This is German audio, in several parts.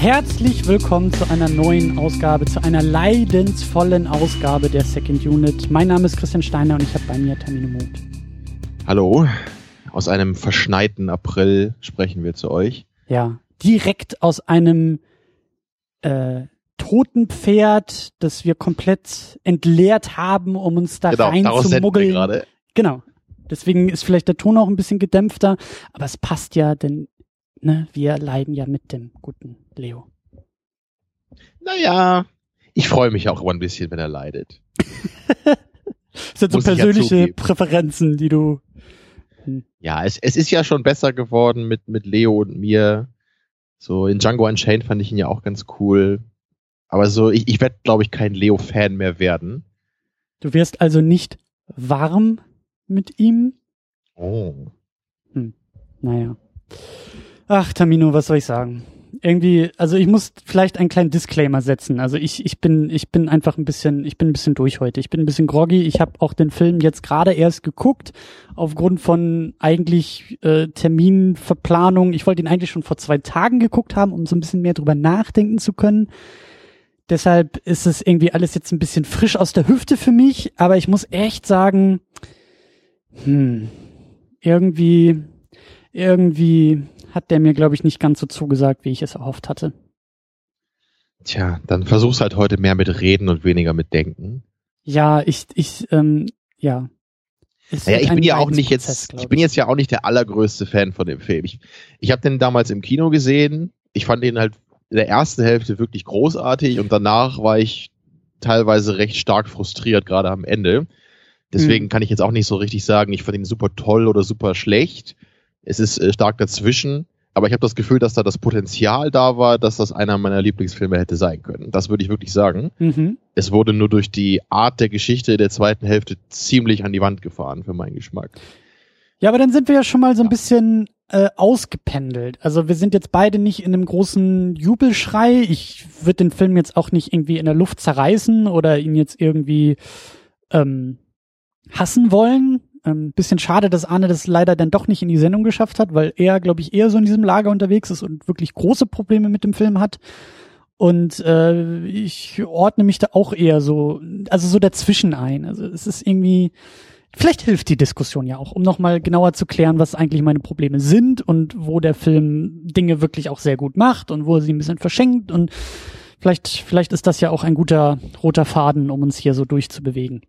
Herzlich willkommen zu einer neuen Ausgabe, zu einer leidensvollen Ausgabe der Second Unit. Mein Name ist Christian Steiner und ich habe bei mir Tamino Muth. Hallo, aus einem verschneiten April sprechen wir zu euch. Ja, direkt aus einem toten Pferd, das wir komplett entleert haben, um uns da rein zu muggeln. Genau. Deswegen ist vielleicht der Ton auch ein bisschen gedämpfter, aber es passt ja, denn wir leiden ja mit dem guten Leo. Naja, ich freue mich auch immer ein bisschen, wenn er leidet. Das sind so persönliche Präferenzen, die du... Ja, es ist ja schon besser geworden mit Leo und mir. So in Django Unchained fand ich ihn ja auch ganz cool. Aber so, ich werde, glaube ich, kein Leo-Fan mehr werden. Du wirst also nicht warm mit ihm? Oh. Naja. Ach, Tamino, was soll ich sagen? Irgendwie, also ich muss vielleicht einen kleinen Disclaimer setzen. Also ich bin einfach ein bisschen durch heute. Ich bin ein bisschen groggy. Ich habe auch den Film jetzt gerade erst geguckt, aufgrund von eigentlich Terminverplanung. Ich wollte ihn eigentlich schon vor 2 Tagen geguckt haben, um so ein bisschen mehr drüber nachdenken zu können. Deshalb ist es irgendwie alles jetzt ein bisschen frisch aus der Hüfte für mich. Aber ich muss echt sagen, irgendwie hat der mir, glaube ich, nicht ganz so zugesagt, wie ich es erhofft hatte. Tja, dann versuch's halt heute mehr mit Reden und weniger mit Denken. Ja, ich bin ja auch nicht ich bin jetzt ja auch nicht der allergrößte Fan von dem Film. Ich habe den damals im Kino gesehen. Ich fand den halt in der ersten Hälfte wirklich großartig und danach war ich teilweise recht stark frustriert, gerade am Ende. Deswegen kann ich jetzt auch nicht so richtig sagen, ich fand ihn super toll oder super schlecht. Es ist stark dazwischen, aber ich habe das Gefühl, dass da das Potenzial da war, dass das einer meiner Lieblingsfilme hätte sein können. Das würde ich wirklich sagen. Es wurde nur durch die Art der Geschichte der zweiten Hälfte ziemlich an die Wand gefahren, für meinen Geschmack. Ja, aber dann sind wir ja schon mal so ein bisschen ausgependelt. Also wir sind jetzt beide nicht in einem großen Jubelschrei. Ich würde den Film jetzt auch nicht irgendwie in der Luft zerreißen oder ihn jetzt irgendwie hassen wollen. Bisschen schade, dass Arne das leider dann doch nicht in die Sendung geschafft hat, weil er, glaube ich, eher so in diesem Lager unterwegs ist und wirklich große Probleme mit dem Film hat. Und ich ordne mich da auch eher so dazwischen ein. Also es ist irgendwie, vielleicht hilft die Diskussion ja auch, um nochmal genauer zu klären, was eigentlich meine Probleme sind und wo der Film Dinge wirklich auch sehr gut macht und wo er sie ein bisschen verschenkt. Und vielleicht ist das ja auch ein guter roter Faden, um uns hier so durchzubewegen.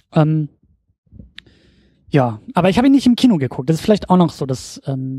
Ja, aber ich habe ihn nicht im Kino geguckt. Das ist vielleicht auch noch so das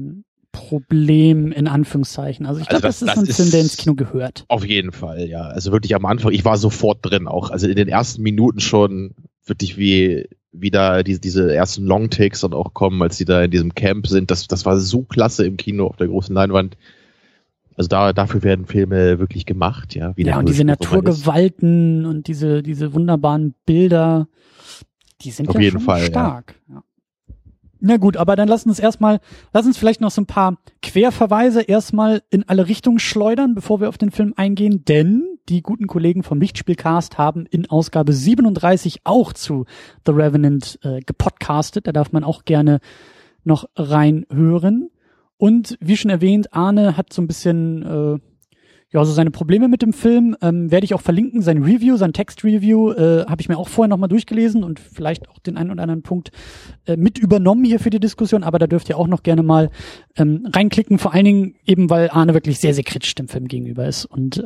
Problem in Anführungszeichen. Also ich glaube, das ist ein Film, der ins Kino gehört. Auf jeden Fall, ja. Also wirklich am Anfang, ich war sofort drin auch. Also in den ersten Minuten schon wirklich wie da diese ersten Longtakes dann auch kommen, als die da in diesem Camp sind. Das war so klasse im Kino auf der großen Leinwand. Also dafür werden Filme wirklich gemacht, ja. Ja, und diese Naturgewalten und diese wunderbaren Bilder, die sind auf ja jeden schon Fall stark. Ja. Na gut, aber dann lass uns vielleicht noch so ein paar Querverweise erstmal in alle Richtungen schleudern, bevor wir auf den Film eingehen, denn die guten Kollegen vom Lichtspielcast haben in Ausgabe 37 auch zu The Revenant gepodcastet. Da darf man auch gerne noch reinhören. Und wie schon erwähnt, Arne hat so ein bisschen so seine Probleme mit dem Film, werde ich auch verlinken. Sein Review, sein Text-Review habe ich mir auch vorher nochmal durchgelesen und vielleicht auch den einen oder anderen Punkt mit übernommen hier für die Diskussion, aber da dürft ihr auch noch gerne mal reinklicken, vor allen Dingen eben, weil Arne wirklich sehr, sehr kritisch dem Film gegenüber ist und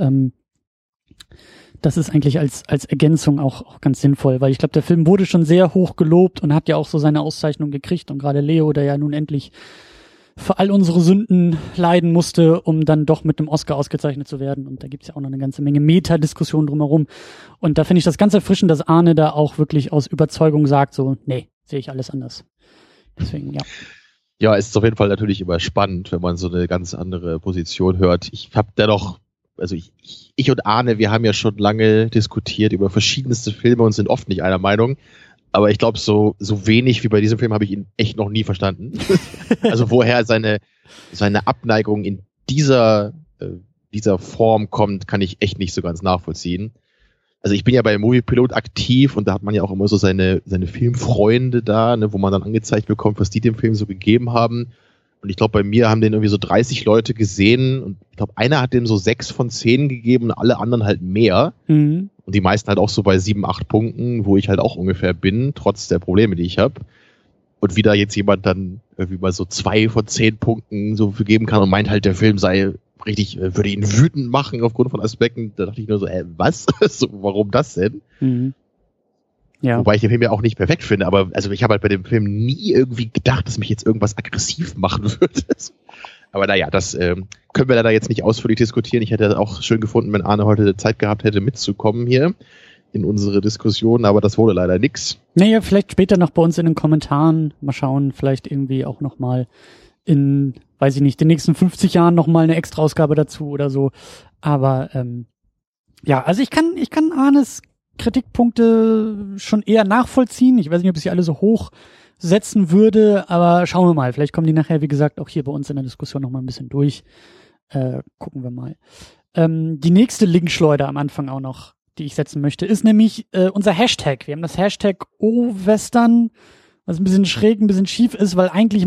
das ist eigentlich als Ergänzung auch ganz sinnvoll, weil ich glaube, der Film wurde schon sehr hoch gelobt und hat ja auch so seine Auszeichnung gekriegt und gerade Leo, der ja nun endlich für all unsere Sünden leiden musste, um dann doch mit einem Oscar ausgezeichnet zu werden. Und da gibt's ja auch noch eine ganze Menge Meta-Diskussionen drumherum. Und da finde ich das ganz erfrischend, dass Arne da auch wirklich aus Überzeugung sagt, so, nee, sehe ich alles anders. Deswegen, ja. Ja, es ist auf jeden Fall natürlich immer spannend, wenn man so eine ganz andere Position hört. Ich habe dennoch, also ich und Arne, wir haben ja schon lange diskutiert über verschiedenste Filme und sind oft nicht einer Meinung. Aber ich glaube, so wenig wie bei diesem Film habe ich ihn echt noch nie verstanden. Also woher seine Abneigung in dieser Form kommt, kann ich echt nicht so ganz nachvollziehen. Also ich bin ja bei Moviepilot aktiv und da hat man ja auch immer so seine Filmfreunde da, ne, wo man dann angezeigt bekommt, was die dem Film so gegeben haben. Und ich glaube, bei mir haben den irgendwie so 30 Leute gesehen und ich glaube, einer hat dem so 6 von 10 gegeben und alle anderen halt mehr. Und die meisten halt auch so bei 7, 8 Punkten, wo ich halt auch ungefähr bin, trotz der Probleme, die ich habe. Und wie da jetzt jemand dann irgendwie mal so 2 von 10 Punkten so geben kann und meint halt, der Film sei richtig, würde ihn wütend machen aufgrund von Aspekten, da dachte ich nur so, was? So, warum das denn? Ja. Wobei ich den Film ja auch nicht perfekt finde, aber also ich habe halt bei dem Film nie irgendwie gedacht, dass mich jetzt irgendwas aggressiv machen würde. Aber naja, das können wir leider jetzt nicht ausführlich diskutieren. Ich hätte auch schön gefunden, wenn Arne heute Zeit gehabt hätte, mitzukommen hier in unsere Diskussion, aber das wurde leider nix. Naja, vielleicht später noch bei uns in den Kommentaren mal schauen, vielleicht irgendwie auch nochmal in, weiß ich nicht, den nächsten 50 Jahren nochmal eine Extra-Ausgabe dazu oder so. Aber ja, also ich kann Arnes Kritikpunkte schon eher nachvollziehen. Ich weiß nicht, ob ich sie alle so hoch setzen würde, aber schauen wir mal. Vielleicht kommen die nachher, wie gesagt, auch hier bei uns in der Diskussion noch mal ein bisschen durch. Gucken wir mal. Die nächste Linkschleuder am Anfang auch noch, die ich setzen möchte, ist nämlich unser Hashtag. Wir haben das Hashtag O-Western, was ein bisschen schräg, ein bisschen schief ist, weil eigentlich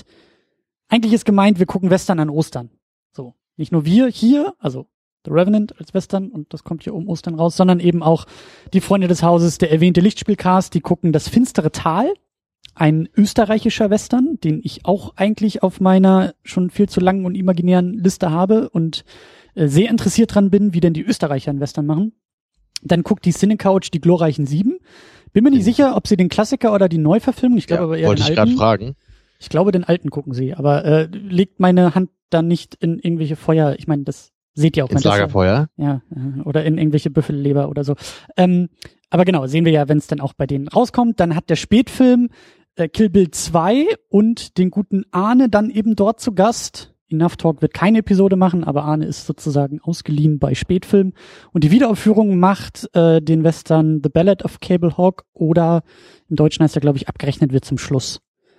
ist gemeint, wir gucken Western an Ostern. So. Nicht nur wir hier, also The Revenant als Western, und das kommt hier um Ostern raus, sondern eben auch die Freunde des Hauses, der erwähnte Lichtspielcast, die gucken Das finstere Tal, ein österreichischer Western, den ich auch eigentlich auf meiner schon viel zu langen und imaginären Liste habe und sehr interessiert dran bin, wie denn die Österreicher einen Western machen. Dann guckt die Cinecouch die glorreichen 7. Bin mir nicht sicher, ob sie den Klassiker oder die Neuverfilmung, ich glaube aber eher den alten. Wollte ich gerade fragen. Ich glaube, den alten gucken sie, aber legt meine Hand dann nicht in irgendwelche Feuer, ich meine, das seht ihr auch. Ins Lagerfeuer? Ja, oder in irgendwelche Büffelleber oder so. Aber genau, sehen wir ja, wenn es dann auch bei denen rauskommt. Dann hat der Spätfilm Kill Bill 2 und den guten Arne dann eben dort zu Gast. Enough Talk wird keine Episode machen, aber Arne ist sozusagen ausgeliehen bei Spätfilm. Und die Wiederaufführung macht den Western The Ballad of Cable Hawk oder im Deutschen heißt er, glaube ich, abgerechnet wird zum Schluss.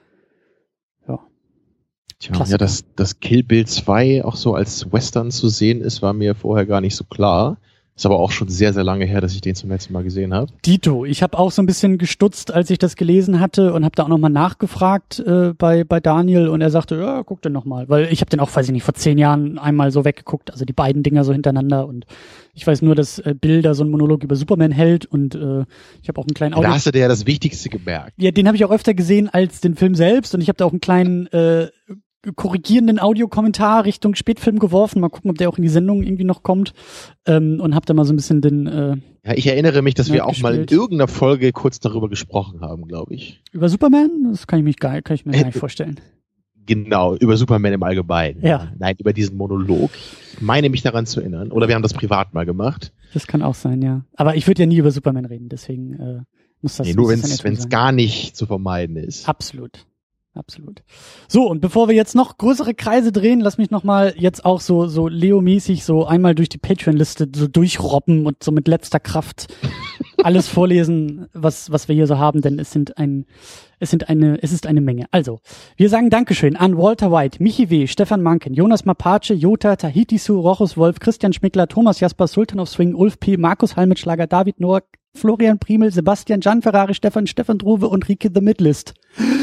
Tja, ja, dass Kill Bill 2 auch so als Western zu sehen ist, war mir vorher gar nicht so klar. Ist aber auch schon sehr, sehr lange her, dass ich den zum letzten Mal gesehen habe. Dito, ich habe auch so ein bisschen gestutzt, als ich das gelesen hatte und habe da auch nochmal nachgefragt bei Daniel und er sagte, ja, guck den nochmal. Weil ich habe den auch, weiß ich nicht, vor 10 Jahren einmal so weggeguckt, also die beiden Dinger so hintereinander und ich weiß nur, dass Bill da so einen Monolog über Superman hält und ich habe auch einen kleinen Audio... Da hast du dir ja das Wichtigste gemerkt. Ja, den habe ich auch öfter gesehen als den Film selbst und ich habe da auch einen kleinen korrigierenden Audiokommentar Richtung Spätfilm geworfen. Mal gucken, ob der auch in die Sendung irgendwie noch kommt. Und hab da mal so ein bisschen den ja, ich erinnere mich, dass wir auch mal in irgendeiner Folge kurz darüber gesprochen haben, glaube ich. Über Superman? Das kann ich mir gar nicht vorstellen. Genau, über Superman im Allgemeinen. Ja. Nein, über diesen Monolog. Ich meine mich daran zu erinnern. Oder wir haben das privat mal gemacht. Das kann auch sein, ja. Aber ich würde ja nie über Superman reden, deswegen muss das... Nee, nur wenn es gar nicht zu vermeiden ist. Absolut. So, und bevor wir jetzt noch größere Kreise drehen, lass mich nochmal jetzt auch so Leo-mäßig so einmal durch die Patreon-Liste so durchrobben und so mit letzter Kraft alles vorlesen, was wir hier so haben, denn es ist eine Menge. Also, wir sagen Dankeschön an Walter White, Michi W., Stefan Manken, Jonas Mapace, Jota, Tahiti Su, Rochus Wolf, Christian Schmickler, Thomas Jasper, Sultan of Swing, Ulf P., Markus Halmitschlager, David Noack, Florian Priemel, Sebastian, Gian Ferrari, Stefan Druwe und Rike the Midlist.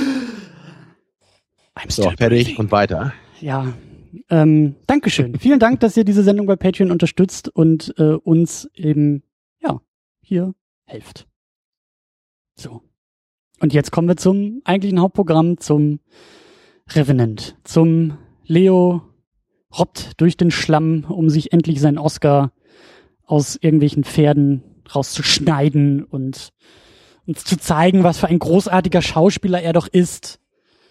So, fertig und weiter. Ja, Dankeschön. Vielen Dank, dass ihr diese Sendung bei Patreon unterstützt und uns eben, ja, hier helft. So. Und jetzt kommen wir zum eigentlichen Hauptprogramm, zum Revenant, zum Leo robbt durch den Schlamm, um sich endlich seinen Oscar aus irgendwelchen Pferden rauszuschneiden und uns zu zeigen, was für ein großartiger Schauspieler er doch ist.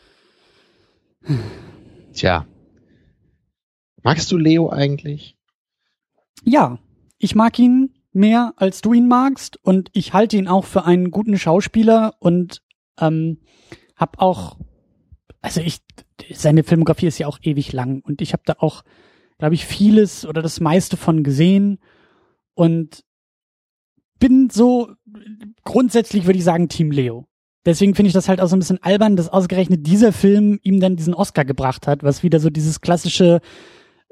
Tja. Magst du Leo eigentlich? Ja, ich mag ihn mehr, als du ihn magst und ich halte ihn auch für einen guten Schauspieler und hab auch, also seine Filmografie ist ja auch ewig lang und ich habe da auch, glaube ich, vieles oder das meiste von gesehen und bin so grundsätzlich, würde ich sagen, Team Leo. Deswegen finde ich das halt auch so ein bisschen albern, dass ausgerechnet dieser Film ihm dann diesen Oscar gebracht hat, was wieder so dieses klassische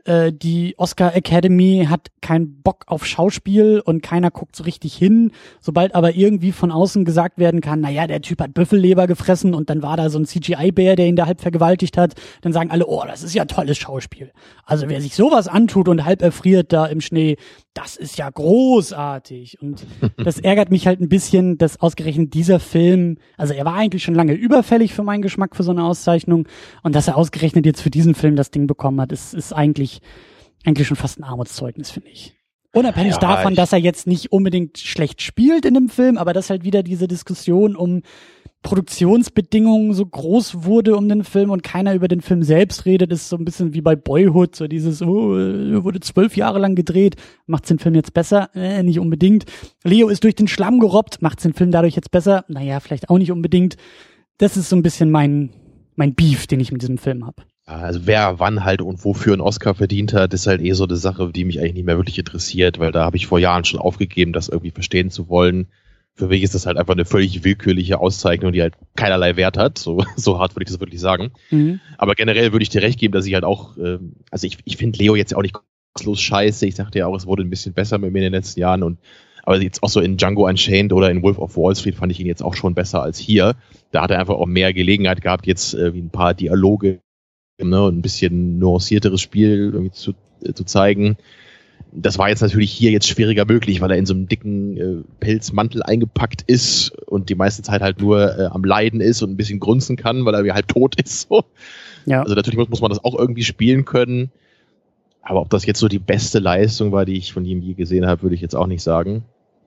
die Oscar Academy hat keinen Bock auf Schauspiel und keiner guckt so richtig hin. Sobald aber irgendwie von außen gesagt werden kann, naja, der Typ hat Büffelleber gefressen und dann war da so ein CGI-Bär, der ihn da halb vergewaltigt hat, dann sagen alle, oh, das ist ja tolles Schauspiel. Also wer sich sowas antut und halb erfriert da im Schnee, das ist ja großartig. Und das ärgert mich halt ein bisschen, dass ausgerechnet dieser Film, also er war eigentlich schon lange überfällig für meinen Geschmack für so eine Auszeichnung und dass er ausgerechnet jetzt für diesen Film das Ding bekommen hat, ist eigentlich schon fast ein Armutszeugnis, finde ich. Unabhängig davon, dass er jetzt nicht unbedingt schlecht spielt in dem Film, aber dass halt wieder diese Diskussion um Produktionsbedingungen so groß wurde um den Film und keiner über den Film selbst redet, ist so ein bisschen wie bei Boyhood, so dieses, wurde 12 Jahre lang gedreht, macht's den Film jetzt besser? Nicht unbedingt. Leo ist durch den Schlamm gerobbt, macht's den Film dadurch jetzt besser? Naja, vielleicht auch nicht unbedingt. Das ist so ein bisschen mein Beef, den ich mit diesem Film habe. Also wer wann halt und wofür einen Oscar verdient hat, ist halt so eine Sache, die mich eigentlich nicht mehr wirklich interessiert, weil da habe ich vor Jahren schon aufgegeben, das irgendwie verstehen zu wollen. Für mich ist das halt einfach eine völlig willkürliche Auszeichnung, die halt keinerlei Wert hat. So hart würde ich das wirklich sagen. Mhm. Aber generell würde ich dir recht geben, dass ich halt auch, also ich finde Leo jetzt auch nicht los scheiße. Ich dachte ja auch, es wurde ein bisschen besser mit mir in den letzten Jahren. Aber jetzt auch so in Django Unchained oder in Wolf of Wall Street fand ich ihn jetzt auch schon besser als hier. Da hat er einfach auch mehr Gelegenheit gehabt, jetzt wie ein paar Dialoge, ne, und ein bisschen nuancierteres Spiel irgendwie zu zeigen. Das war jetzt natürlich hier jetzt schwieriger möglich, weil er in so einem dicken Pelzmantel eingepackt ist und die meiste Zeit halt nur am Leiden ist und ein bisschen grunzen kann, weil er halb tot ist. So. Ja. Also natürlich muss man das auch irgendwie spielen können. Aber ob das jetzt so die beste Leistung war, die ich von ihm je gesehen habe, würde ich jetzt auch nicht sagen.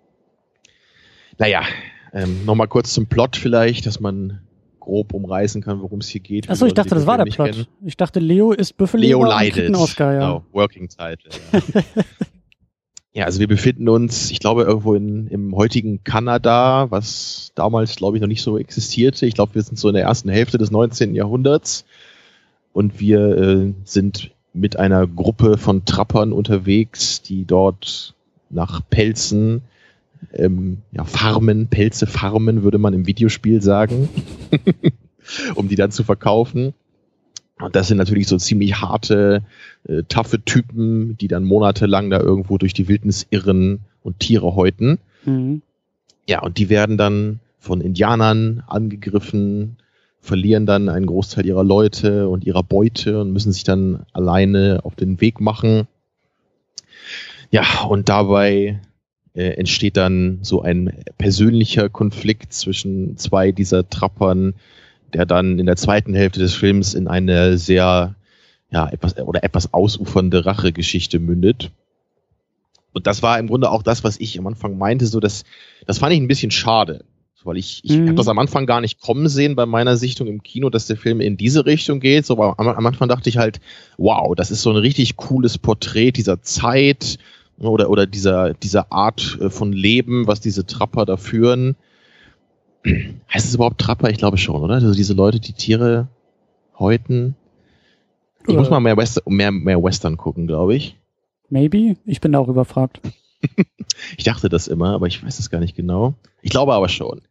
Naja, nochmal kurz zum Plot vielleicht, dass man grob umreißen kann, worum es hier geht. Achso, ich dachte, das war der Plot. Kennen. Ich dachte, Leo ist Büffelleber und kriegt einen Oscar, ja. Genau, Working Title. Ja. Ja, also wir befinden uns, ich glaube, irgendwo im heutigen Kanada, was damals, glaube ich, noch nicht so existierte. Ich glaube, wir sind so in der ersten Hälfte des 19. Jahrhunderts und wir sind mit einer Gruppe von Trappern unterwegs, die dort nach Pelzen Pelze farmen, würde man im Videospiel sagen, um die dann zu verkaufen. Und das sind natürlich so ziemlich harte, taffe Typen, die dann monatelang da irgendwo durch die Wildnis irren und Tiere häuten. Mhm. Ja, und die werden dann von Indianern angegriffen, verlieren dann einen Großteil ihrer Leute und ihrer Beute und müssen sich dann alleine auf den Weg machen. Ja, und dabei entsteht dann so ein persönlicher Konflikt zwischen zwei dieser Trappern, der dann in der zweiten Hälfte des Films in eine sehr, etwas ausufernde Rachegeschichte mündet. Und das war im Grunde auch das, was ich am Anfang meinte, so das fand ich ein bisschen schade, weil ich habe das am Anfang gar nicht kommen sehen bei meiner Sichtung im Kino, dass der Film in diese Richtung geht. So, aber am Anfang dachte ich halt, wow, das ist so ein richtig cooles Porträt dieser Zeit oder dieser Art von Leben, was diese Trapper da führen. Heißt es überhaupt Trapper? Ich glaube schon, oder? Also diese Leute, die Tiere häuten. Ich muss mal mehr Western gucken, glaube ich. Maybe? Ich bin da auch überfragt. Ich dachte das immer, aber ich weiß es gar nicht genau. Ich glaube aber schon.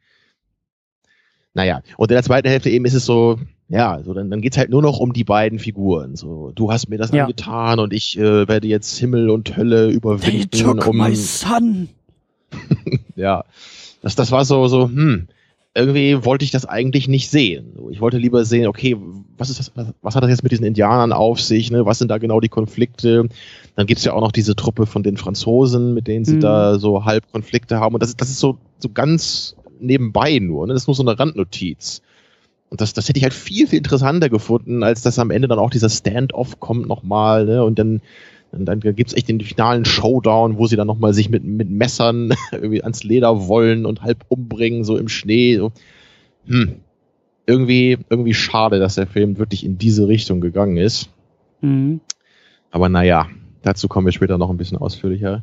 Naja, und in der zweiten Hälfte eben ist es so, ja, so dann geht's halt nur noch um die beiden Figuren. So, du hast mir das angetan und ich werde jetzt Himmel und Hölle überwinden. They took my son. Ja, das war so, irgendwie wollte ich das eigentlich nicht sehen. Ich wollte lieber sehen, okay, was hat das jetzt mit diesen Indianern auf sich, ne? Was sind da genau die Konflikte? Dann gibt's ja auch noch diese Truppe von den Franzosen, mit denen sie da so halb Konflikte haben. Und das ist so ganz nebenbei nur, ne? Das ist nur so eine Randnotiz. Und das hätte ich halt viel, viel interessanter gefunden, als dass am Ende dann auch dieser Stand-off kommt nochmal, ne? Und dann gibt's echt den finalen Showdown, wo sie dann nochmal sich mit Messern irgendwie ans Leder wollen und halb umbringen, so im Schnee. So. Irgendwie schade, dass der Film wirklich in diese Richtung gegangen ist. Mhm. Aber naja, dazu kommen wir später noch ein bisschen ausführlicher.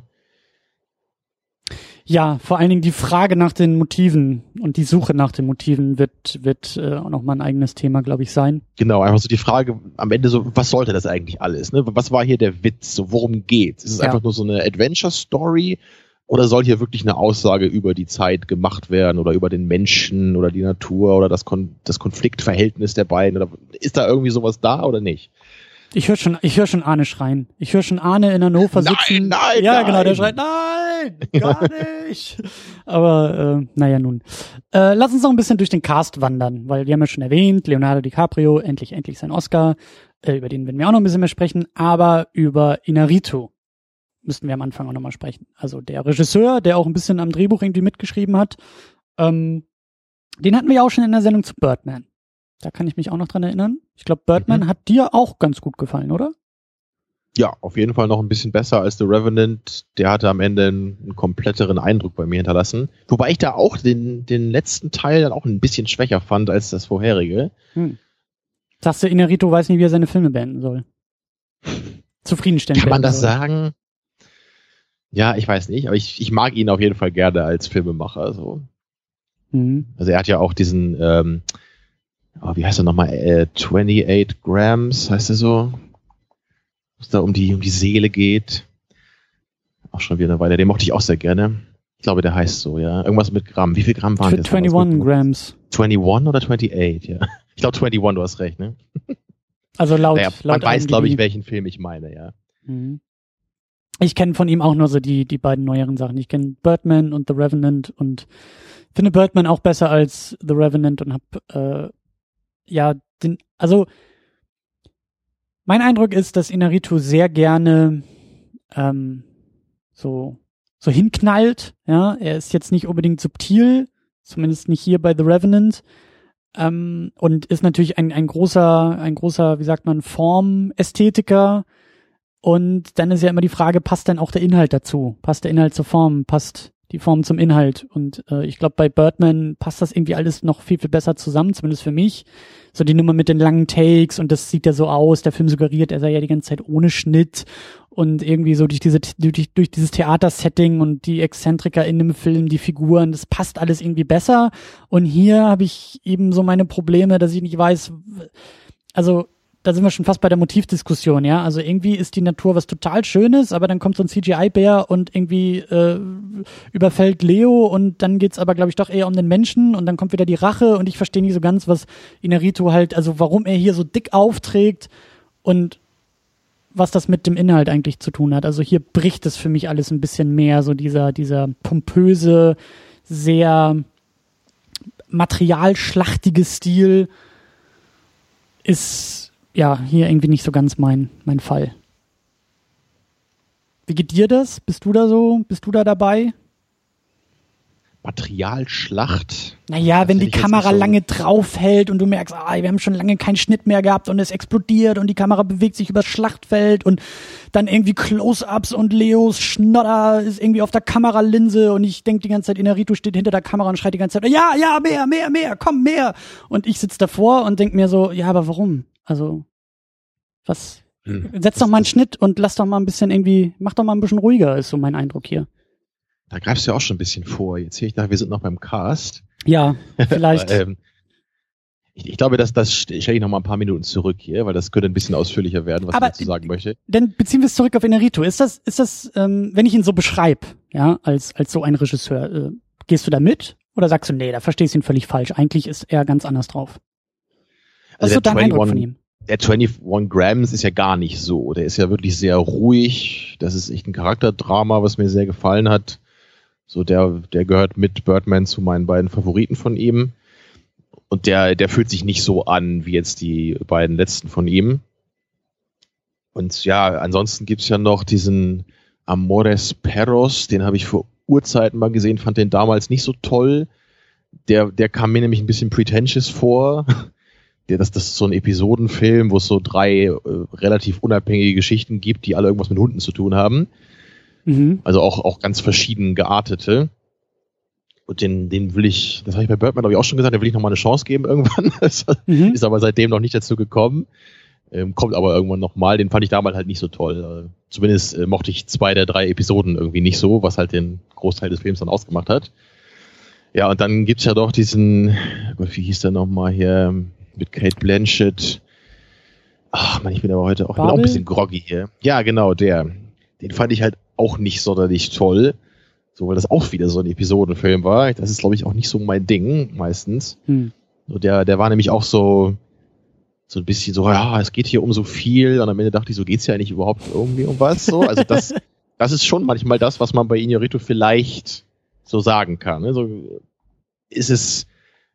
Ja, vor allen Dingen die Frage nach den Motiven und die Suche nach den Motiven wird auch nochmal ein eigenes Thema, glaube ich, sein. Genau, einfach so die Frage am Ende so, was sollte das eigentlich alles? Ne? Was war hier der Witz? So, worum geht's? Ist es einfach nur so eine Adventure-Story oder soll hier wirklich eine Aussage über die Zeit gemacht werden oder über den Menschen oder die Natur oder das Konfliktverhältnis der beiden? Oder ist da irgendwie sowas da oder nicht? Ich höre schon Arne schreien. Ich höre schon Arne in Hannover sitzen. Nein, ja, nein. Genau, der schreit, nein, gar nicht. Aber, naja, nun. Lass uns noch ein bisschen durch den Cast wandern, weil wir haben ja schon erwähnt, Leonardo DiCaprio, endlich sein Oscar. Über den werden wir auch noch ein bisschen mehr sprechen. Aber über Inarritu müssten wir am Anfang auch nochmal sprechen. Also der Regisseur, der auch ein bisschen am Drehbuch irgendwie mitgeschrieben hat, den hatten wir ja auch schon in der Sendung zu Birdman. Da kann ich mich auch noch dran erinnern. Ich glaube, Birdman hat dir auch ganz gut gefallen, oder? Ja, auf jeden Fall noch ein bisschen besser als The Revenant. Der hatte am Ende einen kompletteren Eindruck bei mir hinterlassen. Wobei ich da auch den letzten Teil dann auch ein bisschen schwächer fand als das vorherige. Sagst du, Inarritu weiß nicht, wie er seine Filme beenden soll? Zufriedenstellend. Kann man das sagen? Ja, ich weiß nicht, aber ich mag ihn auf jeden Fall gerne als Filmemacher. So. Also er hat ja auch diesen, wie heißt er nochmal? 28 Grams, heißt er so? Was da um die Seele geht. Auch schon wieder eine Weile. Den mochte ich auch sehr gerne. Ich glaube, der heißt so, ja. Irgendwas mit Gramm. Wie viel Gramm waren das? 21 Grams. 21 oder 28, ja. Ich glaube 21, du hast recht, ne? Also laut. Man weiß, glaube ich, welchen Film ich meine, ja. Ich kenne von ihm auch nur so die beiden neueren Sachen. Ich kenne Birdman und The Revenant und finde Birdman auch besser als The Revenant und habe mein Eindruck ist, dass Inarritu sehr gerne so hinknallt. Ja, er ist jetzt nicht unbedingt subtil, zumindest nicht hier bei The Revenant, und ist natürlich ein großer, wie sagt man, Formästhetiker. Und dann ist ja immer die Frage, passt denn auch der Inhalt dazu? Passt der Inhalt zur Form? Passt die Form zum Inhalt? Und ich glaube, bei Birdman passt das irgendwie alles noch viel, viel besser zusammen, zumindest für mich. So die Nummer mit den langen Takes und das sieht ja so aus, der Film suggeriert, er sei ja die ganze Zeit ohne Schnitt und irgendwie so durch dieses Theatersetting und die Exzentriker in dem Film, die Figuren, das passt alles irgendwie besser. Und hier habe ich eben so meine Probleme, dass ich nicht weiß, also da sind wir schon fast bei der Motivdiskussion, ja. Also irgendwie ist die Natur was total Schönes, aber dann kommt so ein CGI-Bär und irgendwie überfällt Leo und dann geht's aber, glaube ich, doch eher um den Menschen und dann kommt wieder die Rache und ich verstehe nicht so ganz, was Inarritu halt, also warum er hier so dick aufträgt und was das mit dem Inhalt eigentlich zu tun hat. Also hier bricht es für mich alles ein bisschen mehr, so dieser pompöse, sehr materialschlachtige Stil ist ja hier irgendwie nicht so ganz mein Fall. Wie geht dir das? Bist du da dabei? Materialschlacht? Naja, wenn die Kamera lange draufhält und du merkst, wir haben schon lange keinen Schnitt mehr gehabt und es explodiert und die Kamera bewegt sich übers Schlachtfeld und dann irgendwie Close-Ups und Leos Schnodder ist irgendwie auf der Kameralinse und ich denke die ganze Zeit, Inarritu steht hinter der Kamera und schreit die ganze Zeit, ja, mehr, komm, mehr. Und ich sitze davor und denke mir so, ja, aber warum? Also, was? Setz doch mal einen Schnitt und lass doch mal ein bisschen irgendwie, mach doch mal ein bisschen ruhiger, ist so mein Eindruck hier. Da greifst du ja auch schon ein bisschen vor. Jetzt sehe ich nach, wir sind noch beim Cast. Ja, vielleicht. Ich glaube, das stelle ich noch mal ein paar Minuten zurück hier, weil das könnte ein bisschen ausführlicher werden, was ich dazu sagen möchte. Dann beziehen wir es zurück auf Inarritu. Ist das, wenn ich ihn so beschreibe, ja, als so ein Regisseur, gehst du da mit? Oder sagst du, nee, da verstehst du ihn völlig falsch. Eigentlich ist er ganz anders drauf. Was ist so dein Eindruck von ihm? Der 21 Grams ist ja gar nicht so. Der ist ja wirklich sehr ruhig. Das ist echt ein Charakterdrama, was mir sehr gefallen hat. So, der gehört mit Birdman zu meinen beiden Favoriten von ihm. Und der fühlt sich nicht so an wie jetzt die beiden letzten von ihm. Und ja, ansonsten gibt's ja noch diesen Amores Perros, den habe ich vor Urzeiten mal gesehen, fand den damals nicht so toll. Der kam mir nämlich ein bisschen pretentious vor. Das ist so ein Episodenfilm, wo es so 3 relativ unabhängige Geschichten gibt, die alle irgendwas mit Hunden zu tun haben. Also auch ganz verschieden geartete. Und den will ich, das habe ich bei Birdman glaube ich auch schon gesagt, den will ich nochmal eine Chance geben irgendwann. Ist aber seitdem noch nicht dazu gekommen. Kommt aber irgendwann nochmal. Den fand ich damals halt nicht so toll. Zumindest mochte ich 2 der 3 Episoden irgendwie nicht so, was halt den Großteil des Films dann ausgemacht hat. Ja, und dann gibt's ja doch diesen, wie hieß der nochmal hier, mit Kate Blanchett. Ach man, ich bin aber heute auch ein bisschen groggy hier. Ja, genau, den fand ich halt auch nicht sonderlich toll. So, weil das auch wieder so ein Episodenfilm war. Das ist, glaube ich, auch nicht so mein Ding, meistens. So, der war nämlich auch so, so ein bisschen so, ja, es geht hier um so viel und am Ende dachte ich, so geht's ja eigentlich überhaupt irgendwie um was, so. Also das ist schon manchmal das, was man bei Inarritu vielleicht so sagen kann, ne? So ist es,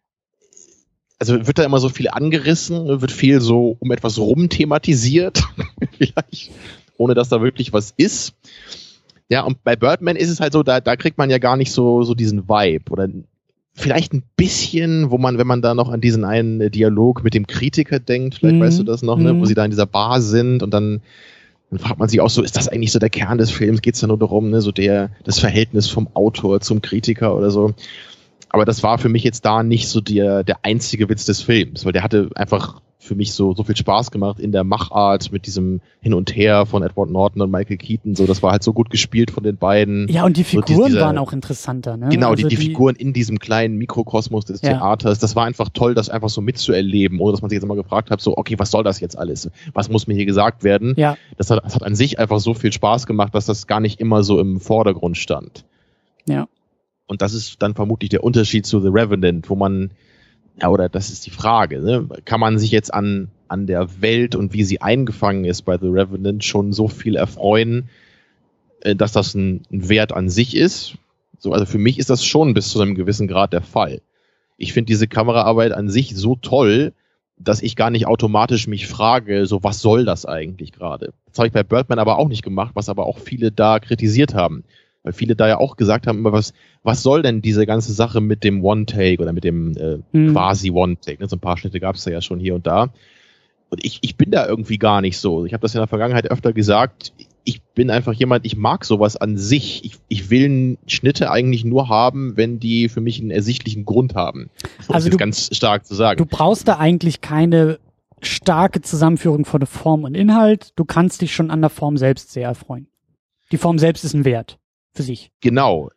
also wird da immer so viel angerissen, wird viel so um etwas rum thematisiert, vielleicht, ohne dass da wirklich was ist. Ja, und bei Birdman ist es halt so, da kriegt man ja gar nicht so diesen Vibe oder vielleicht ein bisschen, wo man, wenn man da noch an diesen einen Dialog mit dem Kritiker denkt, vielleicht weißt du das noch, ne, wo sie da in dieser Bar sind und dann fragt man sich auch so, ist das eigentlich so der Kern des Films? Geht's da nur darum, ne, so das Verhältnis vom Autor zum Kritiker oder so? Aber das war für mich jetzt da nicht so der einzige Witz des Films, weil der hatte einfach für mich so viel Spaß gemacht in der Machart mit diesem Hin und Her von Edward Norton und Michael Keaton. So, das war halt so gut gespielt von den beiden. Ja, und die Figuren waren auch interessanter, ne? Genau, also die Figuren in diesem kleinen Mikrokosmos des Theaters. Das war einfach toll, das einfach so mitzuerleben, ohne dass man sich jetzt immer gefragt hat, so, okay, was soll das jetzt alles? Was muss mir hier gesagt werden? Ja. Das hat an sich einfach so viel Spaß gemacht, dass das gar nicht immer so im Vordergrund stand. Ja. Und das ist dann vermutlich der Unterschied zu The Revenant, wo man, ja, oder das ist die Frage, ne? Kann man sich jetzt an der Welt und wie sie eingefangen ist bei The Revenant schon so viel erfreuen, dass das ein Wert an sich ist? So, also für mich ist das schon bis zu einem gewissen Grad der Fall. Ich finde diese Kameraarbeit an sich so toll, dass ich gar nicht automatisch mich frage, so was soll das eigentlich gerade? Das habe ich bei Birdman aber auch nicht gemacht, was aber auch viele da kritisiert haben. Weil viele da ja auch gesagt haben, was soll denn diese ganze Sache mit dem One-Take oder mit dem quasi One-Take? Ne? So ein paar Schnitte gab es da ja schon hier und da. Und ich bin da irgendwie gar nicht so. Ich habe das in der Vergangenheit öfter gesagt. Ich bin einfach jemand, ich mag sowas an sich. Ich will Schnitte eigentlich nur haben, wenn die für mich einen ersichtlichen Grund haben. Also das ist ganz stark zu sagen. Du brauchst da eigentlich keine starke Zusammenführung von der Form und Inhalt. Du kannst dich schon an der Form selbst sehr erfreuen. Die Form selbst ist ein Wert. Für sich. Genau.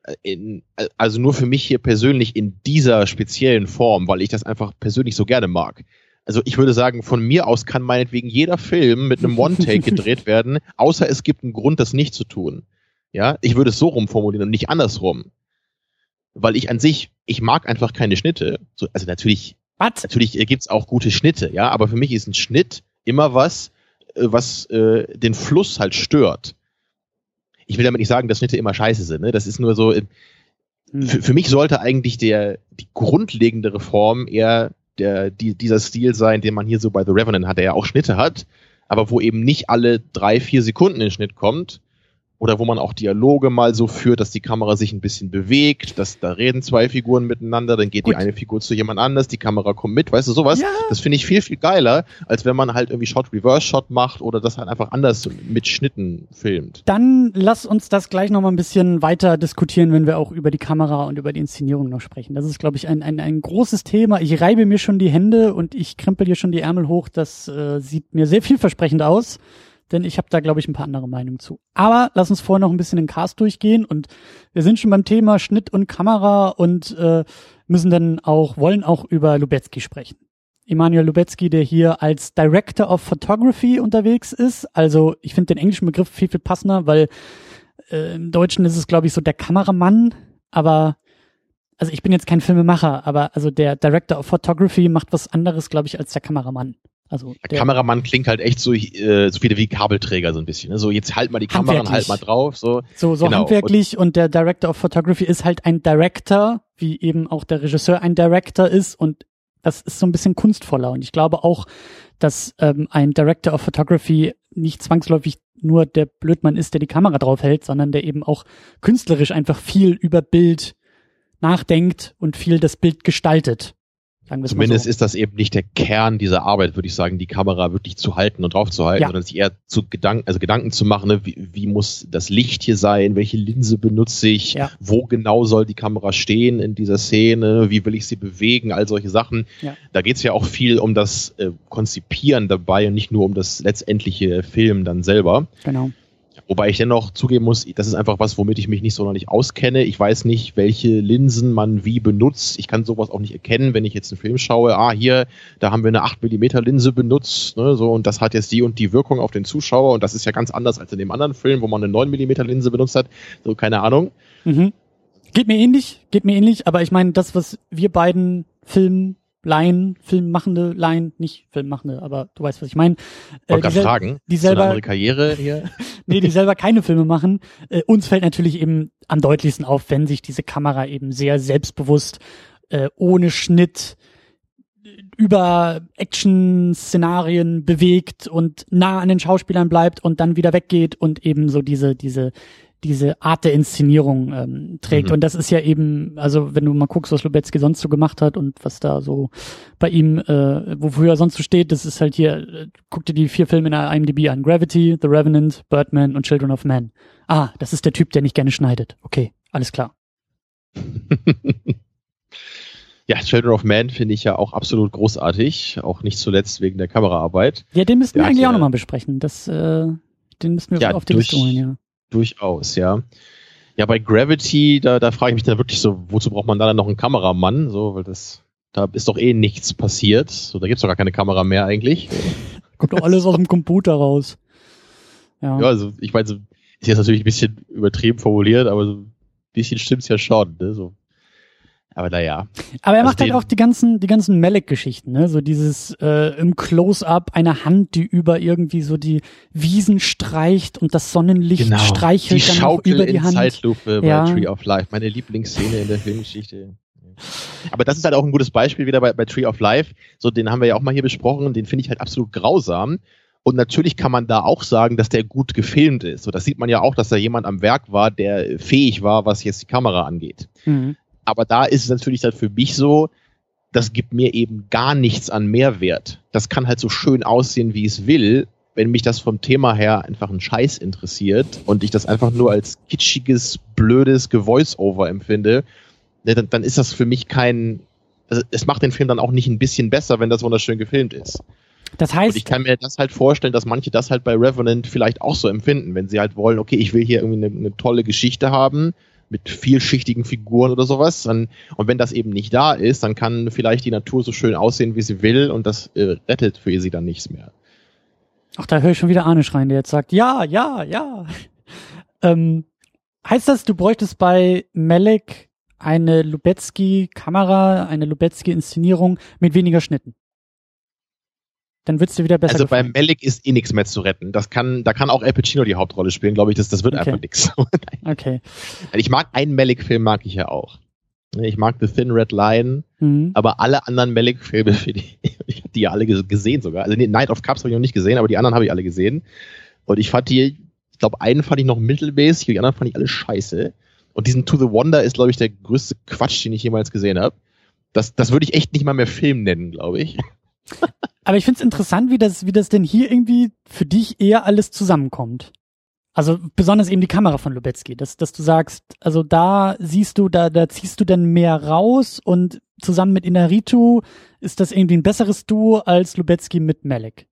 Also nur für mich hier persönlich in dieser speziellen Form, weil ich das einfach persönlich so gerne mag. Also ich würde sagen, von mir aus kann meinetwegen jeder Film mit einem One-Take gedreht werden, außer es gibt einen Grund, das nicht zu tun. Ja, ich würde es so rumformulieren und nicht andersrum. Weil ich an sich, ich mag einfach keine Schnitte. So, also natürlich gibt's auch gute Schnitte, ja, aber für mich ist ein Schnitt immer was den Fluss halt stört. Ich will damit nicht sagen, dass Schnitte immer scheiße sind. Ne? Das ist nur so, für mich sollte eigentlich die grundlegende Reform eher dieser Stil sein, den man hier so bei The Revenant hat, der ja auch Schnitte hat, aber wo eben nicht alle 3-4 Sekunden ein Schnitt kommt. Oder wo man auch Dialoge mal so führt, dass die Kamera sich ein bisschen bewegt, da reden zwei Figuren miteinander, dann geht die eine Figur zu jemand anders, die Kamera kommt mit, weißt du, sowas. Ja. Das finde ich viel, viel geiler, als wenn man halt irgendwie Shot-Reverse-Shot macht oder das halt einfach anders mit Schnitten filmt. Dann lass uns das gleich noch mal ein bisschen weiter diskutieren, wenn wir auch über die Kamera und über die Inszenierung noch sprechen. Das ist, glaube ich, ein großes Thema. Ich reibe mir schon die Hände und ich krempel hier schon die Ärmel hoch. Das sieht mir sehr vielversprechend aus. Denn ich habe da, glaube ich, ein paar andere Meinungen zu. Aber lass uns vorher noch ein bisschen den Cast durchgehen. Und wir sind schon beim Thema Schnitt und Kamera und wollen auch über Lubezki sprechen. Emanuel Lubezki, der hier als Director of Photography unterwegs ist. Also ich finde den englischen Begriff viel, viel passender, weil im Deutschen ist es, glaube ich, so der Kameramann. Aber, also ich bin jetzt kein Filmemacher, aber also der Director of Photography macht was anderes, glaube ich, als der Kameramann. Also der Kameramann klingt halt echt so wieder wie Kabelträger so ein bisschen. Ne? So, jetzt halt mal die Kamera und halt mal drauf. So genau. Handwerklich und der Director of Photography ist halt ein Director, wie eben auch der Regisseur ein Director ist und das ist so ein bisschen kunstvoller. Und ich glaube auch, dass ein Director of Photography nicht zwangsläufig nur der Blödmann ist, der die Kamera drauf hält, sondern der eben auch künstlerisch einfach viel über Bild nachdenkt und viel das Bild gestaltet. Zumindest ist das eben nicht der Kern dieser Arbeit, würde ich sagen, die Kamera wirklich zu halten und drauf zu halten, sondern sich eher Gedanken zu machen, ne? Wie muss das Licht hier sein, welche Linse benutze ich, wo genau soll die Kamera stehen in dieser Szene, wie will ich sie bewegen, all solche Sachen. Ja. Da geht es ja auch viel um das Konzipieren dabei und nicht nur um das letztendliche Filmen dann selber. Genau. Wobei ich dennoch zugeben muss, das ist einfach was, womit ich mich nicht sonderlich auskenne. Ich weiß nicht, welche Linsen man wie benutzt. Ich kann sowas auch nicht erkennen, wenn ich jetzt einen Film schaue. Hier, da haben wir eine 8mm Linse benutzt, ne, so, und das hat jetzt die und die Wirkung auf den Zuschauer. Und das ist ja ganz anders als in dem anderen Film, wo man eine 9mm Linse benutzt hat. So, keine Ahnung. Mhm. Geht mir ähnlich, aber ich meine, das, was wir beiden filmen, nicht Filmmachende, aber du weißt, was ich meine. Ich wollte gerade fragen, die selber so eine andere Karriere hier? Nee, die selber keine Filme machen. Uns fällt natürlich eben am deutlichsten auf, wenn sich diese Kamera eben sehr selbstbewusst, ohne Schnitt, über Action-Szenarien bewegt und nah an den Schauspielern bleibt und dann wieder weggeht und eben so diese Art der Inszenierung trägt. Und das ist ja eben, also wenn du mal guckst, was Lubetzky sonst so gemacht hat und was da so bei ihm, wofür er sonst so steht, das ist halt hier, guck dir die 4 Filme in der IMDb an. Gravity, The Revenant, Birdman und Children of Men. Ah, das ist der Typ, der nicht gerne schneidet. Okay, alles klar. Ja, Children of Men finde ich ja auch absolut großartig, auch nicht zuletzt wegen der Kameraarbeit. Ja, den müssten wir eigentlich auch nochmal besprechen. Den müssten wir auf die Liste holen, ja. Durchaus, ja. Ja, bei Gravity, da frage ich mich dann wirklich so, wozu braucht man da dann noch einen Kameramann? So, weil da ist doch eh nichts passiert. So, da gibt's doch gar keine Kamera mehr eigentlich. Kommt doch alles aus dem Computer raus. Ja, also ich meine, so, ist jetzt natürlich ein bisschen übertrieben formuliert, aber so ein bisschen stimmt's ja schon, ne? So. Aber naja. Aber er macht halt auch die ganzen Malick-Geschichten, ne? So dieses im Close-Up eine Hand, die über irgendwie so die Wiesen streicht und das Sonnenlicht streichelt dann auch über die Hand. Die Zeitlupe bei Tree of Life, meine Lieblingsszene in der Filmgeschichte. Aber das ist halt auch ein gutes Beispiel wieder bei Tree of Life. So, den haben wir ja auch mal hier besprochen, den finde ich halt absolut grausam. Und natürlich kann man da auch sagen, dass der gut gefilmt ist. So, das sieht man ja auch, dass da jemand am Werk war, der fähig war, was jetzt die Kamera angeht. Mhm. Aber da ist es natürlich dann für mich so, das gibt mir eben gar nichts an Mehrwert. Das kann halt so schön aussehen, wie es will. Wenn mich das vom Thema her einfach ein Scheiß interessiert und ich das einfach nur als kitschiges, blödes Gevoice-Over empfinde, dann ist das für mich also es macht den Film dann auch nicht ein bisschen besser, wenn das wunderschön gefilmt ist. Das heißt, und ich kann mir das halt vorstellen, dass manche das halt bei Revenant vielleicht auch so empfinden, wenn sie halt wollen, okay, ich will hier irgendwie eine tolle Geschichte haben, mit vielschichtigen Figuren oder sowas. Und wenn das eben nicht da ist, dann kann vielleicht die Natur so schön aussehen, wie sie will und das rettet für sie dann nichts mehr. Ach, da höre ich schon wieder Arne schreien, der jetzt sagt, ja. Heißt das, du bräuchtest bei Malick eine Lubetzky-Kamera, eine Lubetzky-Inszenierung mit weniger Schnitten? Dann wird's dir wieder besser Also gefallen. bei Malick ist nichts mehr zu retten. Da kann auch Al Pacino die Hauptrolle spielen, glaube ich. Das wird einfach nichts. Okay. Ich mag einen Malick-Film, mag ich ja auch. Ich mag The Thin Red Line, aber alle anderen Malick-Filme, ich habe die ja alle gesehen sogar. Also Night of Cups habe ich noch nicht gesehen, aber die anderen habe ich alle gesehen. Und ich glaube, einen fand ich noch mittelmäßig, die anderen fand ich alle scheiße. Und diesen To the Wonder ist, glaube ich, der größte Quatsch, den ich jemals gesehen habe. Das würde ich echt nicht mal mehr Film nennen, glaube ich. Aber ich finde es interessant, wie das denn hier irgendwie für dich eher alles zusammenkommt. Also besonders eben die Kamera von Lubetzky, dass du sagst, also da siehst du, da ziehst du dann mehr raus und zusammen mit Inarritu ist das irgendwie ein besseres Duo als Lubetzky mit Malick.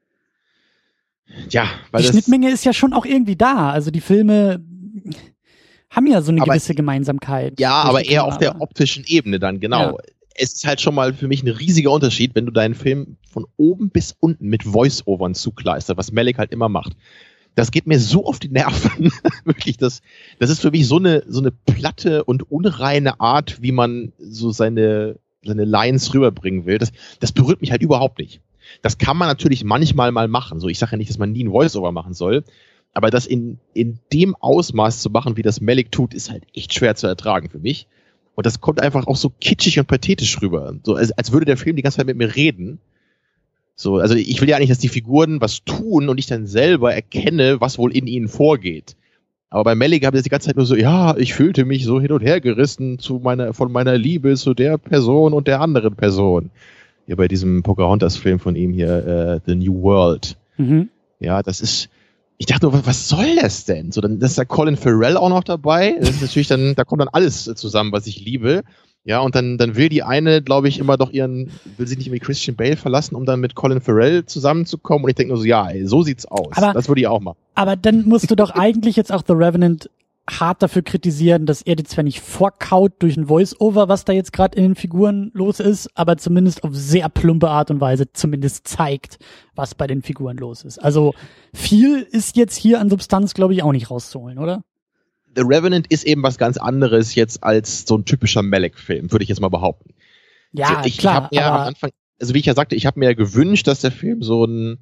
Ja, weil die Schnittmenge ist ja schon auch irgendwie da. Also die Filme haben ja so eine gewisse Gemeinsamkeit. Ja, aber eher auf der optischen Ebene dann, genau. Ja. Es ist halt schon mal für mich ein riesiger Unterschied, wenn du deinen Film von oben bis unten mit Voice-Overn zukleisterst, was Malick halt immer macht. Das geht mir so auf die Nerven. Wirklich, das ist für mich so eine platte und unreine Art, wie man so seine Lines rüberbringen will. Das berührt mich halt überhaupt nicht. Das kann man natürlich manchmal mal machen. So, ich sage ja nicht, dass man nie ein Voice-Over machen soll, aber das in dem Ausmaß zu machen, wie das Malick tut, ist halt echt schwer zu ertragen für mich. Und das kommt einfach auch so kitschig und pathetisch rüber. So, als würde der Film die ganze Zeit mit mir reden. So, also ich will ja nicht, dass die Figuren was tun und ich dann selber erkenne, was wohl in ihnen vorgeht. Aber bei Malick habe ich das die ganze Zeit nur so, ja, ich fühlte mich so hin und her gerissen von meiner Liebe zu der Person und der anderen Person. Hier bei diesem Pocahontas-Film von ihm hier, The New World. Mhm. Ja, das ist, ich dachte nur, was soll das denn? So, dann ist da Colin Farrell auch noch dabei. Das ist natürlich dann, da kommt dann alles zusammen, was ich liebe. Ja, und dann will die eine, glaube ich, immer doch will sie nicht irgendwie Christian Bale verlassen, um dann mit Colin Farrell zusammenzukommen. Und ich denke nur so, ja, ey, so sieht's aus. Das würde ich auch machen. Aber dann musst du doch eigentlich jetzt auch The Revenant hart dafür kritisieren, dass er dir zwar nicht vorkaut durch ein Voice-Over, was da jetzt gerade in den Figuren los ist, aber zumindest auf sehr plumpe Art und Weise zumindest zeigt, was bei den Figuren los ist. Also viel ist jetzt hier an Substanz, glaube ich, auch nicht rauszuholen, oder? The Revenant ist eben was ganz anderes jetzt als so ein typischer Malick-Film, würde ich jetzt mal behaupten. Ja, ich klar. Hab mir am Anfang, also wie ich ja sagte, ich habe mir ja gewünscht, dass der Film so ein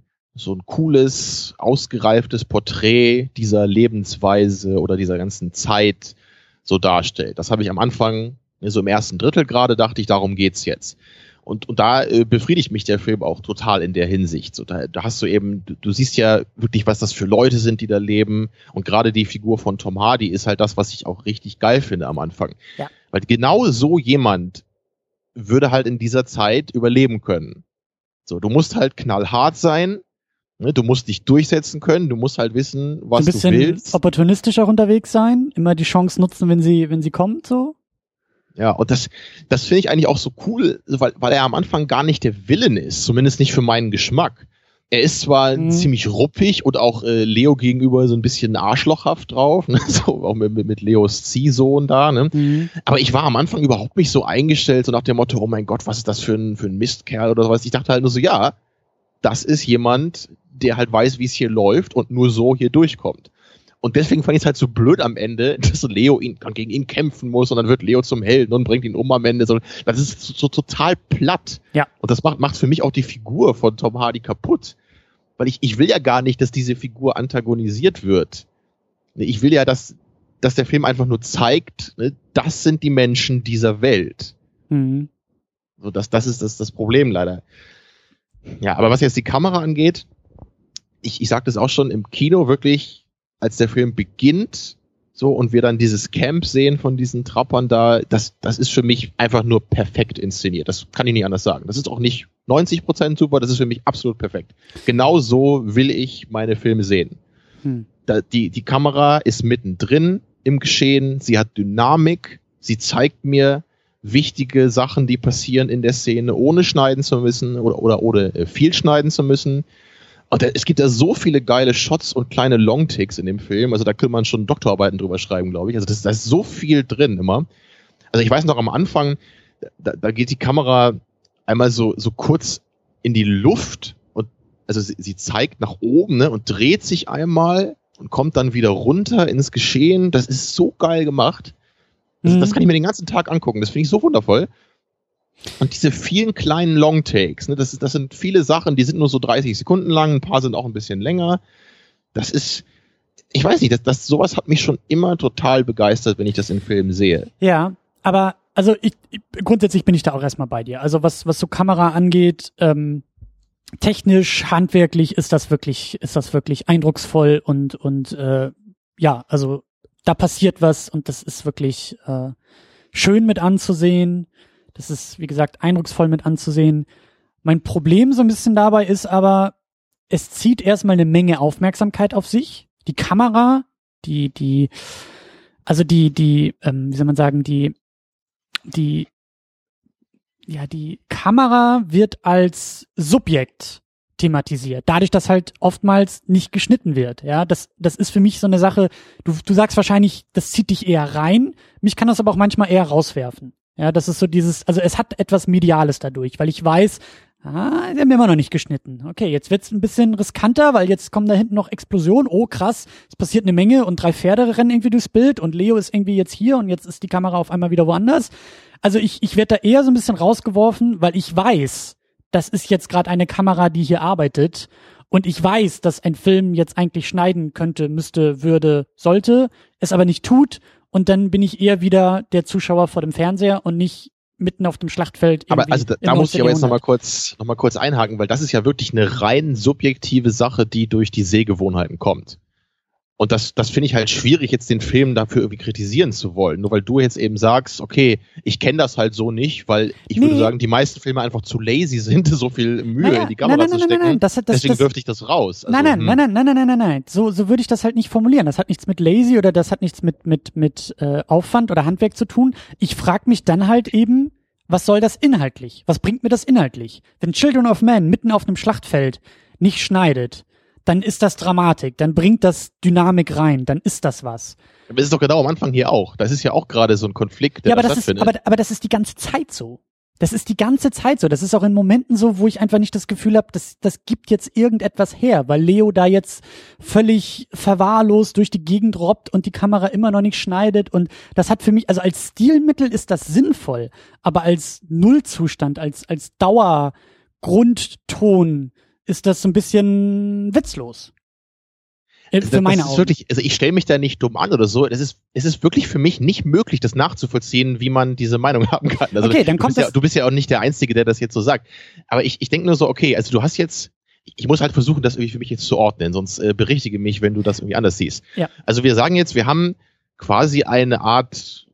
cooles, ausgereiftes Porträt dieser Lebensweise oder dieser ganzen Zeit so darstellt. Das habe ich am Anfang, so im ersten Drittel gerade, dachte ich, darum geht's jetzt. Und da befriedigt mich der Film auch total in der Hinsicht. So, da hast du eben, du siehst ja wirklich, was das für Leute sind, die da leben. Und gerade die Figur von Tom Hardy ist halt das, was ich auch richtig geil finde am Anfang. Ja. Weil genau so jemand würde halt in dieser Zeit überleben können. So, du musst halt knallhart sein, ne? Du musst dich durchsetzen können, du musst halt wissen, was du willst. Ein bisschen opportunistisch auch unterwegs sein, immer die Chance nutzen, wenn sie kommt, so. Ja, und das finde ich eigentlich auch so cool, weil er am Anfang gar nicht der Villain ist, zumindest nicht für meinen Geschmack. Er ist zwar ziemlich ruppig und auch Leo gegenüber so ein bisschen arschlochhaft drauf, ne? So auch mit Leos Ziehsohn da, ne? Aber ich war am Anfang überhaupt nicht so eingestellt, so nach dem Motto, oh mein Gott, was ist das für ein Mistkerl oder sowas. Ich dachte halt nur so, ja, das ist jemand, der halt weiß, wie es hier läuft und nur so hier durchkommt. Und deswegen fand ich es halt so blöd am Ende, dass Leo gegen ihn kämpfen muss und dann wird Leo zum Helden und bringt ihn um am Ende. Das ist so total platt. Ja. Und das macht für mich auch die Figur von Tom Hardy kaputt. Weil ich will ja gar nicht, dass diese Figur antagonisiert wird. Ich will ja, dass der Film einfach nur zeigt, ne, das sind die Menschen dieser Welt. So, das ist das Problem leider. Ja, aber was jetzt die Kamera angeht, ich sag das auch schon im Kino wirklich, als der Film beginnt, so, und wir dann dieses Camp sehen von diesen Trappern da, das ist für mich einfach nur perfekt inszeniert. Das kann ich nicht anders sagen. Das ist auch nicht 90% super, das ist für mich absolut perfekt. Genau so will ich meine Filme sehen. Die Kamera ist mittendrin im Geschehen, sie hat Dynamik, sie zeigt mir wichtige Sachen, die passieren in der Szene, ohne schneiden zu müssen oder viel schneiden zu müssen. Und es gibt da so viele geile Shots und kleine Longtakes in dem Film. Also da könnte man schon Doktorarbeiten drüber schreiben, glaube ich. Also da ist so viel drin immer. Also ich weiß noch am Anfang, da geht die Kamera einmal so kurz in die Luft und also sie zeigt nach oben, ne, und dreht sich einmal und kommt dann wieder runter ins Geschehen. Das ist so geil gemacht. Das kann ich mir den ganzen Tag angucken. Das finde ich so wundervoll. Und diese vielen kleinen Longtakes, ne, das sind viele Sachen, die sind nur so 30 Sekunden lang, ein paar sind auch ein bisschen länger. Das ist, ich weiß nicht, sowas hat mich schon immer total begeistert, wenn ich das in Filmen sehe. Ja, aber also grundsätzlich bin ich da auch erstmal bei dir. Also was so Kamera angeht, technisch, handwerklich ist das wirklich eindrucksvoll und ja, also da passiert was und das ist wirklich schön mit anzusehen. Das ist, wie gesagt, eindrucksvoll mit anzusehen. Mein Problem so ein bisschen dabei ist aber, es zieht erstmal eine Menge Aufmerksamkeit auf sich. Die Kamera, wie soll man sagen, die Kamera wird als Subjekt thematisiert. Dadurch, dass halt oftmals nicht geschnitten wird. Ja, das ist für mich so eine Sache, du sagst wahrscheinlich, das zieht dich eher rein. Mich kann das aber auch manchmal eher rauswerfen. Ja, das ist so also es hat etwas Mediales dadurch, weil ich weiß, sie haben immer noch nicht geschnitten. Okay, jetzt wird's ein bisschen riskanter, weil jetzt kommen da hinten noch Explosionen. Oh, krass, es passiert eine Menge und 3 Pferde rennen irgendwie durchs Bild und Leo ist irgendwie jetzt hier und jetzt ist die Kamera auf einmal wieder woanders. Also ich werde da eher so ein bisschen rausgeworfen, weil ich weiß, das ist jetzt gerade eine Kamera, die hier arbeitet und ich weiß, dass ein Film jetzt eigentlich schneiden könnte, müsste, würde, sollte, es aber nicht tut. Und dann bin ich eher wieder der Zuschauer vor dem Fernseher und nicht mitten auf dem Schlachtfeld. Aber also da muss ich aber jetzt noch mal kurz einhaken, weil das ist ja wirklich eine rein subjektive Sache, die durch die Sehgewohnheiten kommt. Und das finde ich halt schwierig, jetzt den Film dafür irgendwie kritisieren zu wollen. Nur weil du jetzt eben sagst, okay, ich kenne das halt so nicht, weil ich würde sagen, die meisten Filme einfach zu lazy sind, so viel Mühe in die Kamera zu stecken. Nein, deswegen dürfte ich das raus. Also, Nein. So würde ich das halt nicht formulieren. Das hat nichts mit lazy oder das hat nichts mit Aufwand oder Handwerk zu tun. Ich frage mich dann halt eben, was soll das inhaltlich? Was bringt mir das inhaltlich? Wenn Children of Men mitten auf einem Schlachtfeld nicht schneidet, dann ist das Dramatik, dann bringt das Dynamik rein, dann ist das was. Aber es ist doch genau am Anfang hier auch. Das ist ja auch gerade so ein Konflikt, der da stattfindet. Aber das ist die ganze Zeit so. Das ist die ganze Zeit so. Das ist auch in Momenten so, wo ich einfach nicht das Gefühl habe, das gibt jetzt irgendetwas her, weil Leo da jetzt völlig verwahrlost durch die Gegend robbt und die Kamera immer noch nicht schneidet. Und das hat für mich, also als Stilmittel ist das sinnvoll, aber als Nullzustand, als Dauergrundton ist das so ein bisschen witzlos. Für meine Augen. Wirklich, also ich stelle mich da nicht dumm an oder so. Es ist wirklich für mich nicht möglich, das nachzuvollziehen, wie man diese Meinung haben kann. Also okay, dann du bist ja auch nicht der Einzige, der das jetzt so sagt. Aber ich denke nur so, okay, also du hast jetzt, ich muss halt versuchen, das irgendwie für mich jetzt zu ordnen, sonst berichtige mich, wenn du das irgendwie anders siehst. Ja. Also wir sagen jetzt, wir haben quasi eine Art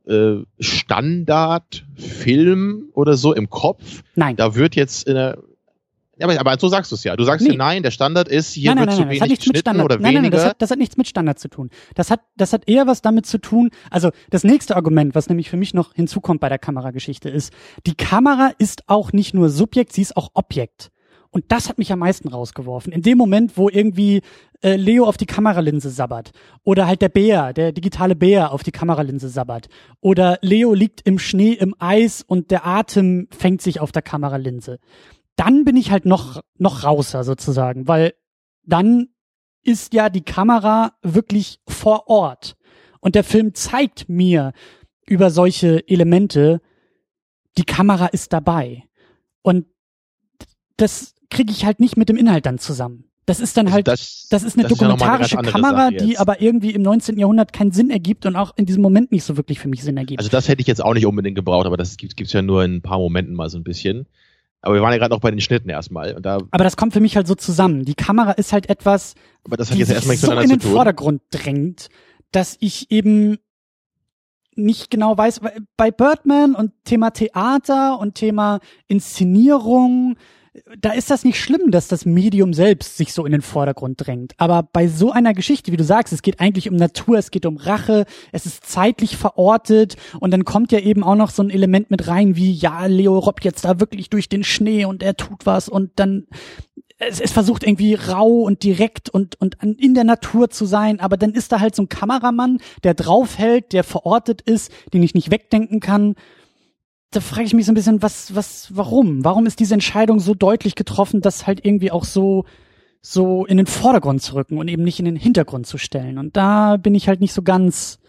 Standardfilm oder so im Kopf. Nein. Da wird jetzt aber so sagst du es ja. Du sagst ja, nein, der Standard ist, hier wird zu wenig geschnitten oder weniger. Nein, das hat nichts mit Standard zu tun. Das hat eher was damit zu tun, also das nächste Argument, was nämlich für mich noch hinzukommt bei der Kamerageschichte ist, die Kamera ist auch nicht nur Subjekt, sie ist auch Objekt. Und das hat mich am meisten rausgeworfen. In dem Moment, wo irgendwie Leo auf die Kameralinse sabbert oder halt der digitale Bär auf die Kameralinse sabbert oder Leo liegt im Schnee, im Eis und der Atem fängt sich auf der Kameralinse. Dann bin ich halt noch rauser sozusagen, weil dann ist ja die Kamera wirklich vor Ort. Und der Film zeigt mir über solche Elemente, die Kamera ist dabei. Und das kriege ich halt nicht mit dem Inhalt dann zusammen. Das ist dann halt, das ist eine dokumentarische Kamera, die aber irgendwie im 19. Jahrhundert keinen Sinn ergibt und auch in diesem Moment nicht so wirklich für mich Sinn ergibt. Also das hätte ich jetzt auch nicht unbedingt gebraucht, aber das gibt's ja nur in ein paar Momenten mal so ein bisschen. Aber wir waren ja gerade noch bei den Schnitten erstmal. Aber das kommt für mich halt so zusammen. Die Kamera ist halt etwas, aber das hat jetzt erstmal so in den Vordergrund drängt, dass ich eben nicht genau weiß, bei Birdman und Thema Theater und Thema Inszenierung, da ist das nicht schlimm, dass das Medium selbst sich so in den Vordergrund drängt. Aber bei so einer Geschichte, wie du sagst, es geht eigentlich um Natur, es geht um Rache, es ist zeitlich verortet und dann kommt ja eben auch noch so ein Element mit rein wie, ja, Leo robbt jetzt da wirklich durch den Schnee und er tut was und dann es versucht irgendwie rau und direkt und in der Natur zu sein, aber dann ist da halt so ein Kameramann, der draufhält, der verortet ist, den ich nicht wegdenken kann. Da frage ich mich so ein bisschen, warum? Warum ist diese Entscheidung so deutlich getroffen, das halt irgendwie auch so in den Vordergrund zu rücken und eben nicht in den Hintergrund zu stellen? Und da bin ich halt nicht so ganz.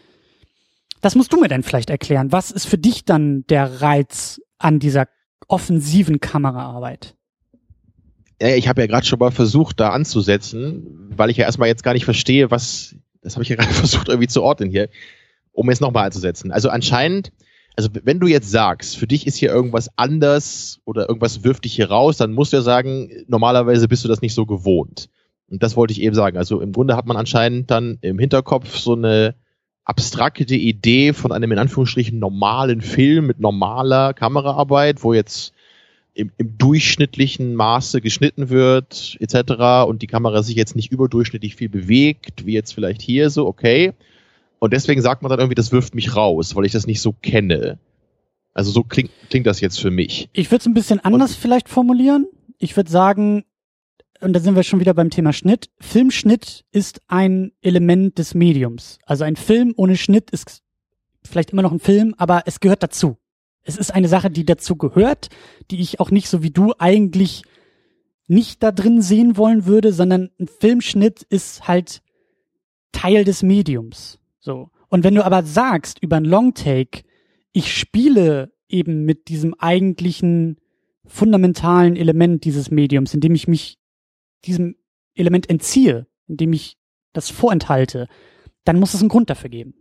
Das musst du mir dann vielleicht erklären. Was ist für dich dann der Reiz an dieser offensiven Kameraarbeit? Ja, ich habe ja gerade schon mal versucht, da anzusetzen, weil ich ja erstmal jetzt gar nicht verstehe, das habe ich ja gerade versucht irgendwie zu ordnen hier, um jetzt nochmal anzusetzen. Also anscheinend, also wenn du jetzt sagst, für dich ist hier irgendwas anders oder irgendwas wirft dich hier raus, dann musst du ja sagen, normalerweise bist du das nicht so gewohnt. Und das wollte ich eben sagen. Also im Grunde hat man anscheinend dann im Hinterkopf so eine abstrakte Idee von einem in Anführungsstrichen normalen Film mit normaler Kameraarbeit, wo jetzt im durchschnittlichen Maße geschnitten wird etc. und die Kamera sich jetzt nicht überdurchschnittlich viel bewegt, wie jetzt vielleicht hier so, okay. Und deswegen sagt man dann irgendwie, das wirft mich raus, weil ich das nicht so kenne. Also so klingt das jetzt für mich. Ich würde es ein bisschen anders vielleicht formulieren. Ich würde sagen, und da sind wir schon wieder beim Thema Schnitt, Filmschnitt ist ein Element des Mediums. Also ein Film ohne Schnitt ist vielleicht immer noch ein Film, aber es gehört dazu. Es ist eine Sache, die dazu gehört, die ich auch nicht so wie du eigentlich nicht da drin sehen wollen würde, sondern ein Filmschnitt ist halt Teil des Mediums. So. Und wenn du aber sagst über ein Longtake, ich spiele eben mit diesem eigentlichen fundamentalen Element dieses Mediums, indem ich mich diesem Element entziehe, indem ich das vorenthalte, dann muss es einen Grund dafür geben.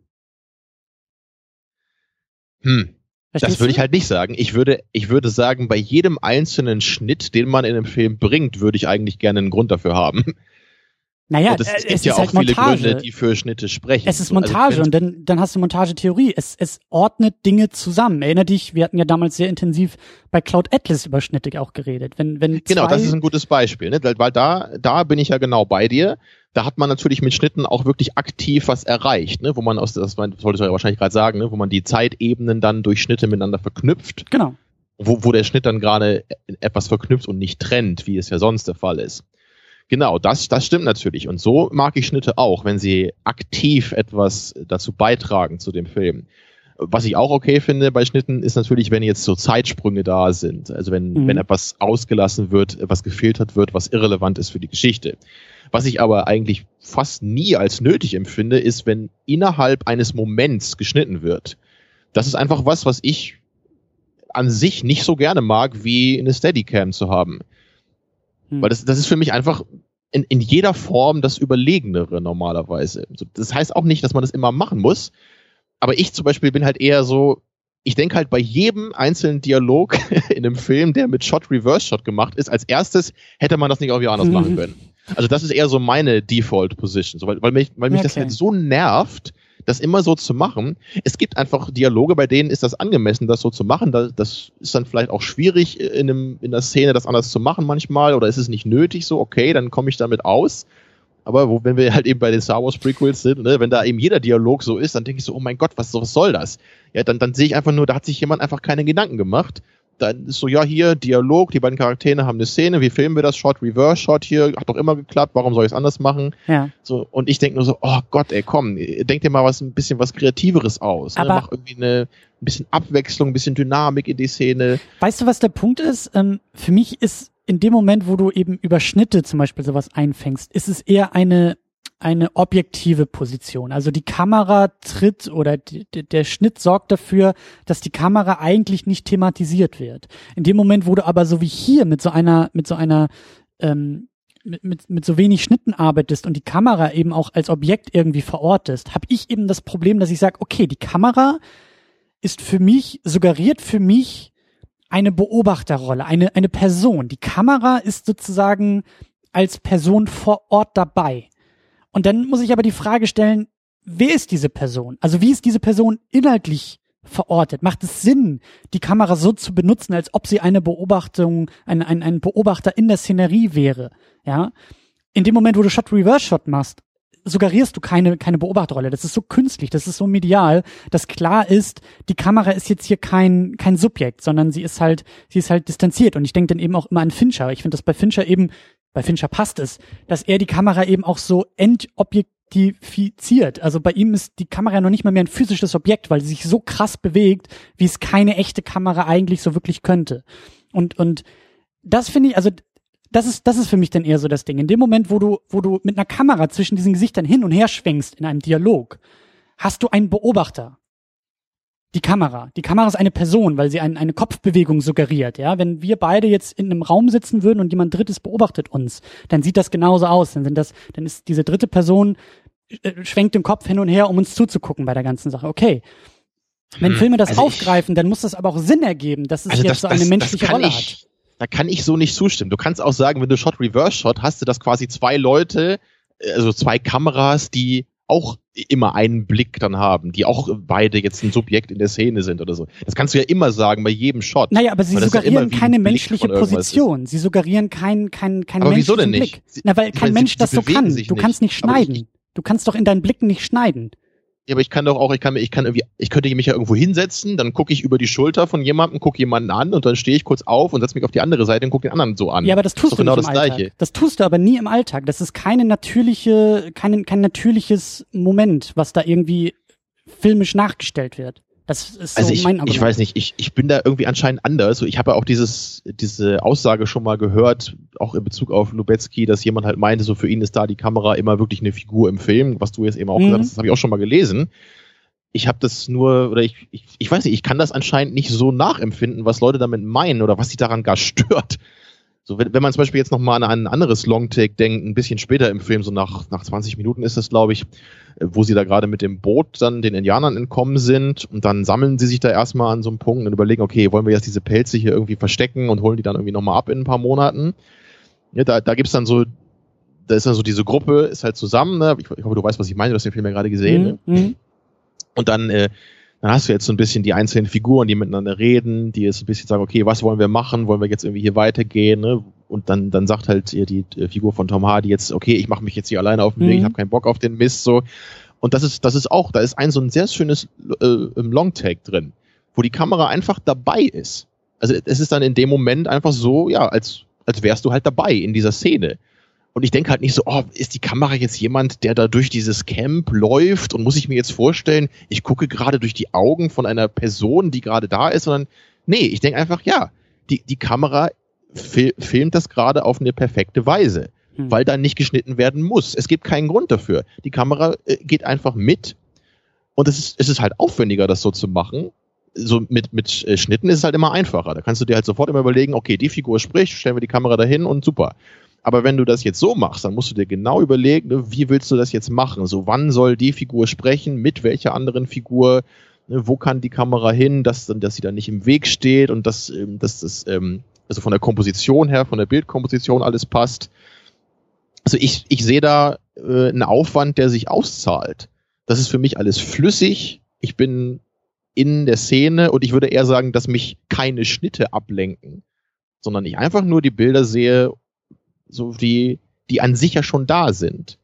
Das würde ich halt nicht sagen. Ich würde sagen, bei jedem einzelnen Schnitt, den man in einem Film bringt, würde ich eigentlich gerne einen Grund dafür haben. Naja, es gibt ja auch halt viele Gründe, die für Schnitte sprechen. Es ist Montage und dann hast du Montagetheorie. Es ordnet Dinge zusammen. Erinner dich, wir hatten ja damals sehr intensiv bei Cloud Atlas über Schnitte auch geredet. Genau, das ist ein gutes Beispiel, ne? Weil da bin ich ja genau bei dir. Da hat man natürlich mit Schnitten auch wirklich aktiv was erreicht, ne? Wo man das solltest du ja wahrscheinlich gerade sagen, ne? Wo man die Zeitebenen dann durch Schnitte miteinander verknüpft. Genau. Wo der Schnitt dann gerade etwas verknüpft und nicht trennt, wie es ja sonst der Fall ist. Genau, das stimmt natürlich. Und so mag ich Schnitte auch, wenn sie aktiv etwas dazu beitragen zu dem Film. Was ich auch okay finde bei Schnitten, ist natürlich, wenn jetzt so Zeitsprünge da sind. Also wenn etwas ausgelassen wird, etwas gefiltert wird, was irrelevant ist für die Geschichte. Was ich aber eigentlich fast nie als nötig empfinde, ist, wenn innerhalb eines Moments geschnitten wird. Das ist einfach was ich an sich nicht so gerne mag, wie eine Steadicam zu haben. Weil das ist für mich einfach in jeder Form das Überlegenere normalerweise. Das heißt auch nicht, dass man das immer machen muss. Aber ich zum Beispiel bin halt eher so, ich denke halt bei jedem einzelnen Dialog in einem Film, der mit Shot-Reverse-Shot gemacht ist, als erstes hätte man das nicht irgendwie anders machen können. Also das ist eher so meine Default-Position, so, weil mich das halt so nervt, das immer so zu machen. Es gibt einfach Dialoge, bei denen ist das angemessen, das so zu machen. Das ist dann vielleicht auch schwierig in der Szene, das anders zu machen manchmal, oder ist es nicht nötig so, okay, dann komme ich damit aus. Aber wenn wir halt eben bei den Star Wars Prequels sind, ne, wenn da eben jeder Dialog so ist, dann denke ich so, oh mein Gott, was soll das? Ja, dann sehe ich einfach nur, da hat sich jemand einfach keine Gedanken gemacht. Dann ist so, ja, hier, Dialog, die beiden Charaktere haben eine Szene, wie filmen wir das? Shot, Reverse Shot hier, hat doch immer geklappt, warum soll ich es anders machen? Ja. So, und ich denke nur so, oh Gott, ey, komm, denk dir mal ein bisschen was Kreativeres aus. Ne? Mach irgendwie ein bisschen Abwechslung, ein bisschen Dynamik in die Szene. Weißt du, was der Punkt ist? Für mich ist in dem Moment, wo du eben über Schnitte zum Beispiel sowas einfängst, ist es eher eine objektive Position. Also die Kamera tritt oder der Schnitt sorgt dafür, dass die Kamera eigentlich nicht thematisiert wird. In dem Moment, wo du aber so wie hier mit so wenig Schnitten arbeitest und die Kamera eben auch als Objekt irgendwie verortest, habe ich eben das Problem, dass ich sage, okay, die Kamera suggeriert für mich eine Beobachterrolle, eine Person. Die Kamera ist sozusagen als Person vor Ort dabei. Und dann muss ich aber die Frage stellen, wer ist diese Person? Also wie ist diese Person inhaltlich verortet? Macht es Sinn, die Kamera so zu benutzen, als ob sie eine Beobachtung, ein Beobachter in der Szenerie wäre? Ja. In dem Moment, wo du Shot-Reverse-Shot machst, suggerierst du keine Beobachterrolle. Das ist so künstlich, das ist so medial, dass klar ist, die Kamera ist jetzt hier kein Subjekt, sondern sie ist halt distanziert. Und ich denke dann eben auch immer an Fincher. Ich finde das bei Fincher passt es, dass er die Kamera eben auch so entobjektifiziert. Also bei ihm ist die Kamera noch nicht mal mehr ein physisches Objekt, weil sie sich so krass bewegt, wie es keine echte Kamera eigentlich so wirklich könnte. Und das finde ich, also das ist für mich dann eher so das Ding. In dem Moment, wo du mit einer Kamera zwischen diesen Gesichtern hin und her schwenkst in einem Dialog, hast du einen Beobachter. Die Kamera ist eine Person, weil sie eine Kopfbewegung suggeriert. Ja, wenn wir beide jetzt in einem Raum sitzen würden und jemand Drittes beobachtet uns, dann sieht das genauso aus. Dann ist diese dritte Person schwenkt den Kopf hin und her, um uns zuzugucken bei der ganzen Sache. Okay. Wenn Filme das aufgreifen, dann muss das aber auch Sinn ergeben, dass es jetzt so eine menschliche Rolle hat. Da kann ich so nicht zustimmen. Du kannst auch sagen, wenn du Shot-Reverse-Shot hast du das quasi zwei Leute, also zwei Kameras, die auch immer einen Blick dann haben, die auch beide jetzt ein Subjekt in der Szene sind oder so. Das kannst du ja immer sagen bei jedem Shot. Naja, aber sie suggerieren keine menschliche Position. Sie suggerieren keinen aber wieso denn nicht? Blick. Na, weil kein Mensch das so kann. Du kannst nicht schneiden. Du kannst doch in deinen Blicken nicht schneiden. Ja, aber ich könnte mich ja irgendwo hinsetzen, dann gucke ich über die Schulter von jemandem, gucke jemanden an und dann stehe ich kurz auf und setze mich auf die andere Seite und gucke den anderen so an. Ja, aber das tust du genau nicht im Alltag. Das tust du aber nie im Alltag. Das ist kein natürliches Moment, was da irgendwie filmisch nachgestellt wird. Das ist so mein Argument. Ich weiß nicht, ich bin da irgendwie anscheinend anders. Ich habe ja auch diese Aussage schon mal gehört, auch in Bezug auf Lubetzky, dass jemand halt meinte, so für ihn ist da die Kamera immer wirklich eine Figur im Film, was du jetzt eben auch gesagt hast, das habe ich auch schon mal gelesen. Ich habe das nur, oder ich weiß nicht, ich kann das anscheinend nicht so nachempfinden, was Leute damit meinen oder was sie daran gar stört. So, wenn man zum Beispiel jetzt nochmal an ein anderes Longtake denkt, ein bisschen später im Film, so nach 20 Minuten ist das, glaube ich, wo sie da gerade mit dem Boot dann den Indianern entkommen sind und dann sammeln sie sich da erstmal an so einem Punkt und überlegen, okay, wollen wir jetzt diese Pelze hier irgendwie verstecken und holen die dann irgendwie nochmal ab in ein paar Monaten. Ja, da gibt's dann so, da ist dann so diese Gruppe, ist halt zusammen, ne? Ich hoffe, du weißt, was ich meine, du hast den Film ja gerade gesehen, ne? Und dann hast du jetzt so ein bisschen die einzelnen Figuren, die miteinander reden, die jetzt ein bisschen sagen, okay, was wollen wir machen? Wollen wir jetzt irgendwie hier weitergehen? Ne? Und dann sagt halt die Figur von Tom Hardy jetzt, okay, ich mache mich jetzt hier alleine auf den Weg, ich habe keinen Bock auf den Mist. So. Und das ist auch, da ist so ein sehr schönes Longtake drin, wo die Kamera einfach dabei ist. Also es ist dann in dem Moment einfach so, ja, als wärst du halt dabei in dieser Szene. Und ich denke halt nicht so, ist die Kamera jetzt jemand, der da durch dieses Camp läuft und muss ich mir jetzt vorstellen, ich gucke gerade durch die Augen von einer Person, die gerade da ist, sondern nee, ich denke einfach, ja, die Kamera filmt das gerade auf eine perfekte Weise, weil da nicht geschnitten werden muss. Es gibt keinen Grund dafür. Die Kamera geht einfach mit und es ist halt aufwendiger, das so zu machen. So mit Schnitten ist es halt immer einfacher. Da kannst du dir halt sofort immer überlegen, okay, die Figur spricht, stellen wir die Kamera dahin und super. Aber wenn du das jetzt so machst, dann musst du dir genau überlegen, ne, wie willst du das jetzt machen? So, wann soll die Figur sprechen? Mit welcher anderen Figur? Ne, wo kann die Kamera hin, dass sie dann nicht im Weg steht und dass das also von der Komposition her, von der Bildkomposition alles passt. Also ich sehe da einen Aufwand, der sich auszahlt. Das ist für mich alles flüssig. Ich bin in der Szene und ich würde eher sagen, dass mich keine Schnitte ablenken, sondern ich einfach nur die Bilder sehe, so die an sich ja schon da sind.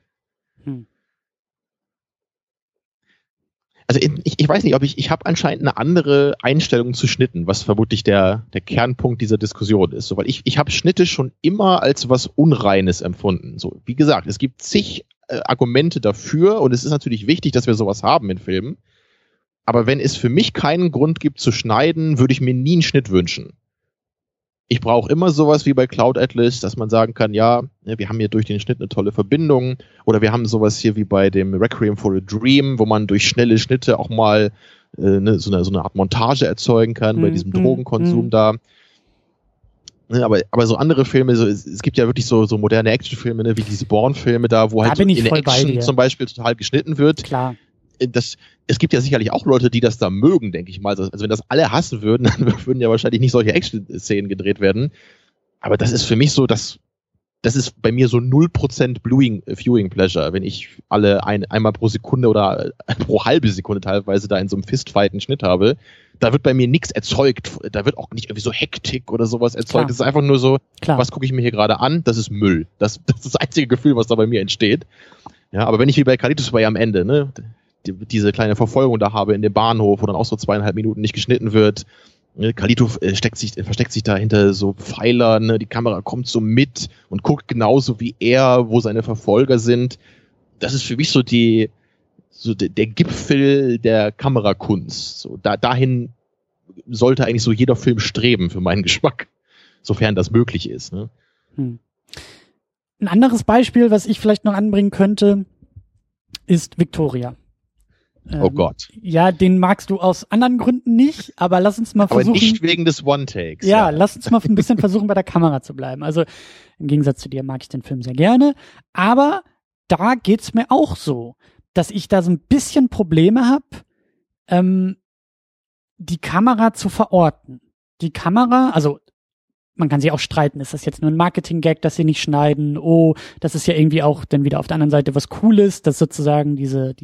Also ich weiß nicht, ich habe anscheinend eine andere Einstellung zu Schnitten, was vermutlich der Kernpunkt dieser Diskussion ist. So, weil ich habe Schnitte schon immer als was Unreines empfunden. So, wie gesagt, es gibt zig Argumente dafür und es ist natürlich wichtig, dass wir sowas haben in Filmen. Aber wenn es für mich keinen Grund gibt zu schneiden, würde ich mir nie einen Schnitt wünschen. Ich brauche immer sowas wie bei Cloud Atlas, dass man sagen kann, ja, wir haben hier durch den Schnitt eine tolle Verbindung, oder wir haben sowas hier wie bei dem Requiem for a Dream, wo man durch schnelle Schnitte auch mal so eine Art Montage erzeugen kann bei diesem Drogenkonsum da. Aber so andere Filme, es gibt ja wirklich so moderne Actionfilme, ne, wie diese Bourne-Filme da, wo halt so in der Action zum Beispiel total geschnitten wird. Klar. Es gibt ja sicherlich auch Leute, die das da mögen, denke ich mal. Also wenn das alle hassen würden, dann würden ja wahrscheinlich nicht solche Action-Szenen gedreht werden. Aber das ist für mich so, das ist bei mir so 0% Viewing Pleasure, wenn ich einmal pro Sekunde oder pro halbe Sekunde teilweise da in so einem Fistfight einen Schnitt habe. Da wird bei mir nichts erzeugt. Da wird auch nicht irgendwie so Hektik oder sowas erzeugt. Das ist einfach nur so, was gucke ich mir hier gerade an? Das ist Müll. Das ist das einzige Gefühl, was da bei mir entsteht. Ja, aber wenn ich wie bei Carlitos Way am Ende, ne, diese kleine Verfolgung da habe in dem Bahnhof, wo dann auch so 2,5 Minuten nicht geschnitten wird. Carlito versteckt sich da hinter so Pfeilern, ne? Die Kamera kommt so mit und guckt genauso wie er, wo seine Verfolger sind. Das ist für mich so der Gipfel der Kamerakunst. So, dahin sollte eigentlich so jeder Film streben für meinen Geschmack, sofern das möglich ist. Ne? Ein anderes Beispiel, was ich vielleicht noch anbringen könnte, ist Victoria. Oh Gott. Ja, den magst du aus anderen Gründen nicht, aber lass uns mal versuchen. Aber nicht wegen des One-Takes. Ja, lass uns mal ein bisschen versuchen, bei der Kamera zu bleiben. Also im Gegensatz zu dir mag ich den Film sehr gerne, aber da geht's mir auch so, dass ich da so ein bisschen Probleme habe, die Kamera zu verorten. Die Kamera, also man kann sich auch streiten, ist das jetzt nur ein Marketing-Gag, dass sie nicht schneiden? Oh, das ist ja irgendwie auch dann wieder auf der anderen Seite was Cooles, dass sozusagen diese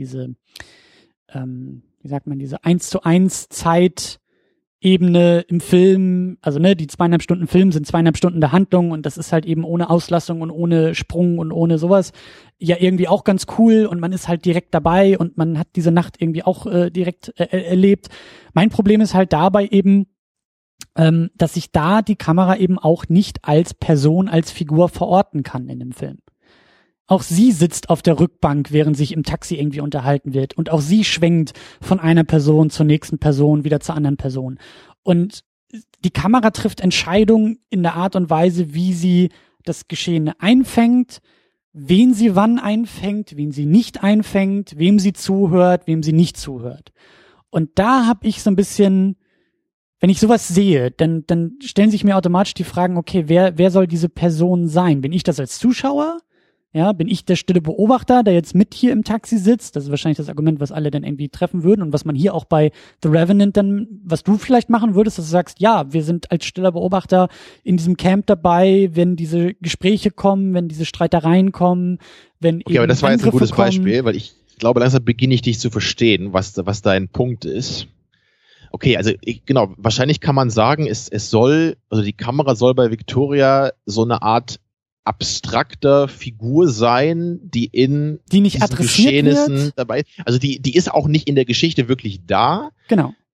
wie sagt man, diese 1:1 Zeitebene im Film, also ne, die 2,5 Stunden Film sind 2,5 Stunden der Handlung und das ist halt eben ohne Auslassung und ohne Sprung und ohne sowas ja irgendwie auch ganz cool und man ist halt direkt dabei und man hat diese Nacht irgendwie auch direkt erlebt. Mein Problem ist halt dabei eben, dass ich da die Kamera eben auch nicht als Person, als Figur verorten kann in dem Film. Auch sie sitzt auf der Rückbank, während sich im Taxi irgendwie unterhalten wird. Und auch sie schwenkt von einer Person zur nächsten Person, wieder zur anderen Person. Und die Kamera trifft Entscheidungen in der Art und Weise, wie sie das Geschehene einfängt, wen sie wann einfängt, wen sie nicht einfängt, wem sie zuhört, wem sie nicht zuhört. Und da habe ich so ein bisschen, wenn ich sowas sehe, dann stellen sich mir automatisch die Fragen, okay, wer soll diese Person sein? Bin ich das als Zuschauer? Ja, bin ich der stille Beobachter, der jetzt mit hier im Taxi sitzt? Das ist wahrscheinlich das Argument, was alle dann irgendwie treffen würden und was man hier auch bei The Revenant dann, was du vielleicht machen würdest, dass du sagst, ja, wir sind als stiller Beobachter in diesem Camp dabei, wenn diese Gespräche kommen, wenn diese Streitereien kommen, wenn okay, aber das war jetzt ein gutes Beispiel, weil ich glaube, langsam beginne ich dich zu verstehen, was dein Punkt ist. Okay, also genau, wahrscheinlich kann man sagen, die Kamera soll bei Victoria so eine Art abstrakter Figur sein, die nicht adressiert Geschehnissen wird. dabei, also die ist auch nicht in der Geschichte wirklich da. Genau.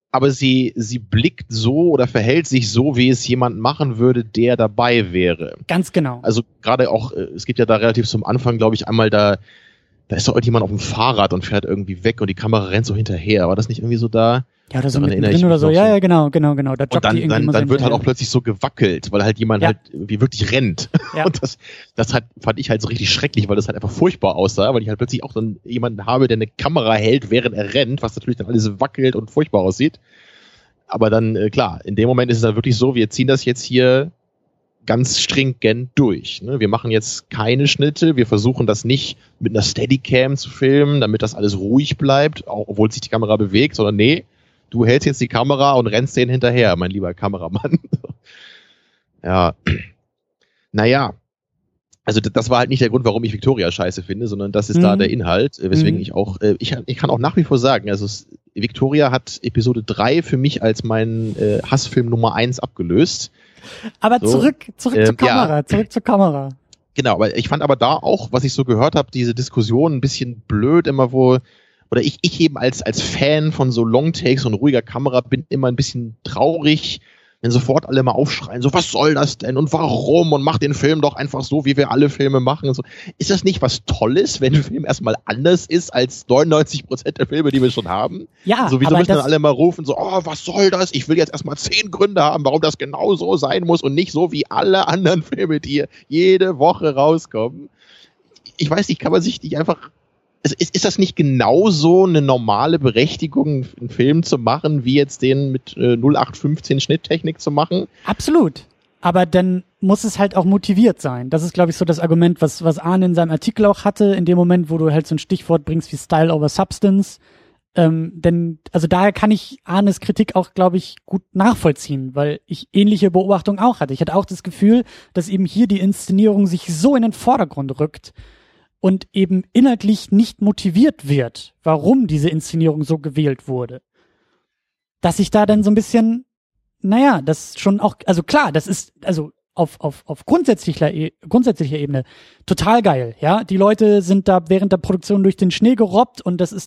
aber sie blickt so oder verhält sich so, wie es jemand machen würde, der dabei wäre. Ganz genau. Also gerade auch, es gibt ja da relativ zum Anfang, glaube ich, einmal da ist doch irgendjemand auf dem Fahrrad und fährt irgendwie weg und die Kamera rennt so hinterher. War das nicht irgendwie so da? Ja, oder so mittendrin oder so. Ja, genau. Da und dann wird halt auch plötzlich so gewackelt, weil halt jemand halt irgendwie wirklich rennt. Ja. Und das fand ich halt so richtig schrecklich, weil das halt einfach furchtbar aussah, weil ich halt plötzlich auch dann jemanden habe, der eine Kamera hält, während er rennt, was natürlich dann alles wackelt und furchtbar aussieht. Aber dann, klar, in dem Moment ist es dann wirklich so, wir ziehen das jetzt hier ganz stringent durch. Ne? Wir machen jetzt keine Schnitte, wir versuchen das nicht mit einer Steadicam zu filmen, damit das alles ruhig bleibt, auch obwohl sich die Kamera bewegt, sondern nee, du hältst jetzt die Kamera und rennst denen hinterher, mein lieber Kameramann. Ja. Naja. Also das war halt nicht der Grund, warum ich Victoria scheiße finde, sondern das ist da der Inhalt, weswegen ich auch, ich kann auch nach wie vor sagen, also Victoria hat Episode 3 für mich als meinen Hassfilm Nummer 1 abgelöst. Aber so, zurück zur Kamera. Genau, aber ich fand aber da auch, was ich so gehört habe, diese Diskussion ein bisschen blöd immer, oder ich eben als Fan von so Longtakes und ruhiger Kamera bin immer ein bisschen traurig, wenn sofort alle mal aufschreien, so was soll das denn und warum und mach den Film doch einfach so, wie wir alle Filme machen. Und so. Ist das nicht was Tolles, wenn ein Film erstmal anders ist als 99% der Filme, die wir schon haben? Ja, so, wieso müssen dann alle mal rufen, so, oh, was soll das? Ich will jetzt erstmal 10 Gründe haben, warum das genau so sein muss und nicht so wie alle anderen Filme, die jede Woche rauskommen. Ich weiß nicht, kann man sich nicht einfach... Ist das nicht genauso eine normale Berechtigung, einen Film zu machen, wie jetzt den mit 0815 Schnitttechnik zu machen? Absolut. Aber dann muss es halt auch motiviert sein. Das ist, glaube ich, so das Argument, was Arne in seinem Artikel auch hatte, in dem Moment, wo du halt so ein Stichwort bringst wie Style over Substance. Denn, also daher kann ich Arnes Kritik auch, glaube ich, gut nachvollziehen, weil ich ähnliche Beobachtungen auch hatte. Ich hatte auch das Gefühl, dass eben hier die Inszenierung sich so in den Vordergrund rückt, und eben inhaltlich nicht motiviert wird, warum diese Inszenierung so gewählt wurde. Dass ich da dann so ein bisschen, das schon auch, also klar, das ist, also auf grundsätzlicher Ebene total geil, ja. Die Leute sind da während der Produktion durch den Schnee gerobbt und das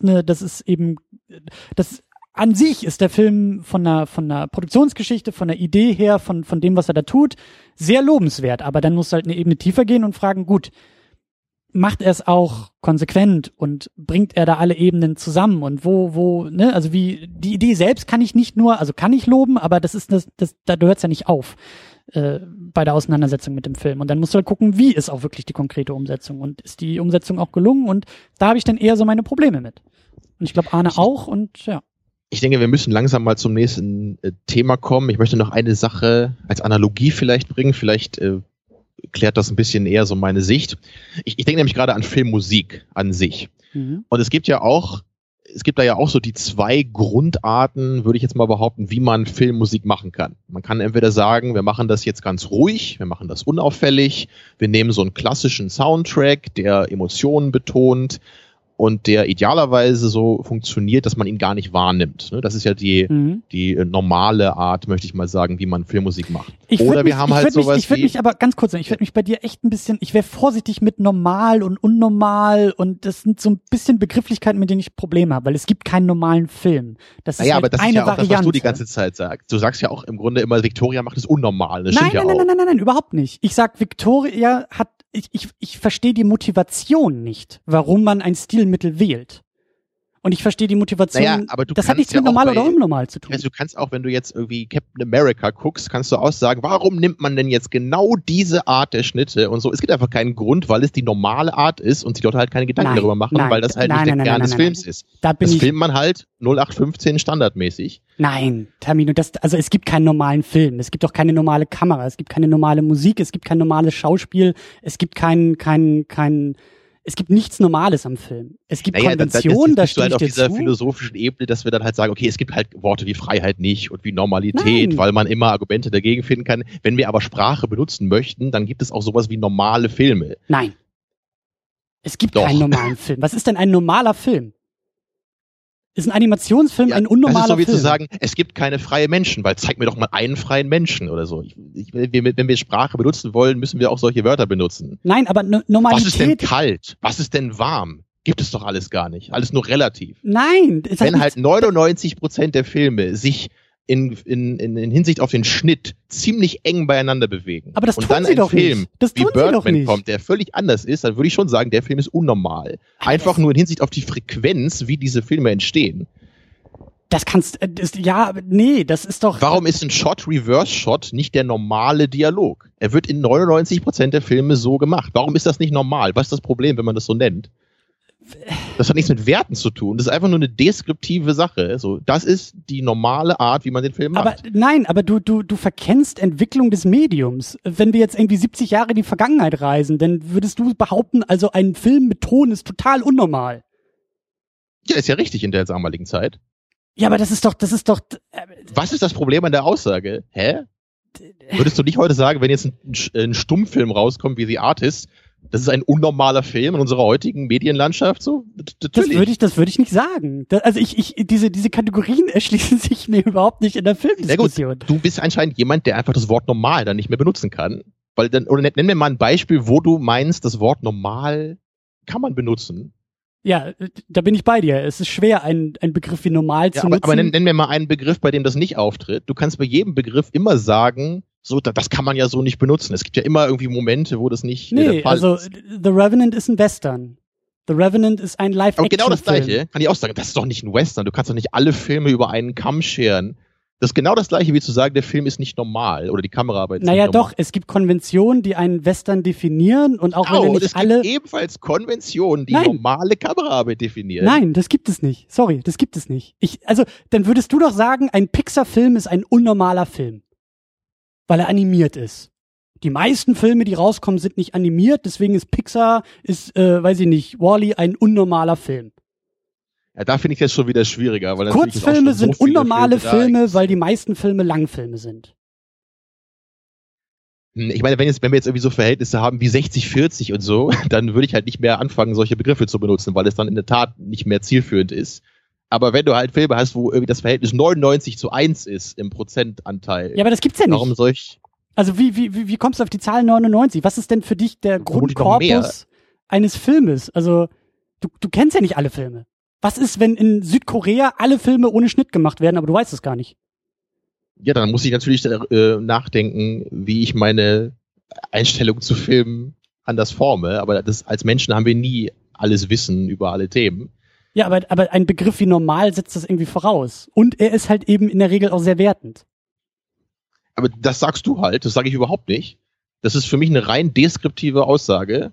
an sich ist der Film von einer Produktionsgeschichte, von der Idee her, von dem, was er da tut, sehr lobenswert. Aber dann muss halt eine Ebene tiefer gehen und fragen, gut, macht er es auch konsequent und bringt er da alle Ebenen zusammen und also wie, die Idee selbst kann ich nicht nur, also kann ich loben, aber da hört es ja nicht auf, bei der Auseinandersetzung mit dem Film. Und dann musst du halt gucken, wie ist auch wirklich die konkrete Umsetzung und ist die Umsetzung auch gelungen und da habe ich dann eher so meine Probleme mit. Und ich glaube, Arne auch und ja. Ich denke, wir müssen langsam mal zum nächsten Thema kommen. Ich möchte noch eine Sache als Analogie vielleicht bringen, vielleicht klärt das ein bisschen eher so meine Sicht. Ich denke nämlich gerade an Filmmusik an sich. Mhm. Und es gibt da ja auch so die 2 Grundarten, würde ich jetzt mal behaupten, wie man Filmmusik machen kann. Man kann entweder sagen, wir machen das jetzt ganz ruhig, wir machen das unauffällig, wir nehmen so einen klassischen Soundtrack, der Emotionen betont und der idealerweise so funktioniert, dass man ihn gar nicht wahrnimmt. Das ist ja die normale Art, möchte ich mal sagen, wie man Filmmusik macht. Ich würde mich bei dir echt ich wäre vorsichtig mit normal und unnormal und das sind so ein bisschen Begrifflichkeiten, mit denen ich Probleme habe, weil es gibt keinen normalen Film. Das ist aber das ist ja auch Variante. Das, was du die ganze Zeit sagst. Du sagst ja auch im Grunde immer, Victoria macht es unnormal. Das stimmt ja auch. Nein, überhaupt nicht. Ich sag, Victoria hat ich verstehe die Motivation nicht, warum man ein Stilmittel wählt. Und ich verstehe die Motivation, aber das hat nichts mit normal oder unnormal zu tun. Also du kannst auch, wenn du jetzt irgendwie Captain America guckst, kannst du auch sagen, warum nimmt man denn jetzt genau diese Art der Schnitte und so. Es gibt einfach keinen Grund, weil es die normale Art ist und die Leute halt keine Gedanken darüber machen, weil das halt nicht der Kern des Films ist. Das filmt man halt 0815 standardmäßig. Nein, Termino, also es gibt keinen normalen Film, es gibt auch keine normale Kamera, es gibt keine normale Musik, es gibt kein normales Schauspiel, es gibt es gibt nichts Normales am Film. Es gibt Konventionen, da stehe ich dir zu. Auf dieser philosophischen Ebene, dass wir dann halt sagen, okay, es gibt halt Worte wie Freiheit nicht und wie Normalität, weil man immer Argumente dagegen finden kann. Wenn wir aber Sprache benutzen möchten, dann gibt es auch sowas wie normale Filme. Nein. Es gibt keinen normalen Film. Was ist denn ein normaler Film? Ist ein Animationsfilm ein unnormaler Film? Das ist so wie zu sagen, es gibt keine freien Menschen, weil zeig mir doch mal einen freien Menschen oder so. Wenn wir Sprache benutzen wollen, müssen wir auch solche Wörter benutzen. Nein, aber Normalität... Was ist denn kalt? Was ist denn warm? Gibt es doch alles gar nicht. Alles nur relativ. Nein. Wenn halt 99% der Filme sich in Hinsicht auf den Schnitt ziemlich eng beieinander bewegen. Aber das und tun dann sie ein doch Film nicht. Das wie tun sie doch Birdman nicht. kommt, der völlig anders ist, dann würde ich schon sagen, der Film ist unnormal. Einfach nur in Hinsicht auf die Frequenz, wie diese Filme entstehen. Das ist doch... Warum ist ein Shot-Reverse-Shot nicht der normale Dialog? Er wird in 99% der Filme so gemacht. Warum ist das nicht normal? Was ist das Problem, wenn man das so nennt? Das hat nichts mit Werten zu tun. Das ist einfach nur eine deskriptive Sache. So, das ist die normale Art, wie man den Film macht. Aber du verkennst Entwicklung des Mediums. Wenn wir jetzt irgendwie 70 Jahre in die Vergangenheit reisen, dann würdest du behaupten, also ein Film mit Ton ist total unnormal. Ja, ist ja richtig in der damaligen Zeit. Ja, aber das ist doch. Was ist das Problem an der Aussage? Hä? Würdest du nicht heute sagen, wenn jetzt ein Stummfilm rauskommt wie The Artist, das ist ein unnormaler Film in unserer heutigen Medienlandschaft? So, natürlich. Das würde ich nicht sagen. Diese Kategorien erschließen sich mir überhaupt nicht in der Filmdiskussion. Gut, du bist anscheinend jemand, der einfach das Wort normal dann nicht mehr benutzen kann. Oder nenn mir mal ein Beispiel, wo du meinst, das Wort normal kann man benutzen. Ja, da bin ich bei dir. Es ist schwer, einen Begriff wie normal zu nutzen. Aber nenn mir mal einen Begriff, bei dem das nicht auftritt. Du kannst bei jedem Begriff immer sagen, so, das kann man ja so nicht benutzen. Es gibt ja immer irgendwie Momente, wo das nicht der Fall ist. The Revenant ist ein Western. The Revenant ist ein Live-Action-Film. Aber genau das Gleiche kann ich auch sagen. Das ist doch nicht ein Western. Du kannst doch nicht alle Filme über einen Kamm scheren. Das ist genau das Gleiche, wie zu sagen, der Film ist nicht normal oder die Kameraarbeit ist nicht normal. Naja, doch, es gibt Konventionen, die einen Western definieren und auch wenn nicht alle... Es gibt ebenfalls Konventionen, die normale Kameraarbeit definieren. Nein, das gibt es nicht. Sorry, das gibt es nicht. Dann würdest du doch sagen, ein Pixar-Film ist ein unnormaler Film. Weil er animiert ist. Die meisten Filme, die rauskommen, sind nicht animiert, deswegen ist Pixar, weiß ich nicht, WALL-E ein unnormaler Film. Ja, da finde ich das schon wieder schwieriger. Weil Kurzfilme sind unnormale Filme, weil die meisten Filme Langfilme sind. Ich meine, wenn wir jetzt irgendwie so Verhältnisse haben wie 60-40 und so, dann würde ich halt nicht mehr anfangen, solche Begriffe zu benutzen, weil es dann in der Tat nicht mehr zielführend ist. Aber wenn du halt Filme hast, wo irgendwie das Verhältnis 99:1 ist im Prozentanteil. Ja, aber das gibt's ja nicht. Warum soll ich? Also wie kommst du auf die Zahl 99? Was ist denn für dich der Grundkorpus eines Filmes? Also du kennst ja nicht alle Filme. Was ist, wenn in Südkorea alle Filme ohne Schnitt gemacht werden, aber du weißt es gar nicht? Ja, dann muss ich natürlich nachdenken, wie ich meine Einstellung zu Filmen anders forme. Aber als Menschen haben wir nie alles Wissen über alle Themen. Ja, aber ein Begriff wie normal setzt das irgendwie voraus. Und er ist halt eben in der Regel auch sehr wertend. Aber das sagst du halt, das sage ich überhaupt nicht. Das ist für mich eine rein deskriptive Aussage.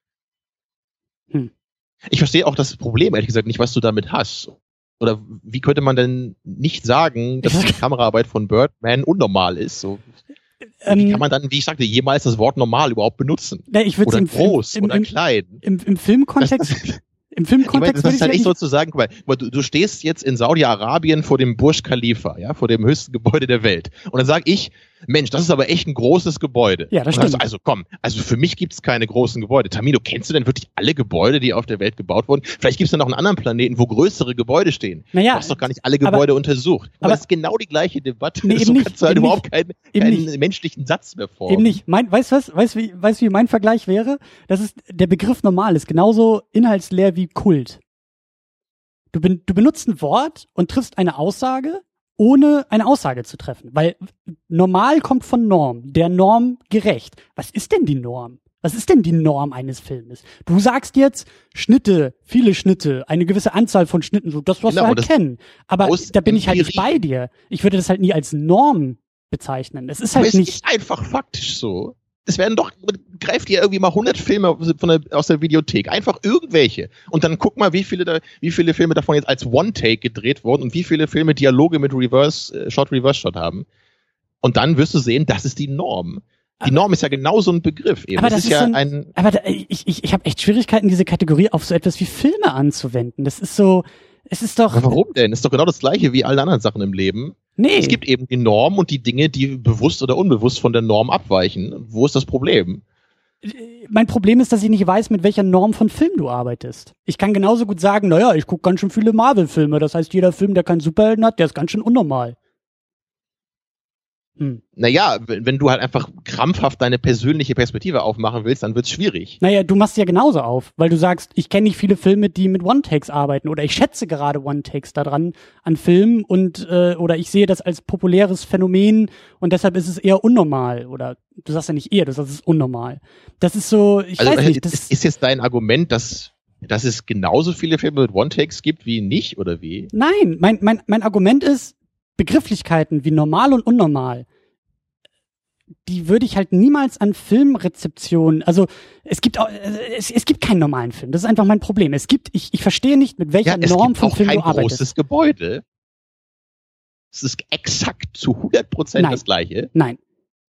Ich verstehe auch das Problem, ehrlich gesagt, nicht, was du damit hast. Oder wie könnte man denn nicht sagen, dass die Kameraarbeit von Birdman unnormal ist? So, wie kann man dann, wie ich sagte, jemals das Wort normal überhaupt benutzen? Ja, ich oder groß oder klein. Im Filmkontext... Im Filmkontext das ist halt echt sozusagen, guck mal, du stehst jetzt in Saudi-Arabien vor dem Burj Khalifa, ja, vor dem höchsten Gebäude der Welt. Und dann sag ich, Mensch, das ist aber echt ein großes Gebäude. Ja, das stimmt. Also für mich gibt's keine großen Gebäude. Tamino, kennst du denn wirklich alle Gebäude, die auf der Welt gebaut wurden? Vielleicht gibt's ja noch einen anderen Planeten, wo größere Gebäude stehen. Naja, du hast doch gar nicht alle Gebäude untersucht. Aber das ist genau die gleiche Debatte. Nee, so kannst du halt überhaupt keinen menschlichen Satz mehr formen. Eben nicht. Weißt du, wie mein Vergleich wäre? Das ist, der Begriff normal ist genauso inhaltsleer wie Kult. Du benutzt ein Wort und triffst eine Aussage, ohne eine Aussage zu treffen. Weil normal kommt von Norm, der Norm gerecht. Was ist denn die Norm? Was ist denn die Norm eines Filmes? Du sagst jetzt Schnitte, viele Schnitte, eine gewisse Anzahl von Schnitten, so das, was wir halt kennen. Aber da bin ich halt nicht bei dir. Ich würde das halt nie als Norm bezeichnen. Es ist halt nicht. Es ist einfach faktisch so. Es werden doch, greift ihr irgendwie mal 100 Filme aus der Videothek. Einfach irgendwelche. Und dann guck mal, wie viele Filme davon jetzt als One-Take gedreht wurden und wie viele Filme Dialoge mit Reverse-Shot haben. Und dann wirst du sehen, das ist die Norm. Die Norm ist ja genau so ein Begriff eben. Aber ich habe echt Schwierigkeiten, diese Kategorie auf so etwas wie Filme anzuwenden. Das ist so, es ist doch... Aber warum denn? Das ist doch genau das Gleiche wie alle anderen Sachen im Leben. Nee. Es gibt eben die Norm und die Dinge, die bewusst oder unbewusst von der Norm abweichen. Wo ist das Problem? Mein Problem ist, dass ich nicht weiß, mit welcher Norm von Film du arbeitest. Ich kann genauso gut sagen, naja, ich gucke ganz schön viele Marvel-Filme. Das heißt, jeder Film, der keinen Superhelden hat, der ist ganz schön unnormal. Naja, wenn du halt einfach krampfhaft deine persönliche Perspektive aufmachen willst, dann wird's schwierig. Naja, du machst ja genauso auf, weil du sagst, ich kenne nicht viele Filme, die mit One-Takes arbeiten oder ich schätze gerade One-Takes daran an Filmen und oder ich sehe das als populäres Phänomen und deshalb ist es eher unnormal oder du sagst ja nicht eher, du sagst es ist unnormal. Das ist so, ich weiß nicht. Das ist jetzt dein Argument, dass es genauso viele Filme mit One-Takes gibt wie nicht oder wie? Nein, mein Argument ist, Begrifflichkeiten wie normal und unnormal, die würde ich halt niemals an Filmrezeption, also es gibt keinen normalen Film, das ist einfach mein Problem. Ich verstehe nicht, mit welcher Norm von Film du arbeitest. Es gibt auch kein großes Gebäude. Es ist exakt zu 100% das Gleiche. Nein.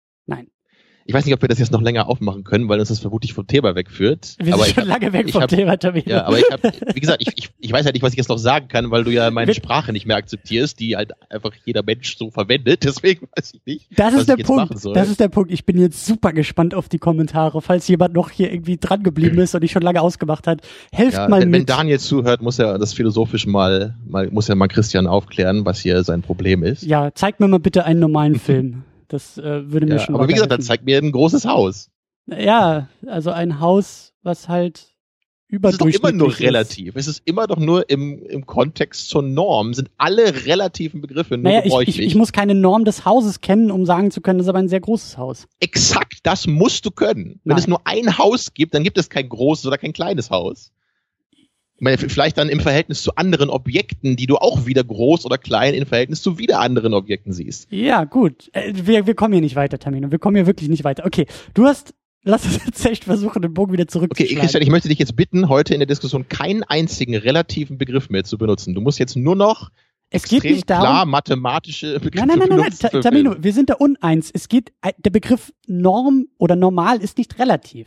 Ich weiß nicht, ob wir das jetzt noch länger aufmachen können, weil uns das vermutlich vom Thema wegführt. Wir sind schon lange weg vom Thema, Tamino. Ja, aber wie gesagt, ich weiß ja nicht, was ich jetzt noch sagen kann, weil du ja meine Sprache nicht mehr akzeptierst, die halt einfach jeder Mensch so verwendet. Deswegen weiß ich nicht, was ich jetzt machen soll. Das ist der Punkt. Ich bin jetzt super gespannt auf die Kommentare. Falls jemand noch hier irgendwie dran geblieben ist und ich schon lange ausgemacht hat, helft mal mit. Wenn Daniel zuhört, muss er das philosophisch mal Christian aufklären, was hier sein Problem ist. Ja, zeig mir mal bitte einen normalen Film. Das würde mir schon. Aber wie gesagt, dann zeig mir ein großes Haus. Ja, also ein Haus, was halt überdurchschnittlich ist. Es ist doch immer nur relativ. Es ist immer doch nur im Kontext zur Norm. Sind alle relativen Begriffe nur gebräuchlich. Ich muss keine Norm des Hauses kennen, um sagen zu können, das ist aber ein sehr großes Haus. Exakt, das musst du können. Wenn es nur ein Haus gibt, dann gibt es kein großes oder kein kleines Haus. Ich meine, vielleicht dann im Verhältnis zu anderen Objekten, die du auch wieder groß oder klein im Verhältnis zu wieder anderen Objekten siehst. Ja, gut. Wir kommen hier nicht weiter, Tamino. Wir kommen hier wirklich nicht weiter. Okay, lass uns jetzt echt versuchen, den Bogen wieder zurückzuschlagen. Okay, Christian, ich möchte dich jetzt bitten, heute in der Diskussion keinen einzigen relativen Begriff mehr zu benutzen. Du musst jetzt nur noch extrem klar mathematische Begriffe benutzen. Nein, Tamino, wir sind da uneins. Der Begriff Norm oder normal ist nicht relativ.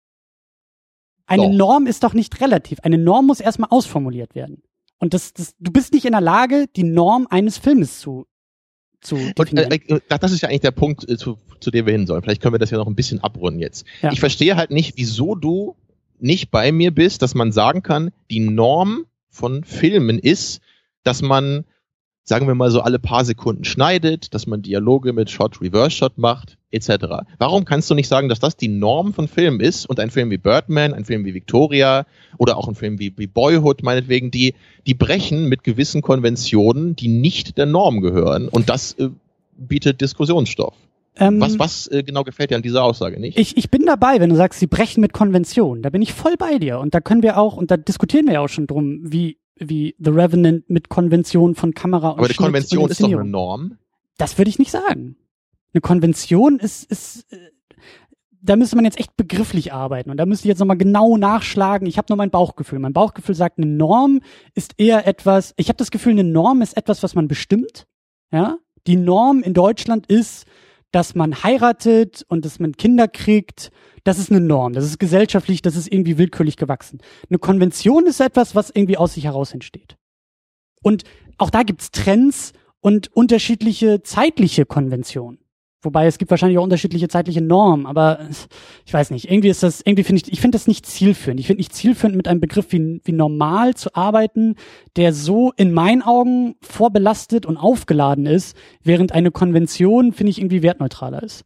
Eine Norm ist doch nicht relativ. Eine Norm muss erstmal ausformuliert werden. Und du bist nicht in der Lage, die Norm eines Filmes zu definieren. Und das ist ja eigentlich der Punkt, zu dem wir hin sollen. Vielleicht können wir das ja noch ein bisschen abrunden jetzt. Ja. Ich verstehe halt nicht, wieso du nicht bei mir bist, dass man sagen kann, die Norm von Filmen ist, dass man, sagen wir mal so, alle paar Sekunden schneidet, dass man Dialoge mit Shot, Reverse Shot macht, etc. Warum kannst du nicht sagen, dass das die Norm von Filmen ist und ein Film wie Birdman, ein Film wie Victoria oder auch ein Film wie Boyhood meinetwegen, die brechen mit gewissen Konventionen, die nicht der Norm gehören und das bietet Diskussionsstoff. Was genau gefällt dir an dieser Aussage nicht? Ich bin dabei, wenn du sagst, sie brechen mit Konventionen. Da bin ich voll bei dir und da können wir auch, und da diskutieren wir ja auch schon drum, wie The Revenant mit Konventionen von Kamera und Aber eine Konvention ist doch eine Norm. Das würde ich nicht sagen. Eine Konvention ist da müsste man jetzt echt begrifflich arbeiten und da müsste ich jetzt nochmal genau nachschlagen. Ich habe nur mein Bauchgefühl. Mein Bauchgefühl sagt, eine Norm ist eher etwas, ich habe das Gefühl, eine Norm ist etwas, was man bestimmt. Ja, die Norm in Deutschland ist, dass man heiratet und dass man Kinder kriegt. Das ist eine Norm. Das ist gesellschaftlich, das ist irgendwie willkürlich gewachsen. Eine Konvention ist etwas, was irgendwie aus sich heraus entsteht. Und auch da gibt's Trends und unterschiedliche zeitliche Konventionen. Wobei es gibt wahrscheinlich auch unterschiedliche zeitliche Normen, aber ich weiß nicht, ich finde das nicht zielführend. Ich finde nicht zielführend, mit einem Begriff wie normal zu arbeiten, der so in meinen Augen vorbelastet und aufgeladen ist, während eine Konvention, finde ich, irgendwie wertneutraler ist.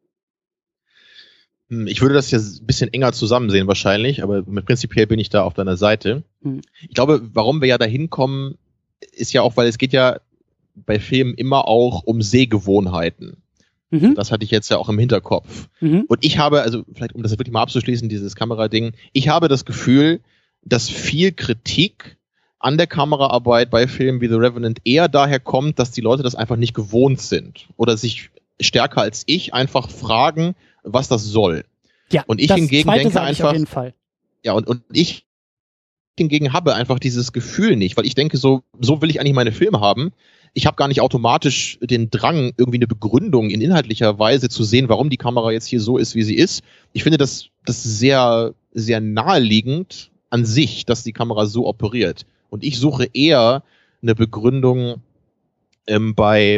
Ich würde das jetzt ein bisschen enger zusammen sehen wahrscheinlich, aber prinzipiell bin ich da auf deiner Seite. Ich glaube, warum wir ja da hinkommen, ist ja auch, weil es geht ja bei Filmen immer auch um Sehgewohnheiten. Das hatte ich jetzt ja auch im Hinterkopf. Und ich habe, also vielleicht um das wirklich mal abzuschließen, dieses Kamerading, ich habe das Gefühl, dass viel Kritik an der Kameraarbeit bei Filmen wie The Revenant eher daher kommt, dass die Leute das einfach nicht gewohnt sind oder sich stärker als ich einfach fragen, was das soll. Ja, und ich hingegen denke einfach, auf jeden Fall. Ja, und ich hingegen habe einfach dieses Gefühl nicht, weil ich denke, so will ich eigentlich meine Filme haben. Ich habe gar nicht automatisch den Drang, irgendwie eine Begründung in inhaltlicher Weise zu sehen, warum die Kamera jetzt hier so ist, wie sie ist. Ich finde das sehr, sehr naheliegend an sich, dass die Kamera so operiert. Und ich suche eher eine Begründung bei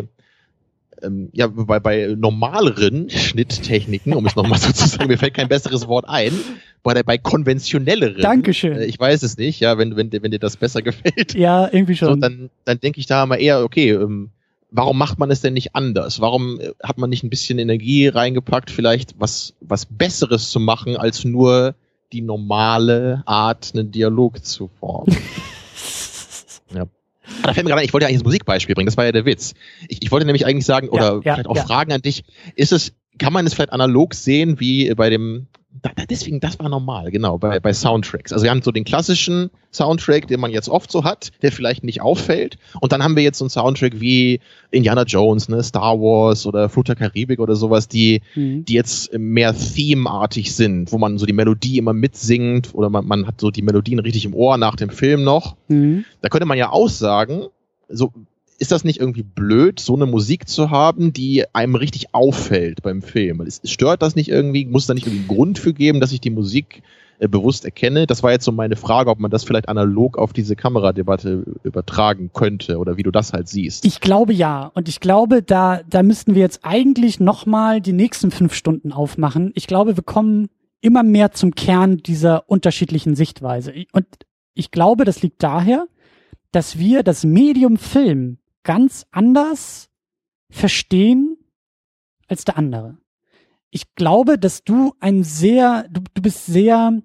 normaleren Schnitttechniken, um es nochmal so zu sagen, mir fällt kein besseres Wort ein, bei konventionelleren. Dankeschön. Ich weiß es nicht, ja, wenn dir das besser gefällt. Ja, irgendwie schon. So, dann denke ich da mal eher, okay, warum macht man es denn nicht anders? Warum hat man nicht ein bisschen Energie reingepackt, vielleicht was Besseres zu machen, als nur die normale Art, einen Dialog zu formen? Ja. Da fällt mir gerade ein, ich wollte ja eigentlich das Musikbeispiel bringen, das war ja der Witz. Ich wollte nämlich eigentlich sagen, oder vielleicht auch fragen an dich, kann man es vielleicht analog sehen wie bei dem, deswegen, das war normal, genau, bei Soundtracks. Also wir haben so den klassischen Soundtrack, den man jetzt oft so hat, der vielleicht nicht auffällt. Und dann haben wir jetzt so einen Soundtrack wie Indiana Jones, ne, Star Wars oder Fluch der Karibik oder sowas, die jetzt mehr theme-artig sind, wo man so die Melodie immer mitsingt oder man hat so die Melodien richtig im Ohr nach dem Film noch. Da könnte man ja aussagen, so, ist das nicht irgendwie blöd, so eine Musik zu haben, die einem richtig auffällt beim Film? Stört das nicht irgendwie? Muss es da nicht irgendwie einen Grund für geben, dass ich die Musik bewusst erkenne? Das war jetzt so meine Frage, ob man das vielleicht analog auf diese Kameradebatte übertragen könnte oder wie du das halt siehst. Ich glaube ja. Und ich glaube, da müssten wir jetzt eigentlich nochmal die nächsten 5 Stunden aufmachen. Ich glaube, wir kommen immer mehr zum Kern dieser unterschiedlichen Sichtweise. Und ich glaube, das liegt daher, dass wir das Medium Film ganz anders verstehen als der andere. Ich glaube, dass du du bist sehr,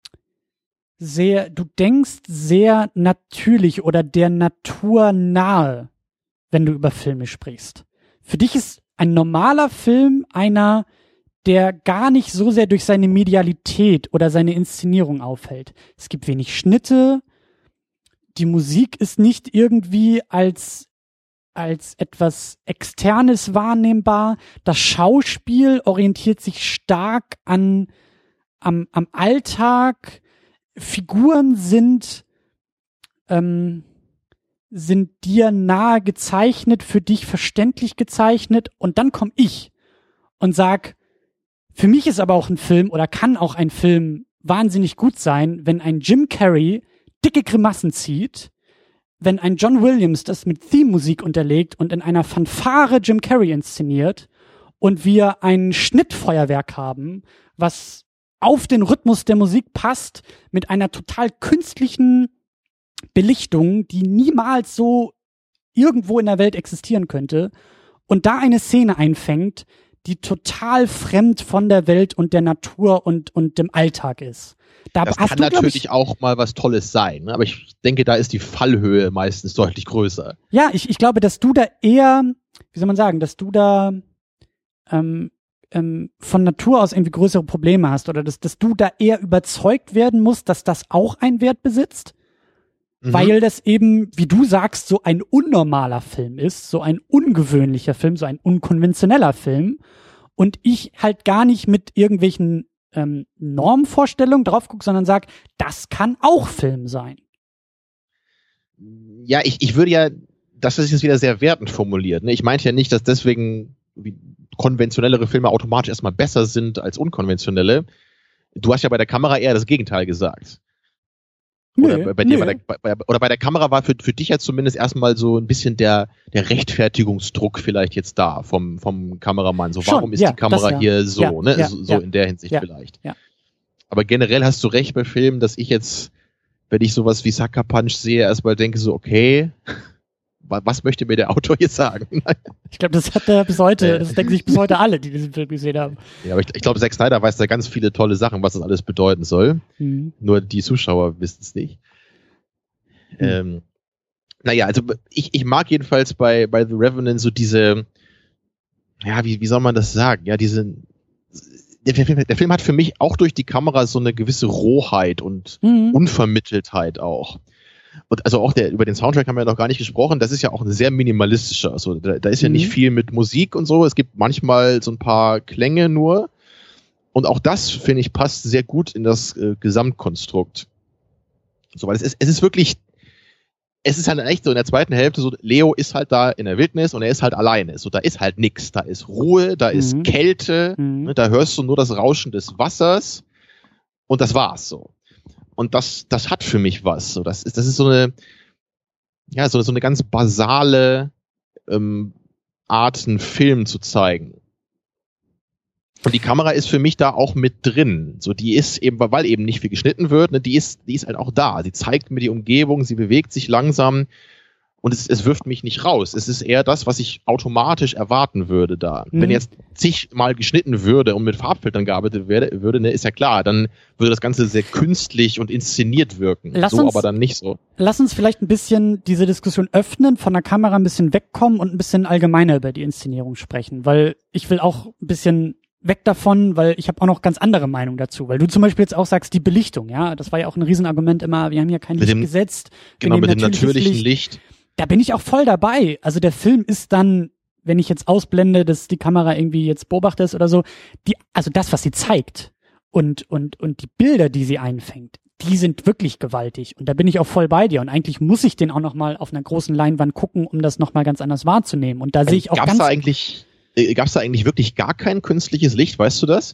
du denkst sehr natürlich oder der Natur nahe, wenn du über Filme sprichst. Für dich ist ein normaler Film einer, der gar nicht so sehr durch seine Medialität oder seine Inszenierung auffällt. Es gibt wenig Schnitte, die Musik ist nicht irgendwie als etwas Externes wahrnehmbar. Das Schauspiel orientiert sich stark am Alltag. Figuren sind dir nahe gezeichnet, für dich verständlich gezeichnet. Und dann komme ich und sag, für mich ist aber auch ein Film oder kann auch ein Film wahnsinnig gut sein, wenn ein Jim Carrey dicke Grimassen zieht, wenn ein John Williams das mit Theme-Musik unterlegt und in einer Fanfare Jim Carrey inszeniert und wir ein Schnittfeuerwerk haben, was auf den Rhythmus der Musik passt, mit einer total künstlichen Belichtung, die niemals so irgendwo in der Welt existieren könnte, und da eine Szene einfängt, die total fremd von der Welt und der Natur und dem Alltag ist. Das kann natürlich auch mal was Tolles sein, ne? Aber ich denke, da ist die Fallhöhe meistens deutlich größer. Ja, ich glaube, dass du da eher, wie soll man sagen, dass du da von Natur aus irgendwie größere Probleme hast oder dass du da eher überzeugt werden musst, dass das auch einen Wert besitzt, weil das eben, wie du sagst, so ein unnormaler Film ist, so ein ungewöhnlicher Film, so ein unkonventioneller Film und ich halt gar nicht mit irgendwelchen Normvorstellung drauf gucke, sondern sag, das kann auch Film sein. Ja, ich würde ja, das ist jetzt wieder sehr wertend formuliert. Ne? Ich meinte ja nicht, dass deswegen konventionellere Filme automatisch erstmal besser sind als unkonventionelle. Du hast ja bei der Kamera eher das Gegenteil gesagt. Oder bei der Kamera war für dich ja zumindest erstmal so ein bisschen der Rechtfertigungsdruck vielleicht jetzt da vom Kameramann. So, warum ist die Kamera hier so, ne? So in der Hinsicht vielleicht. Ja. Aber generell hast du recht bei Filmen, dass ich jetzt, wenn ich sowas wie Sucker Punch sehe, erstmal denke so, okay, was möchte mir der Autor jetzt sagen? Ich glaube, das hat er bis heute, das denken sich bis heute alle, die diesen Film gesehen haben. Ja, aber ich glaube, Zack Snyder weiß da ganz viele tolle Sachen, was das alles bedeuten soll. Nur die Zuschauer wissen es nicht. Naja, also ich mag jedenfalls bei The Revenant so diese, ja, wie soll man das sagen? Ja, der Film hat für mich auch durch die Kamera so eine gewisse Rohheit und Unvermitteltheit auch. Und also auch über den Soundtrack haben wir ja noch gar nicht gesprochen, das ist ja auch ein sehr minimalistischer, also da ist ja nicht viel mit Musik und so, es gibt manchmal so ein paar Klänge nur und auch das, finde ich, passt sehr gut in das Gesamtkonstrukt. So, weil es ist wirklich, es ist halt echt so in der zweiten Hälfte so, Leo ist halt da in der Wildnis und er ist halt alleine, so da ist halt nix, da ist Ruhe, da ist Kälte, ne, da hörst du nur das Rauschen des Wassers und das war's so. Und das hat für mich was. So, das ist so eine, ja, so eine ganz basale Art, einen Film zu zeigen. Und die Kamera ist für mich da auch mit drin. So, die ist eben, weil eben nicht viel geschnitten wird, ne, die ist halt auch da. Sie zeigt mir die Umgebung, sie bewegt sich langsam. und es wirft mich nicht raus. Es ist eher das, was ich automatisch erwarten würde da. Wenn jetzt zigmal geschnitten würde und mit Farbfiltern gearbeitet würde, ne, ist ja klar, dann würde das Ganze sehr künstlich und inszeniert wirken. Aber dann nicht so. Lass uns vielleicht ein bisschen diese Diskussion öffnen, von der Kamera ein bisschen wegkommen und ein bisschen allgemeiner über die Inszenierung sprechen, weil ich will auch ein bisschen weg davon, weil ich habe auch noch ganz andere Meinung dazu, weil du zum Beispiel jetzt auch sagst, die Belichtung, ja, das war ja auch ein Riesenargument immer, wir haben hier kein Licht gesetzt. Genau, mit dem natürlichen Licht. Da bin ich auch voll dabei. Also der Film ist dann, wenn ich jetzt ausblende, dass die Kamera irgendwie jetzt beobachtet ist oder so, also das, was sie zeigt und die Bilder, die sie einfängt, die sind wirklich gewaltig. Und da bin ich auch voll bei dir. Und eigentlich muss ich den auch nochmal auf einer großen Leinwand gucken, um das nochmal ganz anders wahrzunehmen. Und da sehe ich auch gab's da eigentlich wirklich gar kein künstliches Licht, weißt du das?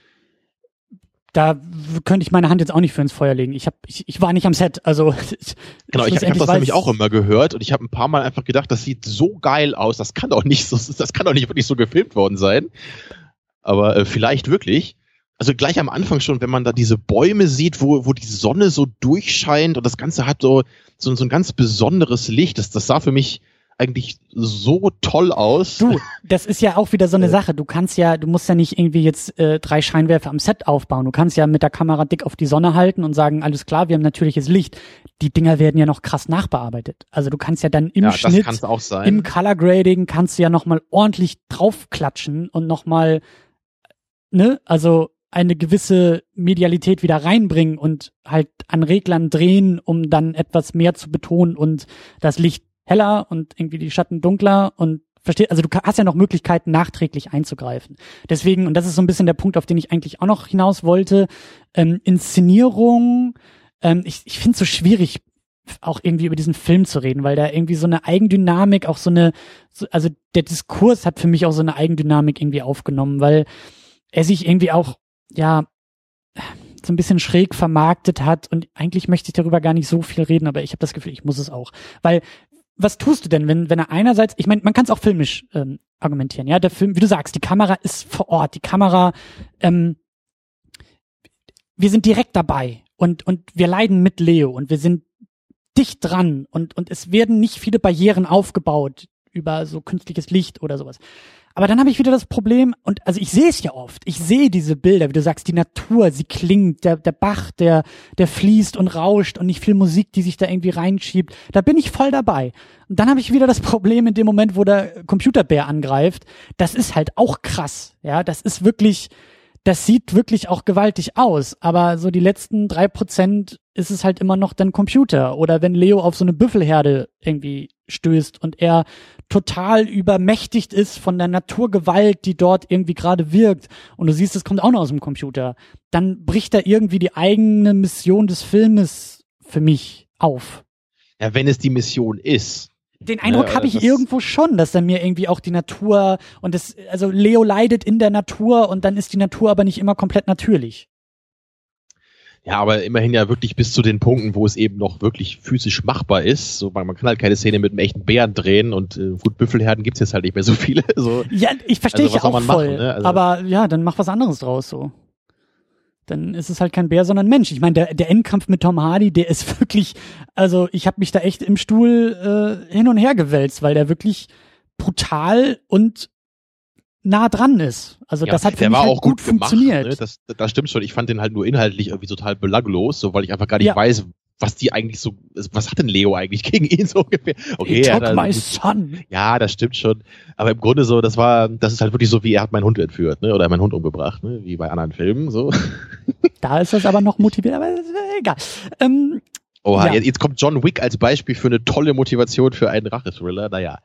Da könnte ich meine Hand jetzt auch nicht für ins Feuer legen. Ich war nicht am Set, also genau, ich habe das nämlich auch immer gehört und ich habe ein paar Mal einfach gedacht, das sieht so geil aus, das kann doch nicht wirklich so gefilmt worden sein. Aber vielleicht wirklich. Also gleich am Anfang schon, wenn man da diese Bäume sieht, wo die Sonne so durchscheint und das Ganze hat so ein ganz besonderes Licht. Das sah für mich eigentlich so toll aus. Du, das ist ja auch wieder so eine Sache. Du musst ja nicht irgendwie jetzt 3 Scheinwerfer am Set aufbauen. Du kannst ja mit der Kamera dick auf die Sonne halten und sagen, alles klar, wir haben natürliches Licht. Die Dinger werden ja noch krass nachbearbeitet. Also du kannst ja dann im Schnitt, auch sein. Im Color Grading kannst du ja nochmal ordentlich draufklatschen und nochmal, ne, also eine gewisse Medialität wieder reinbringen und halt an Reglern drehen, um dann etwas mehr zu betonen und das Licht heller und irgendwie die Schatten dunkler und also du hast ja noch Möglichkeiten, nachträglich einzugreifen. Deswegen, und das ist so ein bisschen der Punkt, auf den ich eigentlich auch noch hinaus wollte, Inszenierung, ich finde es so schwierig, auch irgendwie über diesen Film zu reden, weil da irgendwie so eine Eigendynamik, auch also der Diskurs hat für mich auch so eine Eigendynamik irgendwie aufgenommen, weil er sich irgendwie auch, ja, so ein bisschen schräg vermarktet hat und eigentlich möchte ich darüber gar nicht so viel reden, aber ich habe das Gefühl, ich muss es auch, weil was tust du denn, wenn er einerseits, ich meine, man kann es auch filmisch argumentieren, ja, der Film, wie du sagst, die Kamera ist vor Ort, die Kamera, wir sind direkt dabei und wir leiden mit Leo und wir sind dicht dran und es werden nicht viele Barrieren aufgebaut über so künstliches Licht oder sowas. Aber dann habe ich wieder das Problem, und also ich sehe es ja oft, ich sehe diese Bilder, wie du sagst, die Natur, sie klingt, der Bach, der fließt und rauscht und nicht viel Musik, die sich da irgendwie reinschiebt. Da bin ich voll dabei. Und dann habe ich wieder das Problem in dem Moment, wo der Computerbär angreift. Das ist halt auch krass, ja, das sieht wirklich auch gewaltig aus, aber so die letzten 3% ist es halt immer noch dann Computer. Oder wenn Leo auf so eine Büffelherde irgendwie stößt und er total übermächtigt ist von der Naturgewalt, die dort irgendwie gerade wirkt und du siehst, es kommt auch noch aus dem Computer, dann bricht da irgendwie die eigene Mission des Filmes für mich auf. Ja, wenn es die Mission ist. Den Eindruck habe ich irgendwo schon, dass er mir irgendwie auch die Natur und also Leo leidet in der Natur und dann ist die Natur aber nicht immer komplett natürlich. Ja, aber immerhin ja wirklich bis zu den Punkten, wo es eben noch wirklich physisch machbar ist. So, man kann halt keine Szene mit einem echten Bären drehen und gut, Büffelherden gibt's jetzt halt nicht mehr so viele. So. Ja, ich verstehe also, ich auch voll. Machen, ne? Also, aber ja, dann mach was anderes draus so. Dann ist es halt kein Bär, sondern Mensch. Ich meine, der Endkampf mit Tom Hardy, der ist wirklich, also ich habe mich da echt im Stuhl hin und her gewälzt, weil der wirklich brutal und nah dran ist. Also ja, das hat für mich halt auch gut funktioniert. Gemacht, ne? Das stimmt schon. Ich fand den halt nur inhaltlich irgendwie total belanglos, so weil ich einfach gar nicht weiß, was die eigentlich so, was hat denn Leo eigentlich gegen ihn so ungefähr? Okay, he took my son. Ja, das stimmt schon. Aber im Grunde so, das ist halt wirklich so, wie er hat meinen Hund entführt, ne? Oder meinen Hund umgebracht, ne? Wie bei anderen Filmen, so. Da ist das aber noch motiviert, aber egal. Oha, ja. Jetzt kommt John Wick als Beispiel für eine tolle Motivation für einen Rachethriller. Naja.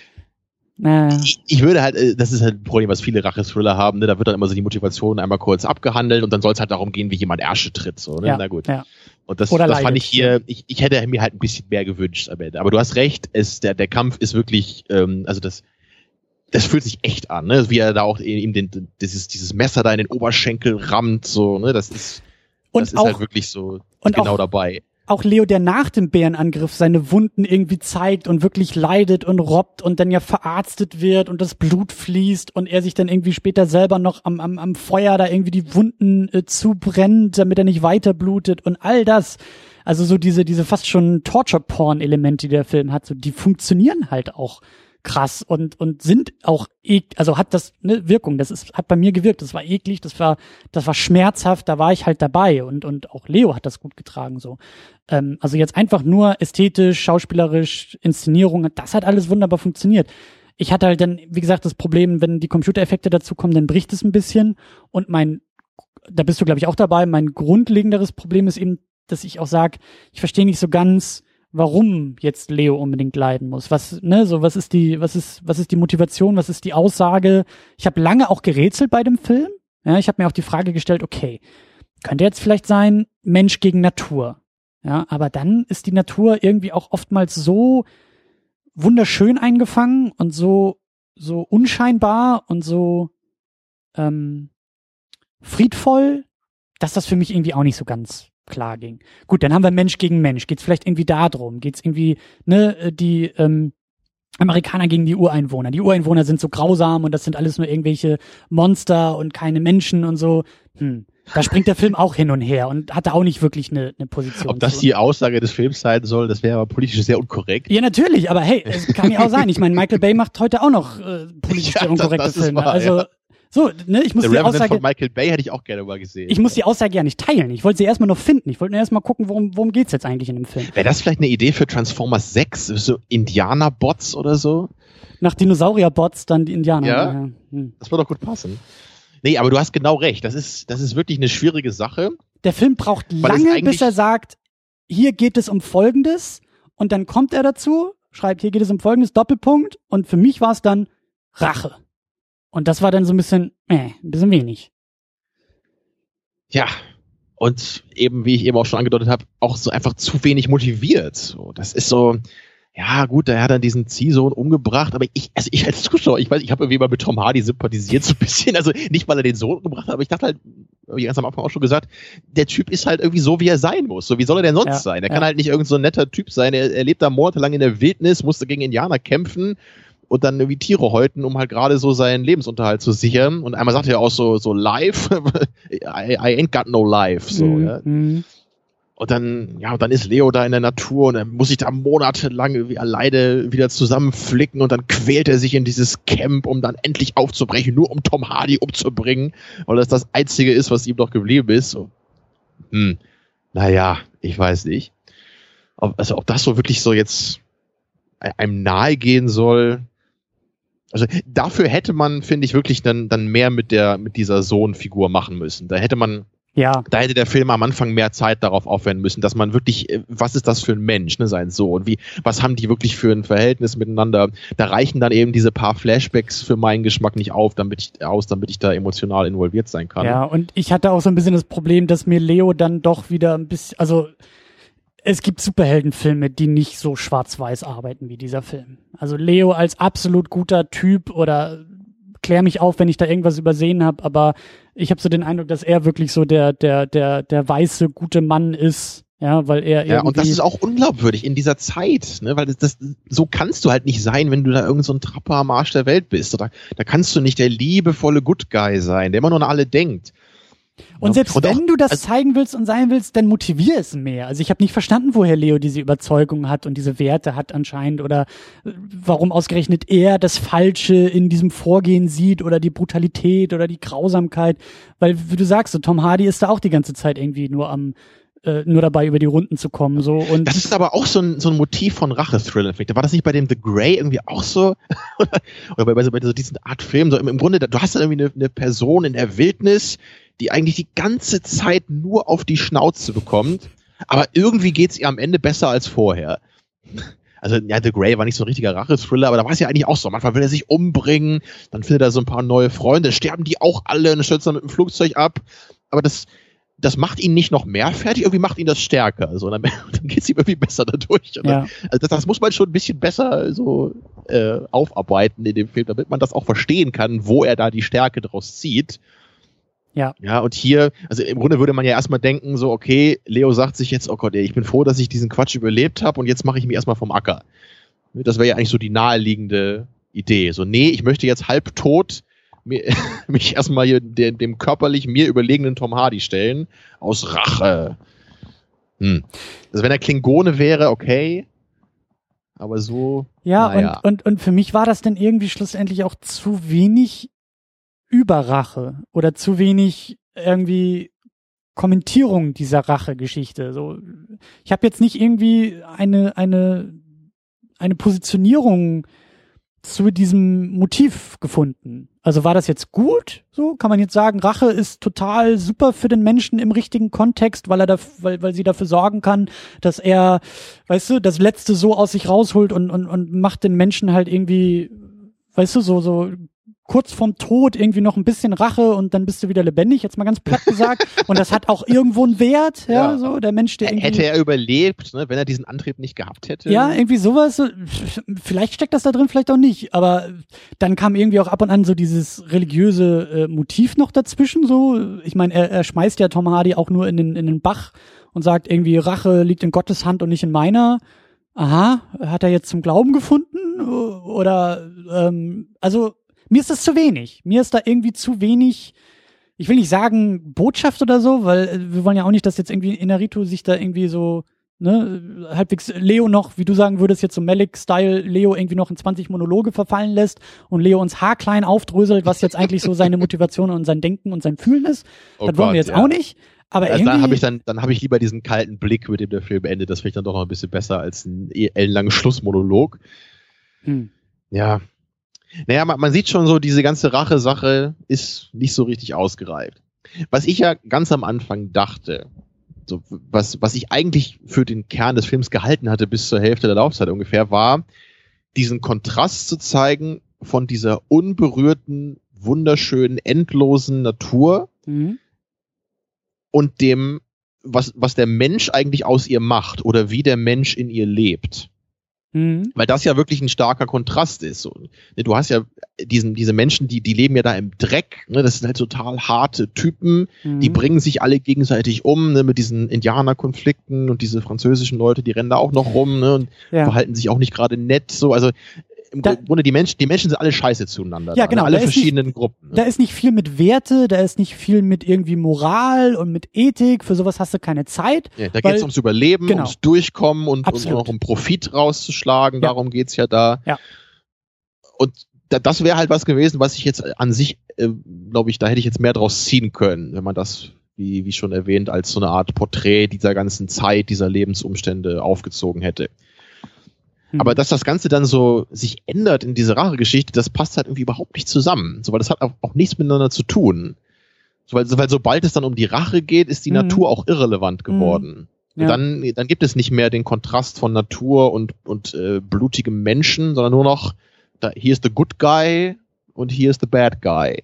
Ich würde halt, das ist halt ein Problem, was viele Rachethriller haben, ne? Da wird dann immer so die Motivation einmal kurz abgehandelt und dann soll es halt darum gehen, wie jemand Ärsche tritt, so, ne? Ja, na gut. Ja. Und das fand ich hier, ich hätte mir halt ein bisschen mehr gewünscht am Ende. Aber du hast recht, der Kampf ist wirklich, also das fühlt sich echt an, ne? Wie er da auch ihm dieses Messer da in den Oberschenkel rammt, so, ne? Das ist auch, halt wirklich so genau dabei. auch Leo, der nach dem Bärenangriff seine Wunden irgendwie zeigt und wirklich leidet und robbt und dann ja verarztet wird und das Blut fließt und er sich dann irgendwie später selber noch am Feuer da irgendwie die Wunden zubrennt, damit er nicht weiter blutet und all das. Also so diese fast schon Torture-Porn-Elemente, die der Film hat, so die funktionieren halt auch krass und sind auch also hat das eine Wirkung, hat bei mir gewirkt, das war eklig, das war schmerzhaft, da war ich halt dabei und auch Leo hat das gut getragen so. Also jetzt einfach nur ästhetisch, schauspielerisch, Inszenierung, das hat alles wunderbar funktioniert. Ich hatte halt dann, wie gesagt, das Problem, wenn die Computereffekte dazu kommen, dann bricht es ein bisschen und da bist du glaube ich auch dabei, mein grundlegenderes Problem ist eben, dass ich auch sage, ich verstehe nicht so ganz, warum jetzt Leo unbedingt leiden muss. Was ist die Motivation, was ist die Aussage? Ich habe lange auch gerätselt bei dem Film. Ja, ich habe mir auch die Frage gestellt, okay, könnte jetzt vielleicht sein, Mensch gegen Natur. Ja, aber dann ist die Natur irgendwie auch oftmals so wunderschön eingefangen und so unscheinbar und so friedvoll, dass das für mich irgendwie auch nicht so ganz klar ging. Gut, dann haben wir Mensch gegen Mensch. Geht's vielleicht irgendwie darum? Geht's irgendwie, die Amerikaner gegen die Ureinwohner. Die Ureinwohner sind so grausam und das sind alles nur irgendwelche Monster und keine Menschen und so. Da springt der Film auch hin und her und hatte auch nicht wirklich eine Position. Ob das die Aussage des Films sein soll, das wäre aber politisch sehr unkorrekt. Ja, natürlich, aber hey, es kann ja auch sein. Ich meine, Michael Bay macht heute auch noch politisch sehr unkorrekte Filme. Wahr, also ja. So, ich muss die Aussage von Michael Bay hätte ich auch gerne mal gesehen. Ich muss die Aussage ja nicht teilen. Ich wollte sie erstmal noch finden. Ich wollte nur erstmal gucken, worum geht's jetzt eigentlich in dem Film. Wäre das vielleicht eine Idee für Transformers 6? So Indianer-Bots oder so? Nach Dinosaurier-Bots dann die Indianer. Ja, das würde doch gut passen. Nee, aber du hast genau recht. Das ist wirklich eine schwierige Sache. Der Film braucht lange, bis er sagt, hier geht es um Folgendes. Und dann kommt er dazu, schreibt, hier geht es um Folgendes, Doppelpunkt. Und für mich war es dann Rache. Und das war dann so ein bisschen wenig. Ja, und eben, wie ich eben auch schon angedeutet habe, auch so einfach zu wenig motiviert. So, das ist so, ja gut, er hat dann diesen Ziehsohn umgebracht, aber ich als Zuschauer, ich habe irgendwie mal mit Tom Hardy sympathisiert so ein bisschen, also nicht, weil er den Sohn umgebracht hat, aber ich dachte halt, wie ganz am Anfang auch schon gesagt, der Typ ist halt irgendwie so, wie er sein muss. So, wie soll er denn sonst sein? Er kann halt nicht irgend so ein netter Typ sein. Er lebt da monatelang in der Wildnis, musste gegen Indianer kämpfen und dann irgendwie Tiere häuten, um halt gerade so seinen Lebensunterhalt zu sichern. Und einmal sagt er auch so life, I ain't got no life. So, ja. Und dann ist Leo da in der Natur und er muss sich da monatelang irgendwie alleine wieder zusammenflicken und dann quält er sich in dieses Camp, um dann endlich aufzubrechen, nur um Tom Hardy umzubringen, weil das das Einzige ist, was ihm noch geblieben ist. So. Naja, ich weiß nicht. Ob das so wirklich so jetzt einem nahe gehen soll. Also dafür hätte man, finde ich, wirklich dann mehr mit dieser Sohn-Figur machen müssen. Da hätte der Film am Anfang mehr Zeit darauf aufwenden müssen, dass man wirklich, was ist das für ein Mensch, ne, sein Sohn? Was haben die wirklich für ein Verhältnis miteinander? Da reichen dann eben diese paar Flashbacks für meinen Geschmack nicht damit ich da emotional involviert sein kann. Ja, und ich hatte auch so ein bisschen das Problem, dass mir Leo dann doch wieder ein bisschen, also es gibt Superheldenfilme, die nicht so schwarz-weiß arbeiten wie dieser Film. Also Leo als absolut guter Typ oder klär mich auf, wenn ich da irgendwas übersehen habe, aber ich habe so den Eindruck, dass er wirklich so der weiße, gute Mann ist, ja, weil er irgendwie... Ja, und das ist auch unglaubwürdig in dieser Zeit, ne, weil so kannst du halt nicht sein, wenn du da irgend so ein Trapper am Arsch der Welt bist. Da kannst du nicht der liebevolle Good Guy sein, der immer nur an alle denkt. Und selbst wenn du das zeigen willst und sein willst, dann motivier es mehr. Also ich habe nicht verstanden, woher Leo diese Überzeugung hat und diese Werte hat anscheinend oder warum ausgerechnet er das Falsche in diesem Vorgehen sieht oder die Brutalität oder die Grausamkeit. Weil, wie du sagst, so Tom Hardy ist da auch die ganze Zeit irgendwie nur dabei, über die Runden zu kommen. So. Und das ist aber auch so ein Motiv von Rache-Thriller. War das nicht bei dem The Grey irgendwie auch so? Oder bei so diesen Art Film? So im Grunde, du hast dann irgendwie eine Person in der Wildnis, die eigentlich die ganze Zeit nur auf die Schnauze bekommt, aber irgendwie geht's ihr am Ende besser als vorher. Also, ja, The Grey war nicht so ein richtiger Rache-Thriller, aber da war es ja eigentlich auch so. Manchmal will er sich umbringen, dann findet er so ein paar neue Freunde, sterben die auch alle und dann stürzt er mit dem Flugzeug ab. Aber das macht ihn nicht noch mehr fertig, irgendwie macht ihn das stärker. Also, dann geht's ihm irgendwie besser dadurch. Ja. Also das muss man schon ein bisschen besser so aufarbeiten in dem Film, damit man das auch verstehen kann, wo er da die Stärke draus zieht. Ja. Ja, und hier, also im Grunde würde man ja erstmal denken, so, okay, Leo sagt sich jetzt, oh Gott, ey, ich bin froh, dass ich diesen Quatsch überlebt habe und jetzt mache ich mich erstmal vom Acker. Das wäre ja eigentlich so die naheliegende Idee. So, nee, ich möchte jetzt halbtot mich erstmal hier dem körperlich mir überlegenen Tom Hardy stellen, aus Rache. Also wenn er Klingone wäre, okay, aber so. Ja, naja. und für mich war das dann irgendwie schlussendlich auch zu wenig Überrache oder zu wenig irgendwie Kommentierung dieser Rache-Geschichte. So, ich habe jetzt nicht irgendwie eine Positionierung zu diesem Motiv gefunden. Also war das jetzt gut? So kann man jetzt sagen, Rache ist total super für den Menschen im richtigen Kontext, weil sie dafür sorgen kann, dass er, weißt du, das Letzte so aus sich rausholt und macht den Menschen halt irgendwie, weißt du, so kurz vorm Tod irgendwie noch ein bisschen Rache und dann bist du wieder lebendig, jetzt mal ganz platt gesagt. Und das hat auch irgendwo einen Wert, ja, so der Mensch, der irgendwie... Hätte er überlebt, ne, wenn er diesen Antrieb nicht gehabt hätte? Ja, irgendwie sowas. Vielleicht steckt das da drin, vielleicht auch nicht. Aber dann kam irgendwie auch ab und an so dieses religiöse Motiv noch dazwischen. So, ich meine, er schmeißt ja Tom Hardy auch nur in den Bach und sagt irgendwie, Rache liegt in Gottes Hand und nicht in meiner. Aha, hat er jetzt zum Glauben gefunden? Oder also mir ist das zu wenig. Mir ist da irgendwie zu wenig, ich will nicht sagen Botschaft oder so, weil wir wollen ja auch nicht, dass jetzt irgendwie Inarritu sich da irgendwie so, ne, halbwegs Leo noch, wie du sagen würdest, jetzt so Malik-Style, Leo irgendwie noch in 20 Monologe verfallen lässt und Leo uns haarklein aufdröselt, was jetzt eigentlich so seine Motivation und sein Denken und sein Fühlen ist. Das wollen wir jetzt auch nicht. Aber also irgendwie... Dann habe ich lieber diesen kalten Blick, mit dem der Film endet. Das finde ich dann doch noch ein bisschen besser als ein ellenlangen Schlussmonolog. Ja. Naja, man sieht schon so, diese ganze Rache-Sache ist nicht so richtig ausgereift. Was ich ja ganz am Anfang dachte, so was ich eigentlich für den Kern des Films gehalten hatte bis zur Hälfte der Laufzeit ungefähr, war, diesen Kontrast zu zeigen von dieser unberührten, wunderschönen, endlosen Natur und dem, was der Mensch eigentlich aus ihr macht oder wie der Mensch in ihr lebt. Weil das ja wirklich ein starker Kontrast ist. So, ne, du hast ja diese Menschen, die leben ja da im Dreck. Ne, das sind halt total harte Typen. Die bringen sich alle gegenseitig um, ne, mit diesen Indianerkonflikten, und diese französischen Leute, die rennen da auch noch rum, ne, und verhalten sich auch nicht gerade nett. So, also im Grunde die Menschen sind alle scheiße zueinander. Ja, genau. Alle verschiedenen Gruppen. Ne? Da ist nicht viel mit Werte, da ist nicht viel mit irgendwie Moral und mit Ethik. Für sowas hast du keine Zeit. Ja, da geht es ums Überleben, ums Durchkommen und auch um Profit rauszuschlagen. Ja. Darum geht's ja da. Ja. Und das wäre halt was gewesen, was ich jetzt an sich, glaube ich, da hätte ich jetzt mehr draus ziehen können, wenn man das, wie schon erwähnt, als so eine Art Porträt dieser ganzen Zeit, dieser Lebensumstände aufgezogen hätte. Aber dass das Ganze dann so sich ändert in diese Rache-Geschichte, das passt halt irgendwie überhaupt nicht zusammen. So, weil das hat auch nichts miteinander zu tun. So, weil sobald es dann um die Rache geht, ist die Natur auch irrelevant geworden. Ja. Dann gibt es nicht mehr den Kontrast von Natur und blutigem Menschen, sondern nur noch, hier ist the good guy und hier ist the bad guy.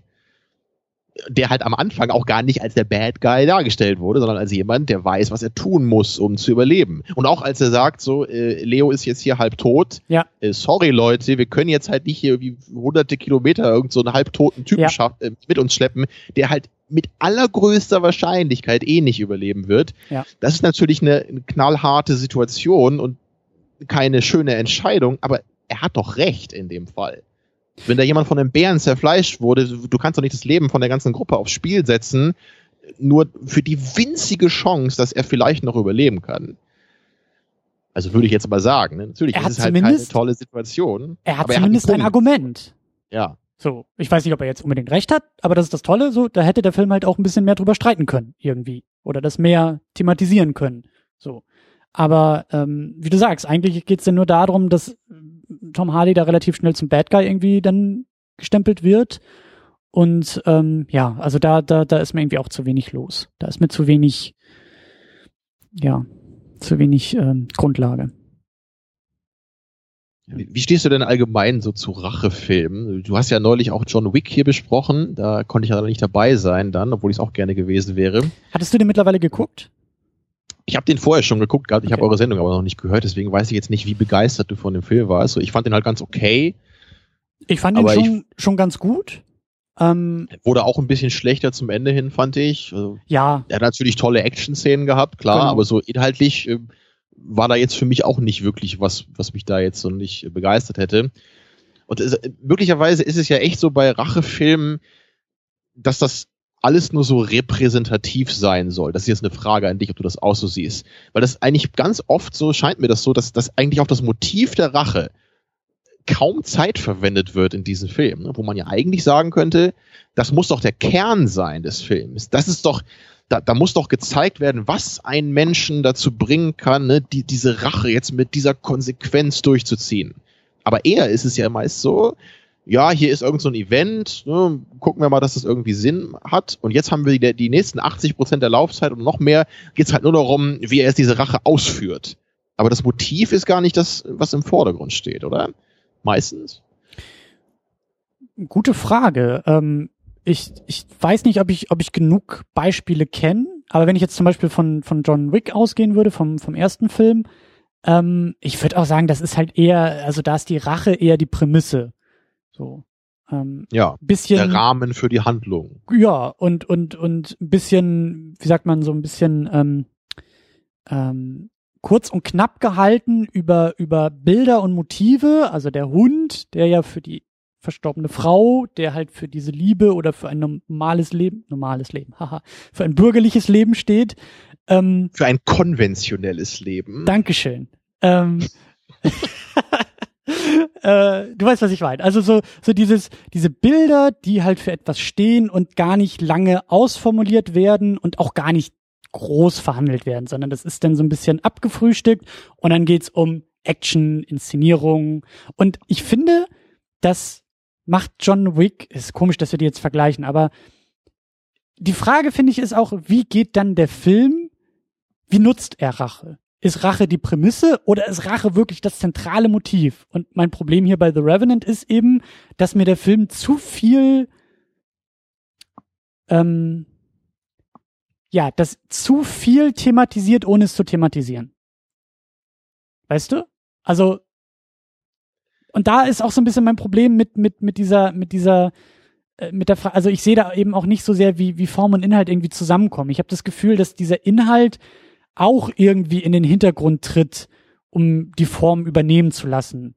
Der halt am Anfang auch gar nicht als der Bad Guy dargestellt wurde, sondern als jemand, der weiß, was er tun muss, um zu überleben. Und auch als er sagt, so, Leo ist jetzt hier halb tot. Ja. Sorry Leute, wir können jetzt halt nicht hier irgendwie hunderte Kilometer irgend so einen halbtoten Typen mit uns schleppen, der halt mit allergrößter Wahrscheinlichkeit nicht überleben wird. Ja. Das ist natürlich eine knallharte Situation und keine schöne Entscheidung, aber er hat doch recht in dem Fall. Wenn da jemand von einem Bären zerfleischt wurde, du kannst doch nicht das Leben von der ganzen Gruppe aufs Spiel setzen, nur für die winzige Chance, dass er vielleicht noch überleben kann. Also würde ich jetzt mal sagen. Ne? Natürlich ist es halt keine tolle Situation. Er hat zumindest ein Argument. Ja. So, ich weiß nicht, ob er jetzt unbedingt recht hat, aber das ist das Tolle, so, da hätte der Film halt auch ein bisschen mehr drüber streiten können, irgendwie. Oder das mehr thematisieren können. So. Aber wie du sagst, eigentlich geht's ja nur darum, dass Tom Hardy da relativ schnell zum Bad Guy irgendwie dann gestempelt wird. Und also da ist mir irgendwie auch zu wenig los. Da ist mir zu wenig Grundlage. Wie stehst du denn allgemein so zu Rachefilmen? Du hast ja neulich auch John Wick hier besprochen. Da konnte ich aber nicht dabei sein dann, obwohl ich es auch gerne gewesen wäre. Hattest du den mittlerweile geguckt? Ich habe den vorher schon geguckt gehabt, ich habe eure Sendung aber noch nicht gehört, deswegen weiß ich jetzt nicht, wie begeistert du von dem Film warst. Ich fand den halt ganz okay. Ich fand ihn schon ganz gut. Wurde auch ein bisschen schlechter zum Ende hin, fand ich. Also, ja. Er hat natürlich tolle Action-Szenen gehabt, klar, genau. Aber so inhaltlich war da jetzt für mich auch nicht wirklich was mich da jetzt so nicht begeistert hätte. Und möglicherweise ist es ja echt so bei Rachefilmen, dass das alles nur so repräsentativ sein soll. Das ist jetzt eine Frage an dich, ob du das auch so siehst. Weil das eigentlich ganz oft so, scheint mir das so, dass das eigentlich auch das Motiv der Rache kaum Zeit verwendet wird in diesem Film, ne? Wo man ja eigentlich sagen könnte, das muss doch der Kern sein des Films. Das ist doch, da muss doch gezeigt werden, was einen Menschen dazu bringen kann, ne, diese Rache jetzt mit dieser Konsequenz durchzuziehen. Aber eher ist es ja meist so, ja, hier ist irgend so ein Event, ne, gucken wir mal, dass das irgendwie Sinn hat. Und jetzt haben wir die nächsten 80% der Laufzeit und noch mehr geht's halt nur darum, wie er jetzt diese Rache ausführt. Aber das Motiv ist gar nicht das, was im Vordergrund steht, oder? Meistens? Gute Frage. Ich weiß nicht, ob ich genug Beispiele kenne, aber wenn ich jetzt zum Beispiel von John Wick ausgehen würde, vom ersten Film, ich würde auch sagen, das ist halt eher, also da ist die Rache eher die Prämisse. So. Ja, bisschen, der Rahmen für die Handlung. Ja, und ein bisschen, wie sagt man, so ein bisschen kurz und knapp gehalten über Bilder und Motive, also der Hund, der ja für die verstorbene Frau, der halt für diese Liebe oder für ein normales Leben, haha, für ein bürgerliches Leben steht. Für ein konventionelles Leben. Dankeschön. Du weißt, was ich meine. Also so diese Bilder, die halt für etwas stehen und gar nicht lange ausformuliert werden und auch gar nicht groß verhandelt werden, sondern das ist dann so ein bisschen abgefrühstückt und dann geht's um Action, Inszenierung und ich finde, das macht John Wick, ist komisch, dass wir die jetzt vergleichen, aber die Frage, finde ich, ist auch, wie geht dann der Film, wie nutzt er Rache? Ist Rache die Prämisse oder ist Rache wirklich das zentrale Motiv? Und mein Problem hier bei The Revenant ist eben, dass mir der Film zu viel das zu viel thematisiert, ohne es zu thematisieren. Weißt du? Also, und da ist auch so ein bisschen mein Problem mit der Frage, also ich sehe da eben auch nicht so sehr, wie Form und Inhalt irgendwie zusammenkommen. Ich habe das Gefühl, dass dieser Inhalt auch irgendwie in den Hintergrund tritt, um die Form übernehmen zu lassen.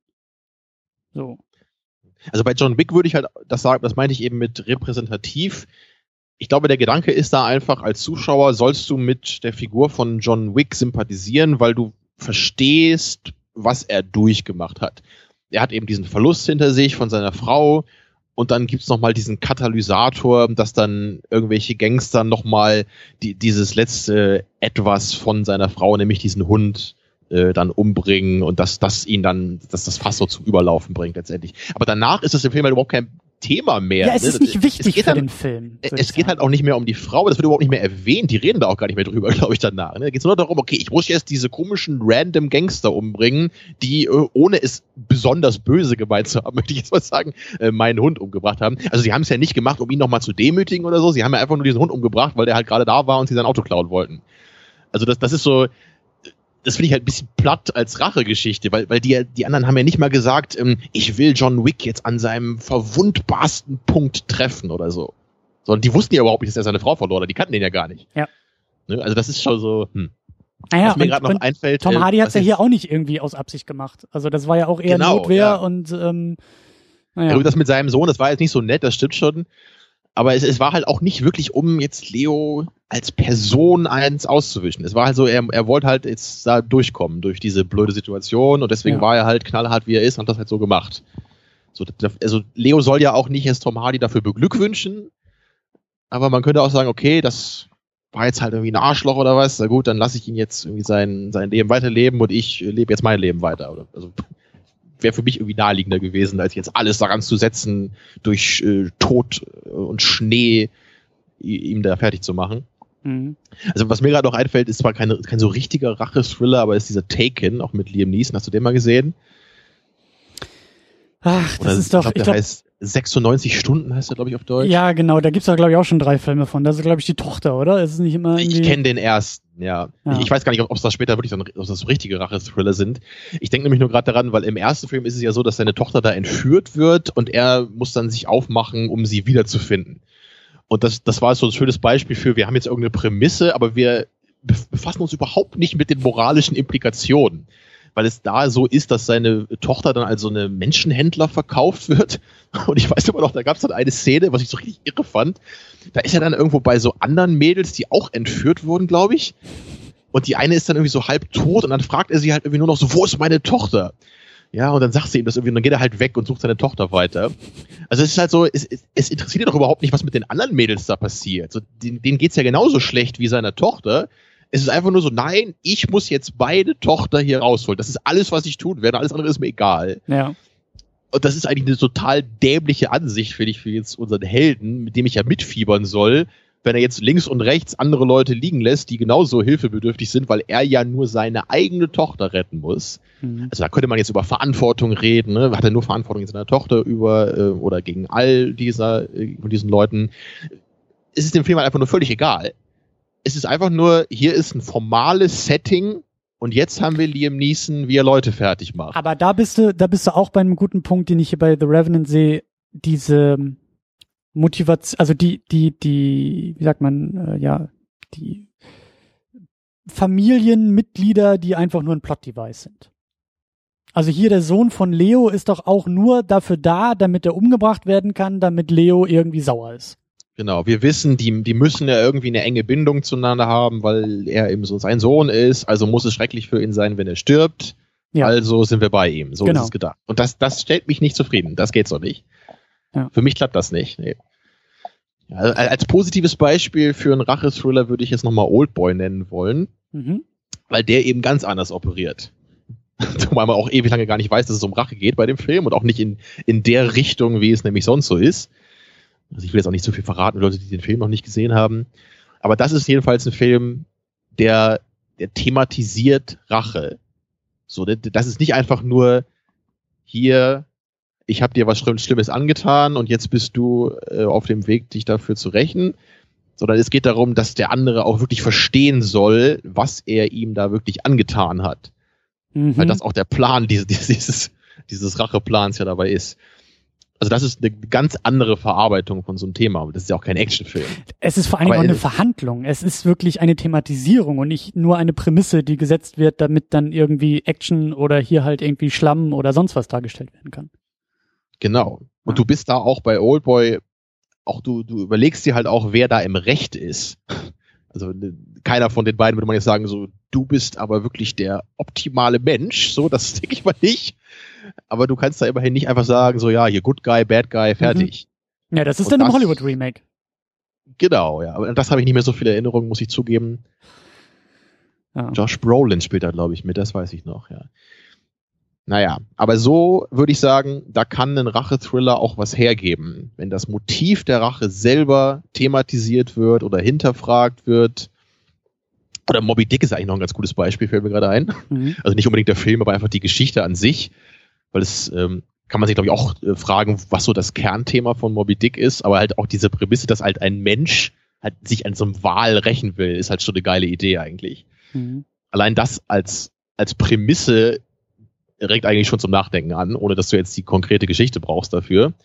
So. Also bei John Wick würde ich halt das sagen, das meinte ich eben mit repräsentativ. Ich glaube, der Gedanke ist da einfach, als Zuschauer sollst du mit der Figur von John Wick sympathisieren, weil du verstehst, was er durchgemacht hat. Er hat eben diesen Verlust hinter sich von seiner Frau und dann gibt's nochmal diesen Katalysator, dass dann irgendwelche Gangster nochmal dieses letzte Etwas von seiner Frau, nämlich diesen Hund, dann umbringen und dass das Fass so zum Überlaufen bringt letztendlich. Aber danach ist es im Film halt überhaupt kein Thema mehr. Ja, es ist nicht wichtig für den Film. Es geht halt auch nicht mehr um die Frau, das wird überhaupt nicht mehr erwähnt, die reden da auch gar nicht mehr drüber, glaube ich, danach. Da geht es nur darum, okay, ich muss jetzt diese komischen random Gangster umbringen, die, ohne es besonders böse gemeint zu haben, möchte ich jetzt mal sagen, meinen Hund umgebracht haben. Also sie haben es ja nicht gemacht, um ihn nochmal zu demütigen oder so, sie haben ja einfach nur diesen Hund umgebracht, weil der halt gerade da war und sie sein Auto klauen wollten. Also das ist so, das finde ich halt ein bisschen platt als Rachegeschichte, weil die anderen haben ja nicht mal gesagt, ich will John Wick jetzt an seinem verwundbarsten Punkt treffen oder so. Sondern die wussten ja überhaupt nicht, dass er seine Frau verloren hat. Die kannten den ja gar nicht. Ja. Ne? Also das ist schon so, Naja, was mir gerade noch einfällt. Tom Hardy hat es ja hier auch nicht irgendwie aus Absicht gemacht. Also das war ja auch eher Notwehr ja. Und Ja, das mit seinem Sohn, das war jetzt nicht so nett, das stimmt schon. Aber es war halt auch nicht wirklich, um jetzt Leo als Person eins auszuwischen. Es war halt so, er wollte halt jetzt da durchkommen durch diese blöde Situation und deswegen war er halt knallhart, wie er ist und hat das halt so gemacht. So, also Leo soll ja auch nicht jetzt Tom Hardy dafür beglückwünschen, aber man könnte auch sagen, okay, das war jetzt halt irgendwie ein Arschloch oder was, na gut, dann lasse ich ihn jetzt irgendwie sein Leben weiterleben und ich lebe jetzt mein Leben weiter. Oder, also wäre für mich irgendwie naheliegender gewesen, als jetzt alles daran zu setzen, durch Tod und Schnee ihm da fertig zu machen. Mhm. Also was mir gerade noch einfällt, ist zwar kein so richtiger Rache-Thriller, aber ist dieser Taken, auch mit Liam Neeson. Hast du den mal gesehen? Ach, das ist doch... Ich glaube, der heißt 96 Stunden, heißt der, glaube ich, auf Deutsch. Ja, genau, da gibt's doch, glaube ich, auch schon 3 Filme von. Das ist, glaube ich, die Tochter, oder? Ist es nicht immer irgendwie... Ich kenne den ersten, ja. Ich weiß gar nicht, ob es da später wirklich ob das so richtige Rache-Thriller sind. Ich denke nämlich nur gerade daran, weil im ersten Film ist es ja so, dass seine Tochter da entführt wird und er muss dann sich aufmachen, um sie wiederzufinden. Und das war so ein schönes Beispiel für, wir haben jetzt irgendeine Prämisse, aber wir befassen uns überhaupt nicht mit den moralischen Implikationen. Weil es da so ist, dass seine Tochter dann als so eine Menschenhändler verkauft wird. Und ich weiß immer noch, da gab es dann eine Szene, was ich so richtig irre fand. Da ist er dann irgendwo bei so anderen Mädels, die auch entführt wurden, glaube ich. Und die eine ist dann irgendwie so halb tot und dann fragt er sie halt irgendwie nur noch so, wo ist meine Tochter? Ja, und dann sagt sie ihm das irgendwie und dann geht er halt weg und sucht seine Tochter weiter. Also es ist halt so, es interessiert ihn doch überhaupt nicht, was mit den anderen Mädels da passiert. So, denen geht's ja genauso schlecht wie seiner Tochter. Es ist einfach nur so, nein, ich muss jetzt beide Tochter hier rausholen. Das ist alles, was ich tun werde. Alles andere ist mir egal. Ja. Und das ist eigentlich eine total dämliche Ansicht, finde ich, für jetzt unseren Helden, mit dem ich ja mitfiebern soll, wenn er jetzt links und rechts andere Leute liegen lässt, die genauso hilfebedürftig sind, weil er ja nur seine eigene Tochter retten muss. Mhm. Also da könnte man jetzt über Verantwortung reden. Ne? Hat er nur Verantwortung in seiner Tochter oder gegen all von diesen Leuten? Es ist dem Film halt einfach nur völlig egal. Es ist einfach nur, hier ist ein formales Setting und jetzt haben wir Liam Neeson, wie er Leute fertig macht. Aber da bist du auch bei einem guten Punkt, den ich hier bei The Revenant sehe, diese Motivation, also die, wie sagt man, die Familienmitglieder, die einfach nur ein Plot-Device sind. Also hier der Sohn von Leo ist doch auch nur dafür da, damit er umgebracht werden kann, damit Leo irgendwie sauer ist. Genau, wir wissen, die müssen ja irgendwie eine enge Bindung zueinander haben, weil er eben so sein Sohn ist, also muss es schrecklich für ihn sein, wenn er stirbt. Ja. Also sind wir bei ihm, so ist es gedacht. Und das stellt mich nicht zufrieden, das geht so nicht. Ja. Für mich klappt das nicht. Nee. Ja, als positives Beispiel für einen Rache-Thriller würde ich jetzt nochmal Oldboy nennen wollen, weil der eben ganz anders operiert. Zumal man auch ewig lange gar nicht weiß, dass es um Rache geht bei dem Film und auch nicht in der Richtung, wie es nämlich sonst so ist. Also ich will jetzt auch nicht so viel verraten, Leute, die den Film noch nicht gesehen haben. Aber das ist jedenfalls ein Film, der thematisiert Rache. So, das ist nicht einfach nur hier, ich habe dir was Schlimmes angetan und jetzt bist du auf dem Weg, dich dafür zu rächen. Sondern es geht darum, dass der andere auch wirklich verstehen soll, was er ihm da wirklich angetan hat. Weil das auch der Plan dieses Racheplans ja dabei ist. Also das ist eine ganz andere Verarbeitung von so einem Thema. Das ist ja auch kein Actionfilm. Es ist vor allem auch eine Verhandlung. Es ist wirklich eine Thematisierung und nicht nur eine Prämisse, die gesetzt wird, damit dann irgendwie Action oder hier halt irgendwie Schlamm oder sonst was dargestellt werden kann. Genau. Und du bist da auch bei Oldboy, auch du überlegst dir halt auch, wer da im Recht ist. Also keiner von den beiden würde man jetzt sagen, so, du bist aber wirklich der optimale Mensch. So, das denke ich mal nicht. Aber du kannst da immerhin nicht einfach sagen, so, ja, hier Good Guy, Bad Guy, fertig. Ja, das ist dann im Hollywood-Remake. Genau, ja. Aber das habe ich nicht mehr so viele Erinnerungen, muss ich zugeben. Ja. Josh Brolin spielt da, glaube ich, mit, das weiß ich noch, ja. Naja, aber so würde ich sagen, da kann ein Rache-Thriller auch was hergeben. Wenn das Motiv der Rache selber thematisiert wird oder hinterfragt wird. Oder Moby Dick ist eigentlich noch ein ganz gutes Beispiel, fällt mir gerade ein. Also nicht unbedingt der Film, aber einfach die Geschichte an sich. Weil es kann man sich, glaube ich, auch fragen, was so das Kernthema von Moby Dick ist. Aber halt auch diese Prämisse, dass halt ein Mensch halt sich an so einem Wal rächen will, ist halt schon eine geile Idee eigentlich. Allein das als Prämisse regt eigentlich schon zum Nachdenken an, ohne dass du jetzt die konkrete Geschichte brauchst dafür.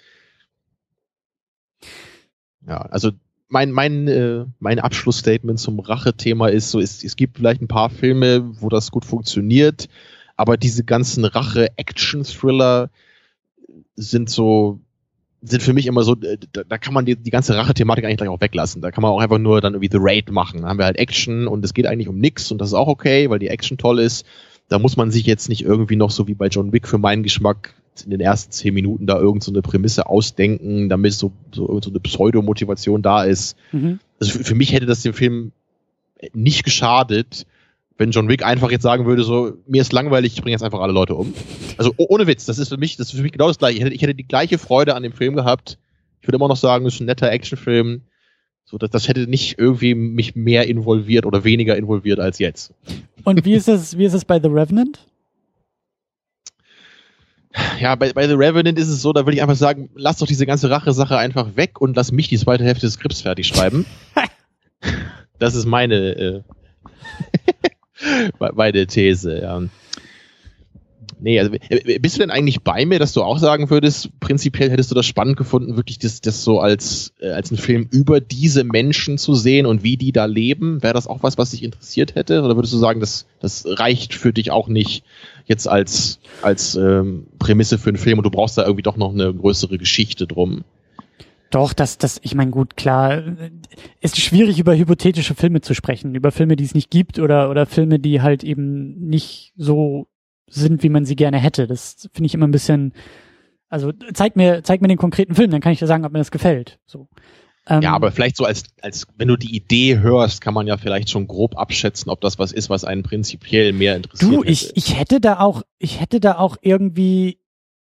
Ja, also mein Abschlussstatement zum Rache-Thema ist so, es gibt vielleicht ein paar Filme, wo das gut funktioniert, aber diese ganzen Rache-Action-Thriller sind für mich immer so, da kann man die ganze Rache-Thematik eigentlich gleich auch weglassen. Da kann man auch einfach nur dann irgendwie The Raid machen. Da haben wir halt Action und es geht eigentlich um nix und das ist auch okay, weil die Action toll ist. Da muss man sich jetzt nicht irgendwie noch so wie bei John Wick für meinen Geschmack in den ersten 10 Minuten da irgend so eine Prämisse ausdenken, damit so irgend so eine Pseudo-Motivation da ist. Also für mich hätte das dem Film nicht geschadet, wenn John Wick einfach jetzt sagen würde, so, mir ist langweilig, ich bringe jetzt einfach alle Leute um. Also ohne Witz, das ist für mich genau das Gleiche. Ich hätte die gleiche Freude an dem Film gehabt. Ich würde immer noch sagen, es ist ein netter Actionfilm. So, das hätte nicht irgendwie mich mehr involviert oder weniger involviert als jetzt. Und wie ist es bei The Revenant? Ja, bei The Revenant ist es so, da würde ich einfach sagen, lass doch diese ganze Rache-Sache einfach weg und lass mich die zweite Hälfte des Skripts fertig schreiben. Das ist meine These, ja. Nee, also bist du denn eigentlich bei mir, dass du auch sagen würdest, prinzipiell hättest du das spannend gefunden, wirklich das so als einen Film über diese Menschen zu sehen und wie die da leben? Wäre das auch was dich interessiert hätte? Oder würdest du sagen, das reicht für dich auch nicht jetzt als Prämisse für einen Film und du brauchst da irgendwie doch noch eine größere Geschichte drum? Doch, ich meine, gut, klar, ist schwierig, über hypothetische Filme zu sprechen, über Filme, die es nicht gibt oder Filme, die halt eben nicht so sind, wie man sie gerne hätte. Das finde ich immer ein bisschen, also zeig mir den konkreten Film, dann kann ich dir sagen, ob mir das gefällt. So. Ja, aber vielleicht so als wenn du die Idee hörst, kann man ja vielleicht schon grob abschätzen, ob das was ist, was einen prinzipiell mehr interessiert. Du, ich hätte da auch irgendwie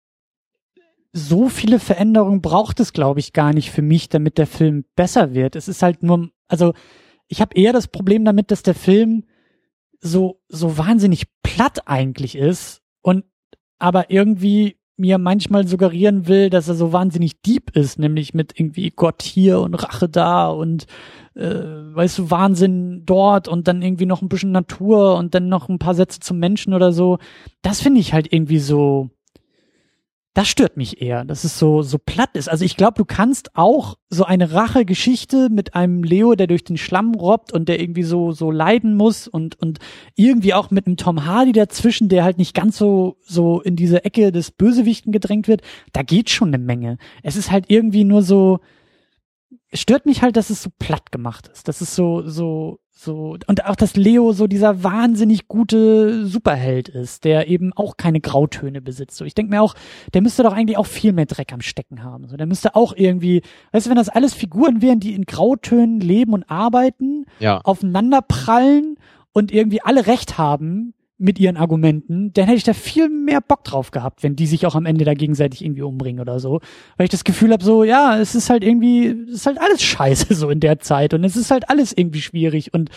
so viele Veränderungen braucht es, glaube ich, gar nicht für mich, damit der Film besser wird. Es ist halt nur, also ich habe eher das Problem damit, dass der Film so wahnsinnig platt eigentlich ist und aber irgendwie mir manchmal suggerieren will, dass er so wahnsinnig deep ist, nämlich mit irgendwie Gott hier und Rache da und weißt du, Wahnsinn dort und dann irgendwie noch ein bisschen Natur und dann noch ein paar Sätze zum Menschen oder so. Das finde ich halt irgendwie so, das stört mich eher, dass es so platt ist. Also ich glaube, du kannst auch so eine Rachegeschichte mit einem Leo, der durch den Schlamm robbt und der irgendwie so leiden muss und irgendwie auch mit einem Tom Hardy dazwischen, der halt nicht ganz so in diese Ecke des Bösewichten gedrängt wird. Da geht schon eine Menge. Es ist halt irgendwie nur so, es stört mich halt, dass es so platt gemacht ist. Das ist so und auch, dass Leo so dieser wahnsinnig gute Superheld ist, der eben auch keine Grautöne besitzt. So, ich denke mir auch, der müsste doch eigentlich auch viel mehr Dreck am Stecken haben. So, der müsste auch irgendwie, weißt du, wenn das alles Figuren wären, die in Grautönen leben und arbeiten, ja, aufeinander prallen und irgendwie alle Recht haben mit ihren Argumenten, dann hätte ich da viel mehr Bock drauf gehabt, wenn die sich auch am Ende da gegenseitig irgendwie umbringen oder so. Weil ich das Gefühl habe, so, ja, es ist halt alles scheiße so in der Zeit und es ist halt alles irgendwie schwierig und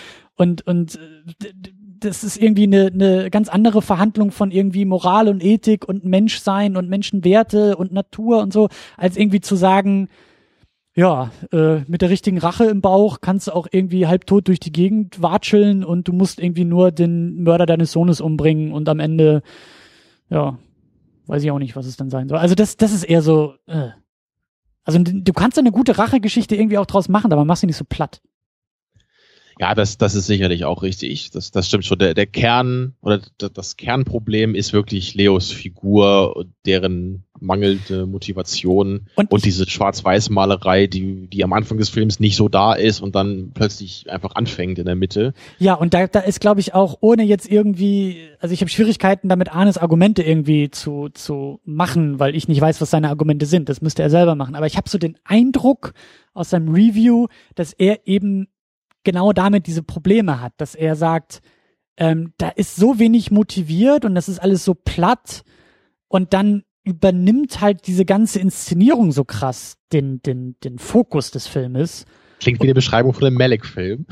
das ist irgendwie eine ganz andere Verhandlung von irgendwie Moral und Ethik und Menschsein und Menschenwerte und Natur und so, als irgendwie zu sagen, ja, mit der richtigen Rache im Bauch kannst du auch irgendwie halbtot durch die Gegend watscheln und du musst irgendwie nur den Mörder deines Sohnes umbringen und am Ende, ja, weiß ich auch nicht, was es dann sein soll. Also das ist eher so, also du kannst da eine gute Rachegeschichte irgendwie auch draus machen, aber machst sie nicht so platt. Ja, das ist sicherlich auch richtig. Das stimmt schon. Der Kern oder das Kernproblem ist wirklich Leos Figur und deren mangelnde Motivation und diese Schwarz-Weiß-Malerei, die am Anfang des Films nicht so da ist und dann plötzlich einfach anfängt in der Mitte. Ja, und da ist, glaube ich, auch ohne jetzt irgendwie, also ich habe Schwierigkeiten damit, Arnes Argumente irgendwie zu machen, weil ich nicht weiß, was seine Argumente sind. Das müsste er selber machen. Aber ich habe so den Eindruck aus seinem Review, dass er eben genau damit diese Probleme hat, dass er sagt, da ist so wenig motiviert und das ist alles so platt und dann übernimmt halt diese ganze Inszenierung so krass den Fokus des Filmes. Klingt wie eine Beschreibung von einem Malick-Film.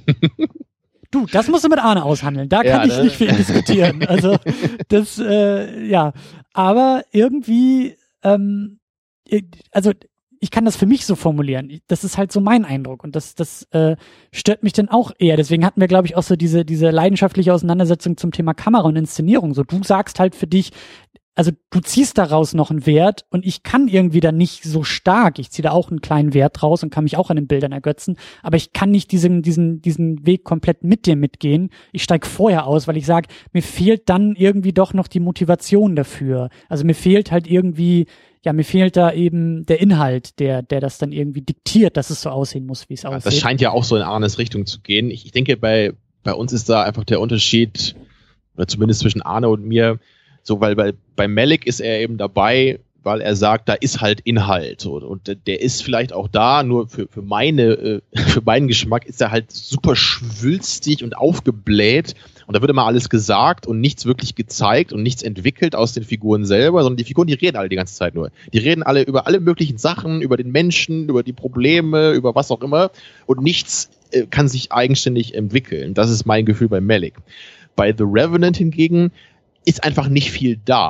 Du, das musst du mit Arne aushandeln, da kann ich nicht viel diskutieren. Also das, ja, aber irgendwie, also ich kann das für mich so formulieren. Das ist halt so mein Eindruck und das stört mich dann auch eher. Deswegen hatten wir, glaube ich, auch so diese leidenschaftliche Auseinandersetzung zum Thema Kamera und Inszenierung. So, du sagst halt für dich, also du ziehst daraus noch einen Wert und ich kann irgendwie da nicht so stark. Ich ziehe da auch einen kleinen Wert draus und kann mich auch an den Bildern ergötzen, aber ich kann nicht diesen Weg komplett mit dir mitgehen. Ich steige vorher aus, weil ich sage, mir fehlt dann irgendwie doch noch die Motivation dafür. Also mir fehlt halt irgendwie, ja, mir fehlt da eben der Inhalt, der das dann irgendwie diktiert, dass es so aussehen muss, wie es aussieht. Das scheint ja auch so in Arnes Richtung zu gehen. Ich denke, bei uns ist da einfach der Unterschied, oder zumindest zwischen Arne und mir, so, weil bei Malick ist er eben dabei, weil er sagt, da ist halt Inhalt. Und der ist vielleicht auch da, nur für meinen Geschmack ist er halt super schwülstig und aufgebläht. Und da wird immer alles gesagt und nichts wirklich gezeigt und nichts entwickelt aus den Figuren selber, sondern die Figuren, die reden alle die ganze Zeit nur. Die reden alle über alle möglichen Sachen, über den Menschen, über die Probleme, über was auch immer. Und nichts kann sich eigenständig entwickeln. Das ist mein Gefühl bei Malick. Bei The Revenant hingegen ist einfach nicht viel da.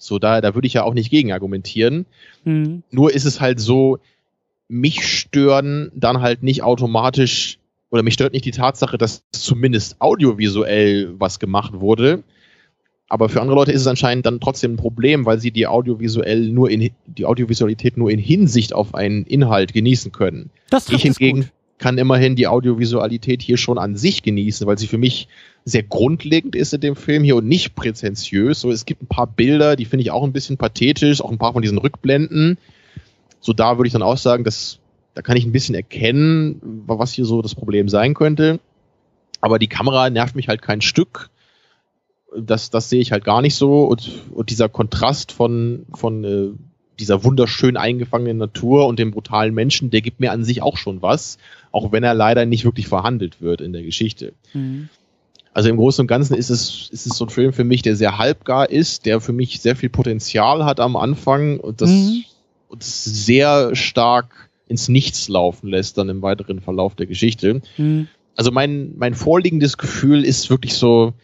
So, da würde ich ja auch nicht gegen argumentieren. Nur ist es halt so, mich stören dann halt nicht automatisch, oder mich stört nicht die Tatsache, dass zumindest audiovisuell was gemacht wurde. Aber für andere Leute ist es anscheinend dann trotzdem ein Problem, weil sie die Audiovisualität nur in Hinsicht auf einen Inhalt genießen können. Ich hingegen kann immerhin die Audiovisualität hier schon an sich genießen, weil sie für mich sehr grundlegend ist in dem Film hier und nicht prätentiös. So, es gibt ein paar Bilder, die finde ich auch ein bisschen pathetisch, auch ein paar von diesen Rückblenden. So, da würde ich dann auch sagen, da kann ich ein bisschen erkennen, was hier so das Problem sein könnte. Aber die Kamera nervt mich halt kein Stück. Das sehe ich halt gar nicht so. Und dieser Kontrast von dieser wunderschön eingefangenen Natur und dem brutalen Menschen, der gibt mir an sich auch schon was, auch wenn er leider nicht wirklich verhandelt wird in der Geschichte. Also im Großen und Ganzen ist es so ein Film für mich, der sehr halbgar ist, der für mich sehr viel Potenzial hat am Anfang und das sehr stark ins Nichts laufen lässt dann im weiteren Verlauf der Geschichte. Also mein vorliegendes Gefühl ist wirklich so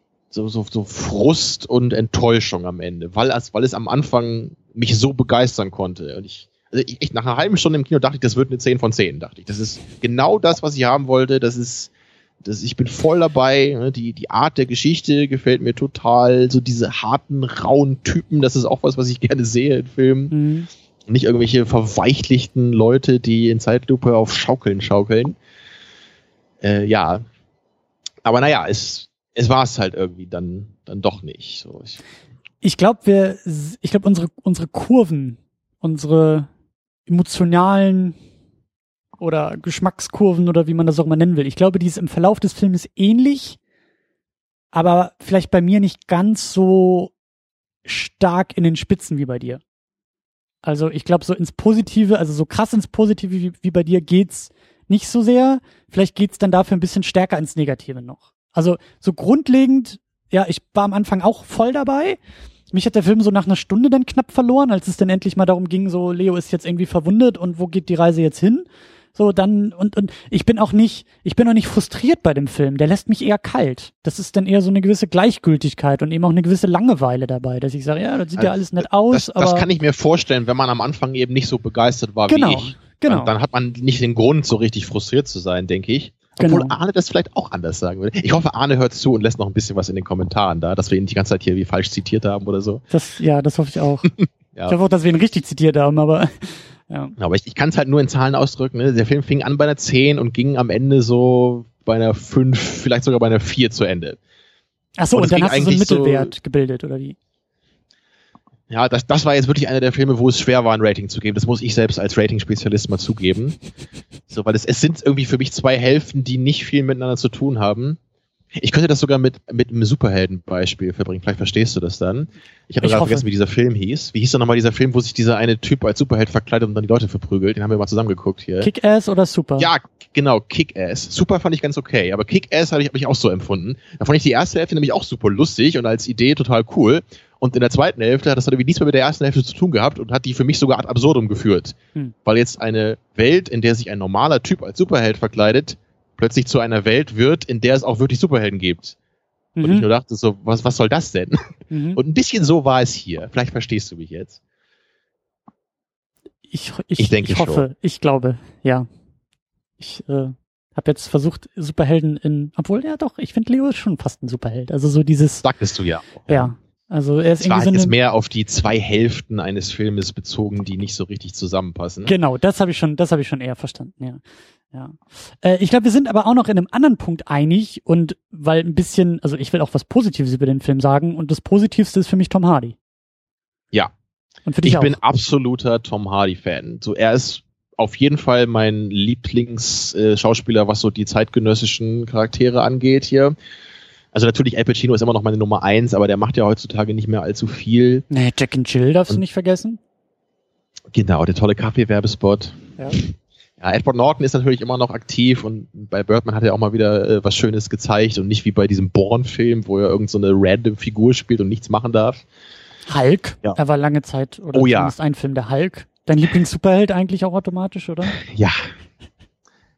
Frust und Enttäuschung am Ende, weil es am Anfang mich so begeistern konnte. Und ich nach einer halben Stunde im Kino dachte ich, das wird eine 10 von 10, dachte ich. Das ist genau das, was ich haben wollte. Ich bin voll dabei. Die Art der Geschichte gefällt mir total. So diese harten, rauen Typen, das ist auch was ich gerne sehe in Filmen. Nicht irgendwelche verweichlichten Leute, die in Zeitlupe auf Schaukeln. Ja. Aber naja, es war es halt irgendwie dann doch nicht. So, ich glaube, unsere Kurven, unsere emotionalen oder Geschmackskurven oder wie man das auch immer nennen will, ich glaube, die ist im Verlauf des Filmes ähnlich, aber vielleicht bei mir nicht ganz so stark in den Spitzen wie bei dir. Also ich glaube, so ins Positive, also so krass ins Positive wie bei dir geht's nicht so sehr. Vielleicht geht's dann dafür ein bisschen stärker ins Negative noch. Also so grundlegend, ja, ich war am Anfang auch voll dabei. Mich hat der Film so nach einer Stunde dann knapp verloren, als es dann endlich mal darum ging, so Leo ist jetzt irgendwie verwundet und wo geht die Reise jetzt hin? So dann und ich bin auch nicht frustriert bei dem Film, der lässt mich eher kalt. Das ist dann eher so eine gewisse Gleichgültigkeit und eben auch eine gewisse Langeweile dabei, dass ich sage, ja, das sieht ja alles nett aus, das kann ich mir vorstellen, wenn man am Anfang eben nicht so begeistert war wie ich. Genau. Dann hat man nicht den Grund, so richtig frustriert zu sein, denke ich. Obwohl Arne das vielleicht auch anders sagen würde. Ich hoffe, Arne hört zu und lässt noch ein bisschen was in den Kommentaren da, dass wir ihn die ganze Zeit hier wie falsch zitiert haben oder so. Das hoffe ich auch. Ja. Ich hoffe auch, dass wir ihn richtig zitiert haben, aber ja. Aber ich kann es halt nur in Zahlen ausdrücken. Ne? Der Film fing an bei einer 10 und ging am Ende so bei einer 5, vielleicht sogar bei einer 4 zu Ende. Ach so, und dann hast du so einen Mittelwert gebildet, oder wie? Ja, das war jetzt wirklich einer der Filme, wo es schwer war, ein Rating zu geben. Das muss ich selbst als Rating-Spezialist mal zugeben. So, weil es sind irgendwie für mich zwei Hälften, die nicht viel miteinander zu tun haben. Ich könnte das sogar mit einem Superhelden-Beispiel verbringen. Vielleicht verstehst du das dann. Ich habe gerade vergessen, wie dieser Film hieß. Wie hieß denn nochmal dieser Film, wo sich dieser eine Typ als Superheld verkleidet und dann die Leute verprügelt? Den haben wir mal zusammen geguckt hier. Kick-Ass oder Super? Ja, genau, Kick-Ass. Super fand ich ganz okay, aber Kick-Ass hab ich auch so empfunden. Da fand ich die erste Hälfte nämlich auch super lustig und als Idee total cool. Und in der zweiten Hälfte hat das irgendwie nichts mehr mit der ersten Hälfte zu tun gehabt und hat die für mich sogar ad absurdum geführt. Weil jetzt eine Welt, in der sich ein normaler Typ als Superheld verkleidet, plötzlich zu einer Welt wird, in der es auch wirklich Superhelden gibt. Und ich nur dachte so, was soll das denn? Und ein bisschen so war es hier. Vielleicht verstehst du mich jetzt. Ich hoffe, schon. Ich glaube, ja. Ich habe jetzt versucht, Superhelden obwohl, ja doch, ich finde Leo ist schon fast ein Superheld. Also so dieses... Sagtest du ja. Ja. Also er ist irgendwie so eine... mehr auf die zwei Hälften eines Filmes bezogen, die nicht so richtig zusammenpassen. Genau, das habe ich schon eher verstanden, ja. Ja. Ich glaube, wir sind aber auch noch in einem anderen Punkt einig und weil ein bisschen, also ich will auch was Positives über den Film sagen und das Positivste ist für mich Tom Hardy. Ja. Und für dich auch. Ich bin absoluter Tom Hardy-Fan. So, er ist auf jeden Fall mein Lieblingsschauspieler, was so die zeitgenössischen Charaktere angeht hier. Also natürlich, Al Pacino ist immer noch meine Nummer 1, aber der macht ja heutzutage nicht mehr allzu viel. Nee, Jack and Jill darfst du nicht vergessen. Genau, der tolle Kaffee-Werbespot. Ja. Ja, Edward Norton ist natürlich immer noch aktiv und bei Birdman hat er auch mal wieder was Schönes gezeigt und nicht wie bei diesem Bourne-Film, wo er irgend so eine random Figur spielt und nichts machen darf. Hulk, ja. Er war lange Zeit, oder zumindest ein Film, der Hulk. Dein Lieblings-Superheld eigentlich auch automatisch, oder? Ja.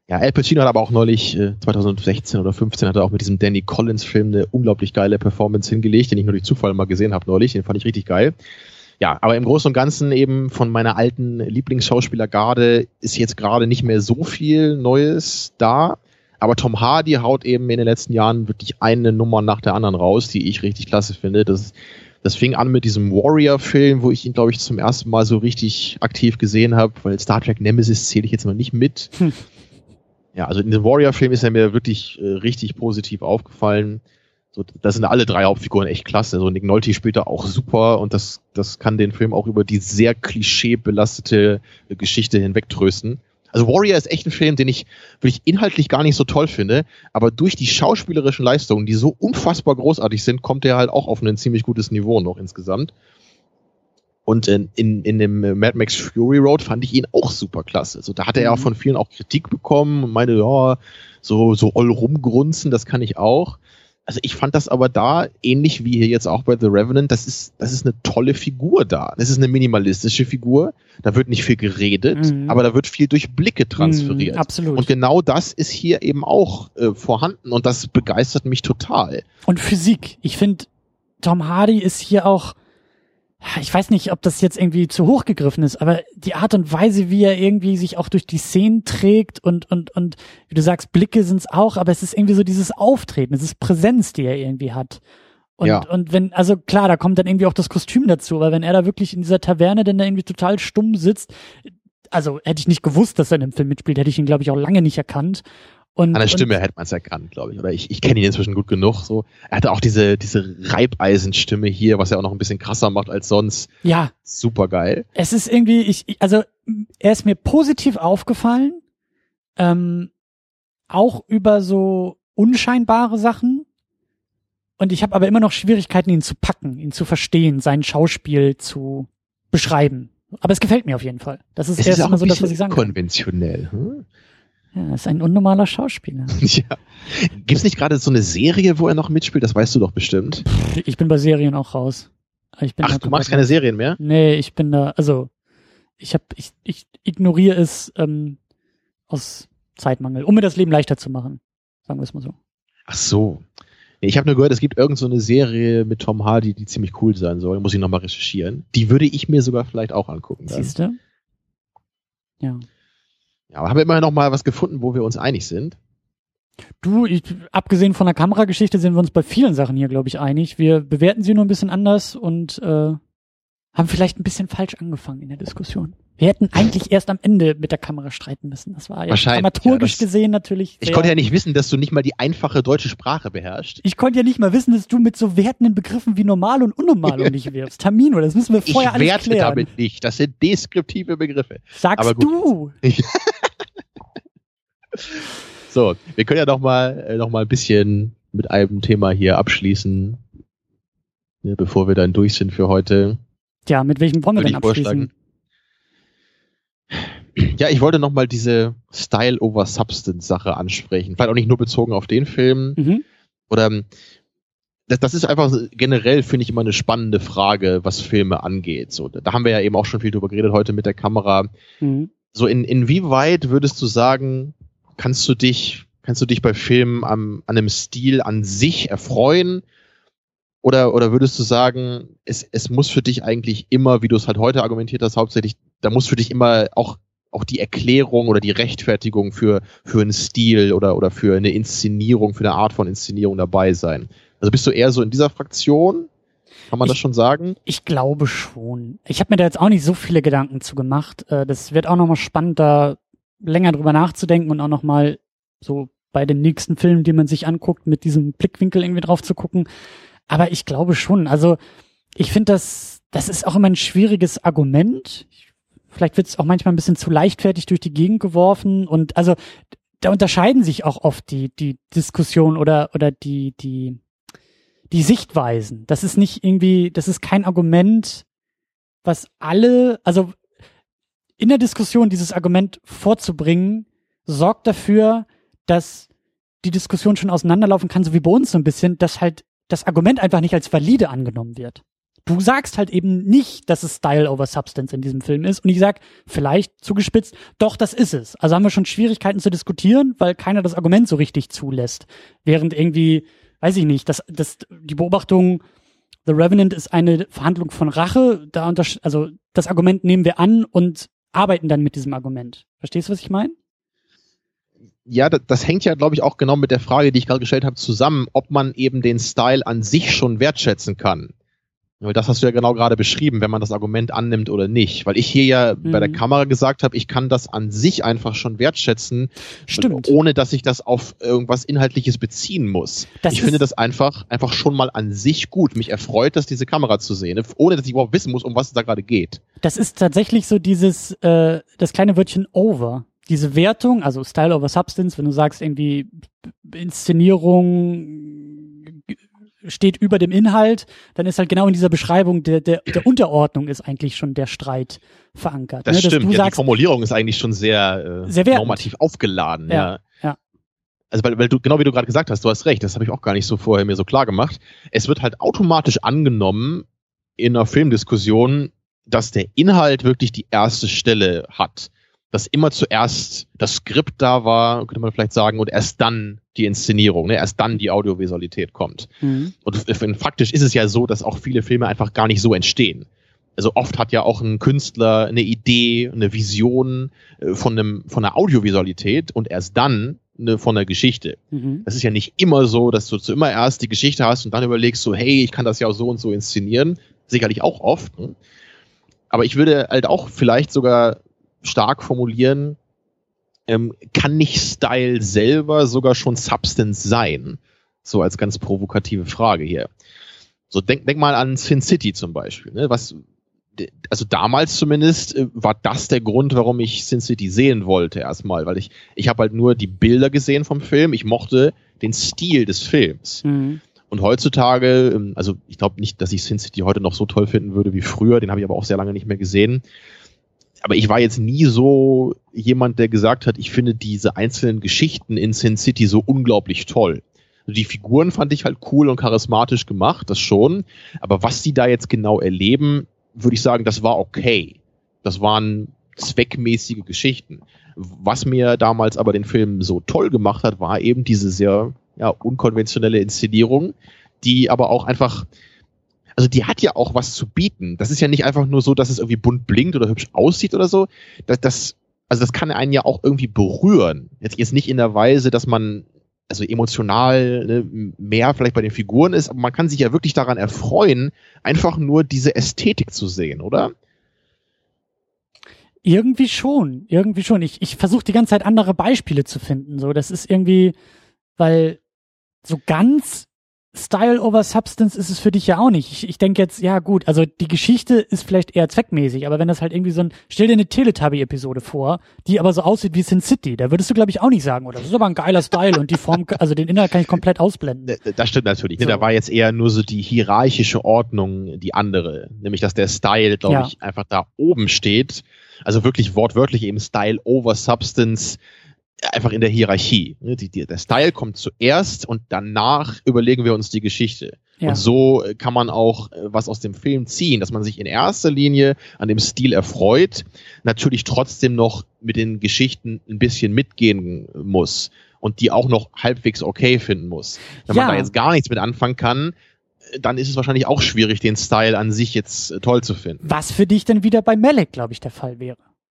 Ja, Al Pacino hat aber auch neulich, 2016 oder 15, hat er auch mit diesem Danny Collins-Film eine unglaublich geile Performance hingelegt, den ich nur durch Zufall mal gesehen habe neulich, den fand ich richtig geil. Ja, aber im Großen und Ganzen eben von meiner alten Lieblingsschauspielergarde ist jetzt gerade nicht mehr so viel Neues da. Aber Tom Hardy haut eben in den letzten Jahren wirklich eine Nummer nach der anderen raus, die ich richtig klasse finde. Das fing an mit diesem Warrior-Film, wo ich ihn, glaube ich, zum ersten Mal so richtig aktiv gesehen habe, weil Star Trek Nemesis zähle ich jetzt mal nicht mit. Ja, also in dem Warrior-Film ist er mir wirklich richtig positiv aufgefallen. So, da sind alle drei Hauptfiguren echt klasse. So Nick Nolte spielt da auch super und das kann den Film auch über die sehr klischeebelastete Geschichte hinwegtrösten. Also Warrior ist echt ein Film, den ich wirklich inhaltlich gar nicht so toll finde, aber durch die schauspielerischen Leistungen, die so unfassbar großartig sind, kommt der halt auch auf ein ziemlich gutes Niveau noch insgesamt. Und in dem Mad Max Fury Road fand ich ihn auch super klasse. Also da hatte er auch von vielen auch Kritik bekommen und meinte, ja, so oll rumgrunzen, das kann ich auch. Also ich fand das aber da, ähnlich wie hier jetzt auch bei The Revenant, das ist eine tolle Figur da. Das ist eine minimalistische Figur, da wird nicht viel geredet, aber da wird viel durch Blicke transferiert. Absolut. Und genau das ist hier eben auch vorhanden und das begeistert mich total. Und Physik. Ich finde, Tom Hardy ist hier auch, ich weiß nicht, ob das jetzt irgendwie zu hoch gegriffen ist, aber die Art und Weise, wie er irgendwie sich auch durch die Szenen trägt und wie du sagst, Blicke sind's auch, aber es ist irgendwie so dieses Auftreten, es ist Präsenz, die er irgendwie hat. Und wenn, also klar, da kommt dann irgendwie auch das Kostüm dazu, aber wenn er da wirklich in dieser Taverne dann da irgendwie total stumm sitzt, also hätte ich nicht gewusst, dass er in dem Film mitspielt, hätte ich ihn, glaube ich, auch lange nicht erkannt. An der Stimme hätte man es erkannt, glaube ich. Oder ich kenne ihn inzwischen gut genug. So, er hatte auch diese Reibeisenstimme hier, was er auch noch ein bisschen krasser macht als sonst. Ja. Super geil. Es ist irgendwie, also er ist mir positiv aufgefallen, auch über so unscheinbare Sachen. Und ich habe aber immer noch Schwierigkeiten, ihn zu packen, ihn zu verstehen, sein Schauspiel zu beschreiben. Aber es gefällt mir auf jeden Fall. Das ist erst immer so das, was ich sagen kann. Konventionell. Ja, er ist ein unnormaler Schauspieler. Ja. Gibt's nicht gerade so eine Serie, wo er noch mitspielt? Das weißt du doch bestimmt. Ich bin bei Serien auch raus. Ach, du magst keine Serien mehr? Nee, ich bin da, also ich ignoriere es aus Zeitmangel, um mir das Leben leichter zu machen. Sagen wir es mal so. Ach so. Ich habe nur gehört, es gibt irgend so eine Serie mit Tom Hardy, die ziemlich cool sein soll. Muss ich nochmal recherchieren. Die würde ich mir sogar vielleicht auch angucken. Siehst du? Ja. Ja, aber haben wir immerhin noch mal was gefunden, wo wir uns einig sind? Du, abgesehen von der Kamerageschichte sind wir uns bei vielen Sachen hier, glaube ich, einig. Wir bewerten sie nur ein bisschen anders und haben vielleicht ein bisschen falsch angefangen in der Diskussion. Wir hätten eigentlich erst am Ende mit der Kamera streiten müssen. Das war ja dramaturgisch gesehen natürlich. Ich konnte ja nicht wissen, dass du nicht mal die einfache deutsche Sprache beherrschst. Ich konnte ja nicht mal wissen, dass du mit so wertenden Begriffen wie normal und unnormal um dich wirfst. Tamino, das müssen wir vorher alles klären. Ich werte damit nicht. Das sind deskriptive Begriffe. Sagst du? So, wir können ja noch mal ein bisschen mit einem Thema hier abschließen, ne, bevor wir dann durch sind für heute. Ja, mit welchem wollen wir denn abschließen? Ja, ich wollte noch mal diese Style over Substance Sache ansprechen. Vielleicht auch nicht nur bezogen auf den Film. Oder das ist einfach generell, finde ich, immer eine spannende Frage, was Filme angeht. So, da haben wir ja eben auch schon viel drüber geredet heute mit der Kamera. So, inwieweit würdest du sagen, kannst du dich bei Filmen an einem Stil an sich erfreuen? Oder würdest du sagen, es muss für dich eigentlich immer, wie du es halt heute argumentiert hast, hauptsächlich, da muss für dich immer auch die Erklärung oder die Rechtfertigung für einen Stil oder für eine Inszenierung, für eine Art von Inszenierung dabei sein? Also bist du eher so in dieser Fraktion? Kann man das schon sagen? Ich glaube schon. Ich habe mir da jetzt auch nicht so viele Gedanken zu gemacht. Das wird auch nochmal spannend, da länger drüber nachzudenken und auch nochmal so bei den nächsten Filmen, die man sich anguckt, mit diesem Blickwinkel irgendwie drauf zu gucken. Aber ich glaube schon. Also ich finde, das ist auch immer ein schwieriges Argument. Vielleicht wird es auch manchmal ein bisschen zu leichtfertig durch die Gegend geworfen. Und also da unterscheiden sich auch oft die Diskussion oder die Sichtweisen. Das ist nicht irgendwie, das ist kein Argument, was also in der Diskussion dieses Argument vorzubringen, sorgt dafür, dass die Diskussion schon auseinanderlaufen kann, so wie bei uns so ein bisschen, dass halt das Argument einfach nicht als valide angenommen wird. Du sagst halt eben nicht, dass es Style over Substance in diesem Film ist. Und ich sag, vielleicht zugespitzt, doch, das ist es. Also haben wir schon Schwierigkeiten zu diskutieren, weil keiner das Argument so richtig zulässt. Während irgendwie, weiß ich nicht, die Beobachtung, The Revenant ist eine Verhandlung von Rache, also das Argument nehmen wir an und arbeiten dann mit diesem Argument. Verstehst du, was ich meine? Ja, das hängt ja, glaube ich, auch genau mit der Frage, die ich gerade gestellt habe, zusammen, ob man eben den Style an sich schon wertschätzen kann. Weil das hast du ja genau gerade beschrieben, wenn man das Argument annimmt oder nicht. Weil ich hier ja bei der Kamera gesagt habe, ich kann das an sich einfach schon wertschätzen, ohne dass ich das auf irgendwas Inhaltliches beziehen muss. Ich finde das einfach schon mal an sich gut. Mich erfreut das, diese Kamera zu sehen, ohne dass ich überhaupt wissen muss, um was es da gerade geht. Das ist tatsächlich so dieses, das kleine Wörtchen over. Diese Wertung, also Style over Substance, wenn du sagst irgendwie Inszenierung steht über dem Inhalt, dann ist halt genau in dieser Beschreibung der Unterordnung ist eigentlich schon der Streit verankert. Das stimmt, die Formulierung ist eigentlich schon sehr normativ aufgeladen. Ja. Also weil du, genau wie du gerade gesagt hast, du hast recht, das habe ich auch gar nicht so vorher mir so klar gemacht. Es wird halt automatisch angenommen in einer Filmdiskussion, dass der Inhalt wirklich die erste Stelle hat. Dass immer zuerst das Skript da war, könnte man vielleicht sagen, und erst dann die Inszenierung, erst dann die Audiovisualität kommt. Und faktisch ist es ja so, dass auch viele Filme einfach gar nicht so entstehen. Also oft hat ja auch ein Künstler eine Idee, eine Vision von einer Audiovisualität und erst dann von der Geschichte. Das ist ja nicht immer so, dass du immer erst die Geschichte hast und dann überlegst so, hey, ich kann das ja auch so und so inszenieren. Sicherlich auch oft. Aber ich würde halt auch vielleicht sogar stark formulieren, kann nicht Style selber sogar schon Substance sein? So als ganz provokative Frage hier. So denk mal an Sin City zum Beispiel. Ne? Also damals zumindest war das der Grund, warum ich Sin City sehen wollte erstmal, weil ich habe halt nur die Bilder gesehen vom Film, ich mochte den Stil des Films. Und heutzutage, also ich glaube nicht, dass ich Sin City heute noch so toll finden würde wie früher, den habe ich aber auch sehr lange nicht mehr gesehen. Aber ich war jetzt nie so jemand, der gesagt hat, ich finde diese einzelnen Geschichten in Sin City so unglaublich toll. Also die Figuren fand ich halt cool und charismatisch gemacht, das schon. Aber was die da jetzt genau erleben, würde ich sagen, das war okay. Das waren zweckmäßige Geschichten. Was mir damals aber den Film so toll gemacht hat, war eben diese sehr unkonventionelle Inszenierung, die aber auch einfach... Also die hat ja auch was zu bieten. Das ist ja nicht einfach nur so, dass es irgendwie bunt blinkt oder hübsch aussieht oder so. Das kann einen ja auch irgendwie berühren. Jetzt nicht in der Weise, dass man also emotional mehr vielleicht bei den Figuren ist, aber man kann sich ja wirklich daran erfreuen, einfach nur diese Ästhetik zu sehen, oder? Irgendwie schon. Ich versuche die ganze Zeit andere Beispiele zu finden. So, das ist irgendwie, weil so ganz Style over Substance ist es für dich ja auch nicht. Ich denke jetzt, ja gut, also die Geschichte ist vielleicht eher zweckmäßig, aber wenn das halt irgendwie stell dir eine Teletubby-Episode vor, die aber so aussieht wie Sin City, da würdest du, glaube ich, auch nicht sagen, das ist aber ein geiler Style und die Form, also den Inhalt kann ich komplett ausblenden. Das stimmt natürlich. So. Da war jetzt eher nur so die hierarchische Ordnung die andere, nämlich dass der Style, glaube ich, einfach da oben steht. Also wirklich wortwörtlich eben Style over Substance, einfach in der Hierarchie. Der Style kommt zuerst und danach überlegen wir uns die Geschichte. Ja. Und so kann man auch was aus dem Film ziehen, dass man sich in erster Linie an dem Stil erfreut, natürlich trotzdem noch mit den Geschichten ein bisschen mitgehen muss und die auch noch halbwegs okay finden muss. Wenn man da jetzt gar nichts mit anfangen kann, dann ist es wahrscheinlich auch schwierig, den Style an sich jetzt toll zu finden. Was für dich denn wieder bei Malick, glaube ich, der Fall wäre.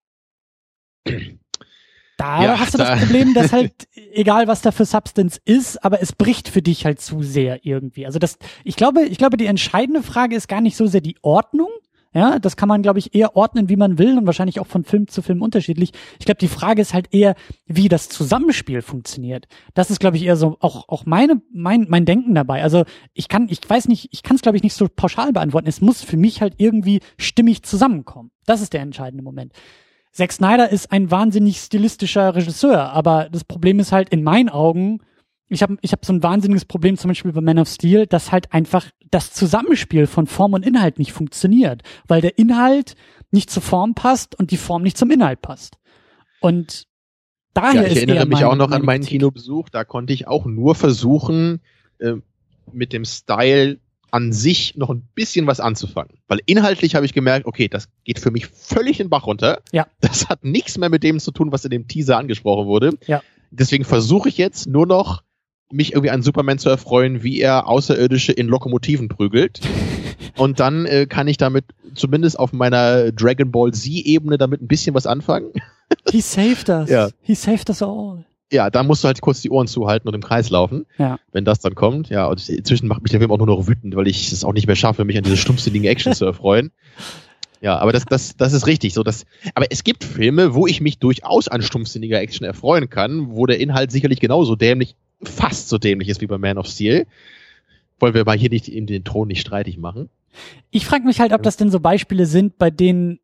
Da hast du das Problem, dass halt, egal was da für Substance ist, aber es bricht für dich halt zu sehr irgendwie. Also ich glaube, die entscheidende Frage ist gar nicht so sehr die Ordnung. Ja, das kann man, glaube ich, eher ordnen, wie man will und wahrscheinlich auch von Film zu Film unterschiedlich. Ich glaube, die Frage ist halt eher, wie das Zusammenspiel funktioniert. Das ist, glaube ich, eher so auch mein Denken dabei. Also ich kann es, glaube ich, nicht so pauschal beantworten. Es muss für mich halt irgendwie stimmig zusammenkommen. Das ist der entscheidende Moment. Zack Snyder ist ein wahnsinnig stilistischer Regisseur, aber das Problem ist halt in meinen Augen, ich hab so ein wahnsinniges Problem zum Beispiel bei Man of Steel, dass halt einfach das Zusammenspiel von Form und Inhalt nicht funktioniert, weil der Inhalt nicht zur Form passt und die Form nicht zum Inhalt passt. Und daher ist ich erinnere mich auch noch an meinen Kinobesuch, da konnte ich auch nur versuchen, mit dem Style an sich noch ein bisschen was anzufangen. Weil inhaltlich habe ich gemerkt, okay, das geht für mich völlig den Bach runter. Ja. Das hat nichts mehr mit dem zu tun, was in dem Teaser angesprochen wurde. Ja. Deswegen versuche ich jetzt nur noch, mich irgendwie an Superman zu erfreuen, wie er Außerirdische in Lokomotiven prügelt. Und dann kann ich damit zumindest auf meiner Dragon Ball Z-Ebene damit ein bisschen was anfangen. He saved us. Ja. He saved us all. Ja, da musst du halt kurz die Ohren zuhalten und im Kreis laufen, wenn das dann kommt. Ja, und inzwischen macht mich der Film auch nur noch wütend, weil ich es auch nicht mehr schaffe, mich an diese stumpfsinnigen Action zu erfreuen. Ja, aber das ist richtig. So, aber es gibt Filme, wo ich mich durchaus an stumpfsinniger Action erfreuen kann, wo der Inhalt sicherlich genauso dämlich, fast so dämlich ist wie bei Man of Steel. Wollen wir mal hier nicht in den Thron nicht streitig machen. Ich frage mich halt, ob das denn so Beispiele sind, bei denen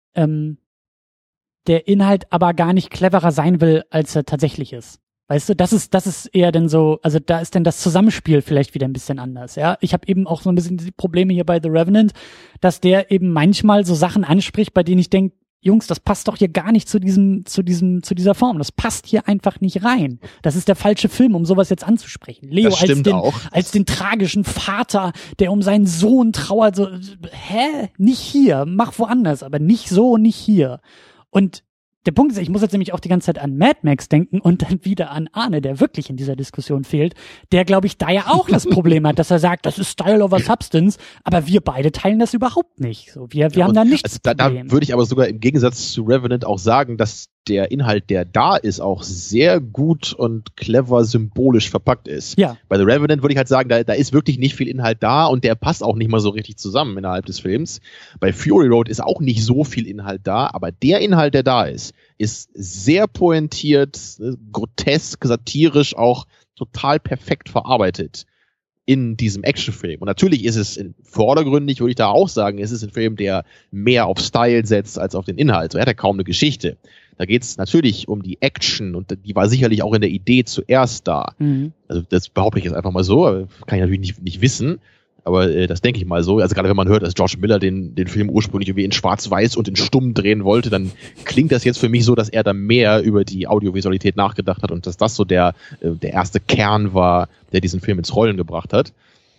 der Inhalt aber gar nicht cleverer sein will, als er tatsächlich ist. Weißt du, das ist eher denn so, also da ist denn das Zusammenspiel vielleicht wieder ein bisschen anders, ja. Ich habe eben auch so ein bisschen die Probleme hier bei The Revenant, dass der eben manchmal so Sachen anspricht, bei denen ich denke, Jungs, das passt doch hier gar nicht zu dieser Form. Das passt hier einfach nicht rein. Das ist der falsche Film, um sowas jetzt anzusprechen. Leo als den tragischen Vater, der um seinen Sohn trauert, so, nicht hier, mach woanders, aber nicht so und nicht hier. Und der Punkt ist, ich muss jetzt nämlich auch die ganze Zeit an Mad Max denken und dann wieder an Arne, der wirklich in dieser Diskussion fehlt, der, glaube ich, da ja auch das Problem hat, dass er sagt, das ist Style over Substance, aber wir beide teilen das überhaupt nicht. So, wir haben da nichts. Also da würde ich aber sogar im Gegensatz zu Revenant auch sagen, dass der Inhalt, der da ist, auch sehr gut und clever symbolisch verpackt ist. Ja. Bei The Revenant würde ich halt sagen, da ist wirklich nicht viel Inhalt da und der passt auch nicht mal so richtig zusammen innerhalb des Films. Bei Fury Road ist auch nicht so viel Inhalt da, aber der Inhalt, der da ist sehr pointiert, grotesk, satirisch, auch total perfekt verarbeitet in diesem Actionfilm. Und natürlich ist es vordergründig, würde ich da auch sagen, es ist ein Film, der mehr auf Style setzt als auf den Inhalt. So, er hat ja kaum eine Geschichte. Da geht es natürlich um die Action und die war sicherlich auch in der Idee zuerst da. Mhm. Also das behaupte ich jetzt einfach mal so, kann ich natürlich nicht wissen, aber das denke ich mal so. Also gerade wenn man hört, dass George Miller den Film ursprünglich irgendwie in Schwarz-Weiß und in Stumm drehen wollte, dann klingt das jetzt für mich so, dass er da mehr über die Audiovisualität nachgedacht hat und dass das so der erste Kern war, der diesen Film ins Rollen gebracht hat.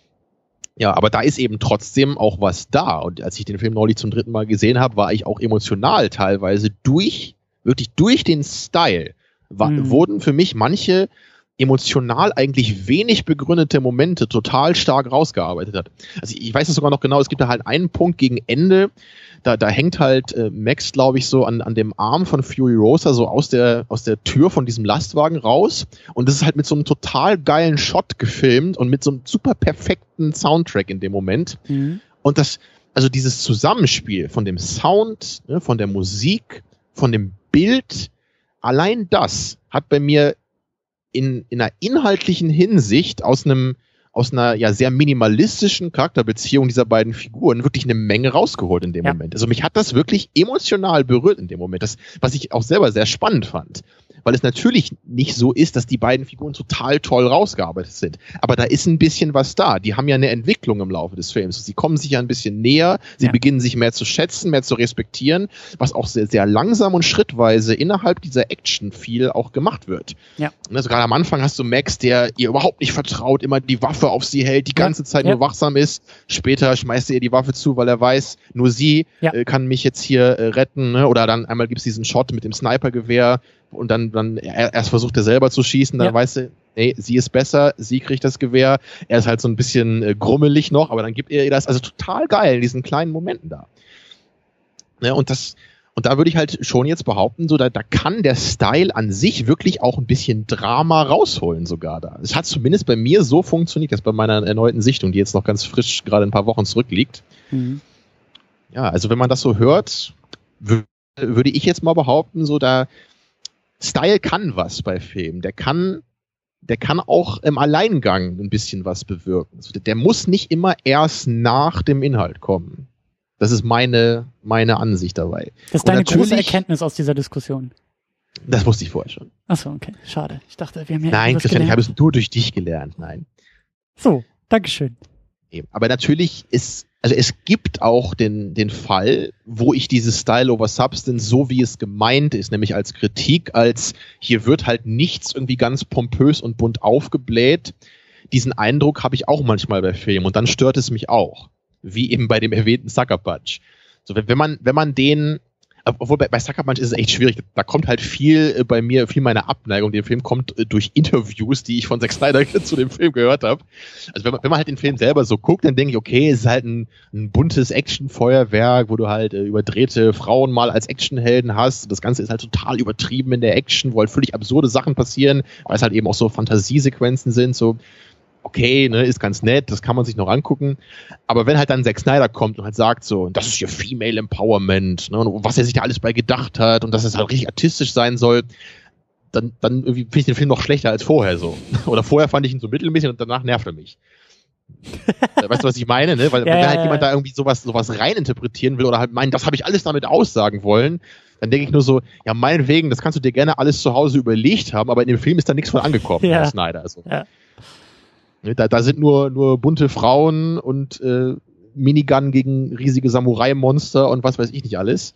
Ja, aber da ist eben trotzdem auch was da. Und als ich den Film neulich zum 3. Mal gesehen habe, war ich auch emotional teilweise durch den Style wurden für mich manche emotional eigentlich wenig begründete Momente total stark rausgearbeitet hat. Also ich weiß es sogar noch genau, es gibt da halt einen Punkt gegen Ende, da hängt halt Max, glaube ich, so an dem Arm von Fury Rosa so aus der Tür von diesem Lastwagen raus und das ist halt mit so einem total geilen Shot gefilmt und mit so einem super perfekten Soundtrack in dem Moment. Mhm. Und also dieses Zusammenspiel von dem Sound, ne, von der Musik, von dem Bild, allein das hat bei mir in einer inhaltlichen Hinsicht aus einer ja sehr minimalistischen Charakterbeziehung dieser beiden Figuren wirklich eine Menge rausgeholt in dem Moment. Also mich hat das wirklich emotional berührt in dem Moment, was ich auch selber sehr spannend fand. Weil es natürlich nicht so ist, dass die beiden Figuren total toll rausgearbeitet sind. Aber da ist ein bisschen was da. Die haben ja eine Entwicklung im Laufe des Films. Sie kommen sich ja ein bisschen näher, sie beginnen sich mehr zu schätzen, mehr zu respektieren, was auch sehr, sehr langsam und schrittweise innerhalb dieser Action viel auch gemacht wird. Ja. Also gerade am Anfang hast du Max, der ihr überhaupt nicht vertraut, immer die Waffe auf sie hält, die ganze Zeit nur wachsam ist. Später schmeißt er ihr die Waffe zu, weil er weiß, nur sie kann mich jetzt hier retten. Ne? Oder dann einmal gibt's diesen Shot mit dem Snipergewehr, und dann erst versucht er selber zu schießen, dann weiß er, nee, sie ist besser, sie kriegt das Gewehr, er ist halt so ein bisschen grummelig noch, aber dann gibt er ihr das, also total geil in diesen kleinen Momenten da. Ja, und da würde ich halt schon jetzt behaupten, so da kann der Style an sich wirklich auch ein bisschen Drama rausholen sogar da. Es hat zumindest bei mir so funktioniert, das bei meiner erneuten Sichtung, die jetzt noch ganz frisch gerade ein paar Wochen zurückliegt. Mhm. Ja, also wenn man das so hört, würde ich jetzt mal behaupten, so da Style kann was bei Filmen. Der kann auch im Alleingang ein bisschen was bewirken. Also der muss nicht immer erst nach dem Inhalt kommen. Das ist meine Ansicht dabei. Das ist deine große Erkenntnis aus dieser Diskussion. Das wusste ich vorher schon. Achso, okay. Schade. Ich dachte, wir haben ja Nein, Christian, ich habe es nur durch dich gelernt. Nein. So, Dankeschön. Aber natürlich es gibt auch den Fall, wo ich dieses Style over Substance, so wie es gemeint ist, nämlich als Kritik, als hier wird halt nichts irgendwie ganz pompös und bunt aufgebläht. diesen Eindruck habe ich auch manchmal bei Filmen und dann stört es mich auch. Wie eben bei dem erwähnten Sucker Punch. So, wenn man den, obwohl bei Sucker Punch ist es echt schwierig, da kommt halt viel bei mir, viel meiner Abneigung. Der Film kommt durch Interviews, die ich von Zack Snyder zu dem Film gehört habe. Also wenn man halt den Film selber so guckt, dann denke ich, okay, es ist halt ein buntes Actionfeuerwerk, wo du halt überdrehte Frauen mal als Actionhelden hast. Das Ganze ist halt total übertrieben in der Action, wo halt völlig absurde Sachen passieren, weil es halt eben auch so Fantasiesequenzen sind, so. Okay, ne, ist ganz nett, das kann man sich noch angucken. Aber wenn halt dann Zack Snyder kommt und halt sagt so, das ist hier Female Empowerment, ne, und was er sich da alles bei gedacht hat und dass es halt richtig artistisch sein soll, dann irgendwie finde ich den Film noch schlechter als vorher so. Oder vorher fand ich ihn so mittelmäßig und danach nervt er mich. Weißt du, was ich meine? Ne? Weil wenn halt jemand da irgendwie sowas reininterpretieren will oder halt meint, das habe ich alles damit aussagen wollen, dann denke ich nur so, ja meinetwegen, das kannst du dir gerne alles zu Hause überlegt haben, aber in dem Film ist da nichts von angekommen, Herr Snyder. Also. Ja. Da sind nur bunte Frauen und Minigun gegen riesige Samurai-Monster und was weiß ich nicht alles.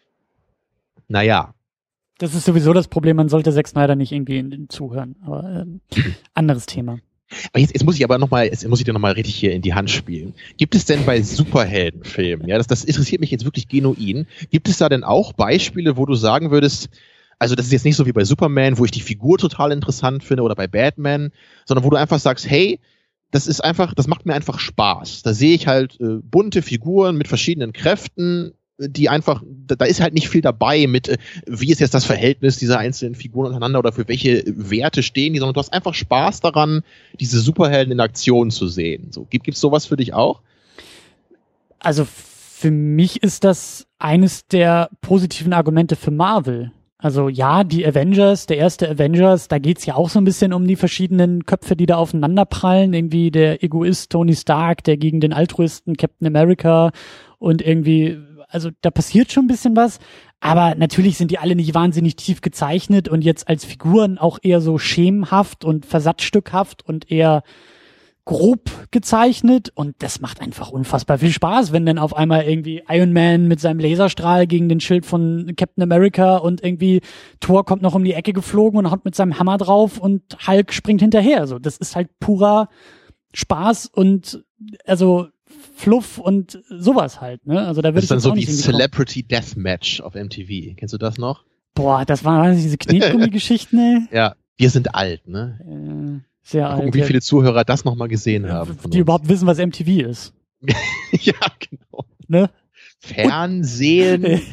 Naja. Das ist sowieso das Problem, man sollte Zack Snyder nicht irgendwie zuhören. Aber anderes Thema. Aber jetzt muss ich dir nochmal richtig hier in die Hand spielen. Gibt es denn bei Superheldenfilmen, ja, das interessiert mich jetzt wirklich genuin, gibt es da denn auch Beispiele, wo du sagen würdest, also das ist jetzt nicht so wie bei Superman, wo ich die Figur total interessant finde oder bei Batman, sondern wo du einfach sagst, hey, das macht mir einfach Spaß. Da sehe ich halt bunte Figuren mit verschiedenen Kräften, die einfach, da ist halt nicht viel dabei mit, wie ist jetzt das Verhältnis dieser einzelnen Figuren untereinander oder für welche Werte stehen die, sondern du hast einfach Spaß daran, diese Superhelden in Aktion zu sehen. So, gibt's sowas für dich auch? Also für mich ist das eines der positiven Argumente für Marvel. Also ja, die Avengers, der erste Avengers, da geht's ja auch so ein bisschen um die verschiedenen Köpfe, die da aufeinander prallen. Irgendwie der Egoist Tony Stark, der gegen den Altruisten Captain America und irgendwie, also da passiert schon ein bisschen was. Aber natürlich sind die alle nicht wahnsinnig tief gezeichnet und jetzt als Figuren auch eher so schemenhaft und versatzstückhaft und eher grob gezeichnet und das macht einfach unfassbar viel Spaß, wenn dann auf einmal irgendwie Iron Man mit seinem Laserstrahl gegen den Schild von Captain America und irgendwie Thor kommt noch um die Ecke geflogen und haut mit seinem Hammer drauf und Hulk springt hinterher. So, das ist halt purer Spaß und also Fluff und sowas halt, ne? Also da würde ich dann so wie Celebrity Deathmatch auf MTV. Kennst du das noch? Boah, das waren diese Knetgummi-Geschichten, ey. Ja, wir sind alt, ne? Sehr alt. Gucken, wie viele Zuhörer das nochmal gesehen haben. Die überhaupt wissen, was MTV ist. Ja, genau. Ne? Fernsehen.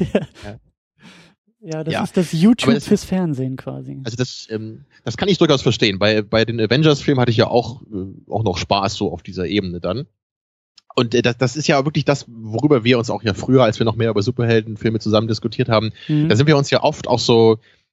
Ja, das ist das YouTube fürs Fernsehen quasi. Also das kann ich durchaus verstehen. Bei den Avengers-Filmen hatte ich ja auch noch Spaß so auf dieser Ebene dann. Und das ist ja wirklich das, worüber wir uns auch ja früher, als wir noch mehr über Superheldenfilme zusammen diskutiert haben, da sind wir uns ja oft auch so,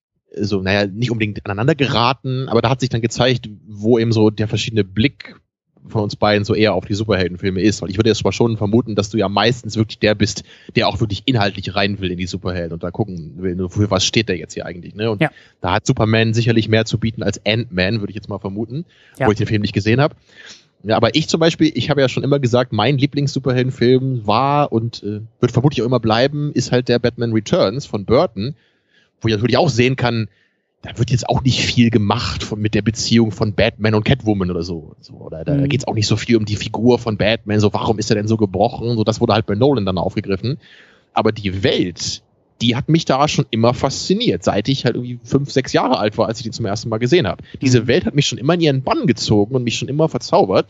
naja, nicht unbedingt aneinander geraten, aber da hat sich dann gezeigt, wo eben so der verschiedene Blick von uns beiden so eher auf die Superheldenfilme ist. Weil ich würde jetzt mal schon vermuten, dass du ja meistens wirklich der bist, der auch wirklich inhaltlich rein will in die Superhelden und da gucken will, für was steht der jetzt hier eigentlich, ne? Und da hat Superman sicherlich mehr zu bieten als Ant-Man, würde ich jetzt mal vermuten, wo ich den Film nicht gesehen habe. Ja, aber ich zum Beispiel, ich habe ja schon immer gesagt, mein Lieblings-Superheldenfilm war und wird vermutlich auch immer bleiben, ist halt der Batman Returns von Burton, wo ich natürlich auch sehen kann, da wird jetzt auch nicht viel gemacht mit der Beziehung von Batman und Catwoman oder so. Oder da geht's auch nicht so viel um die Figur von Batman, so warum ist er denn so gebrochen? So, das wurde halt bei Nolan dann aufgegriffen. Aber die Welt, die hat mich da schon immer fasziniert, seit ich halt irgendwie 5, 6 Jahre alt war, als ich die zum ersten Mal gesehen habe. Diese Welt hat mich schon immer in ihren Bann gezogen und mich schon immer verzaubert.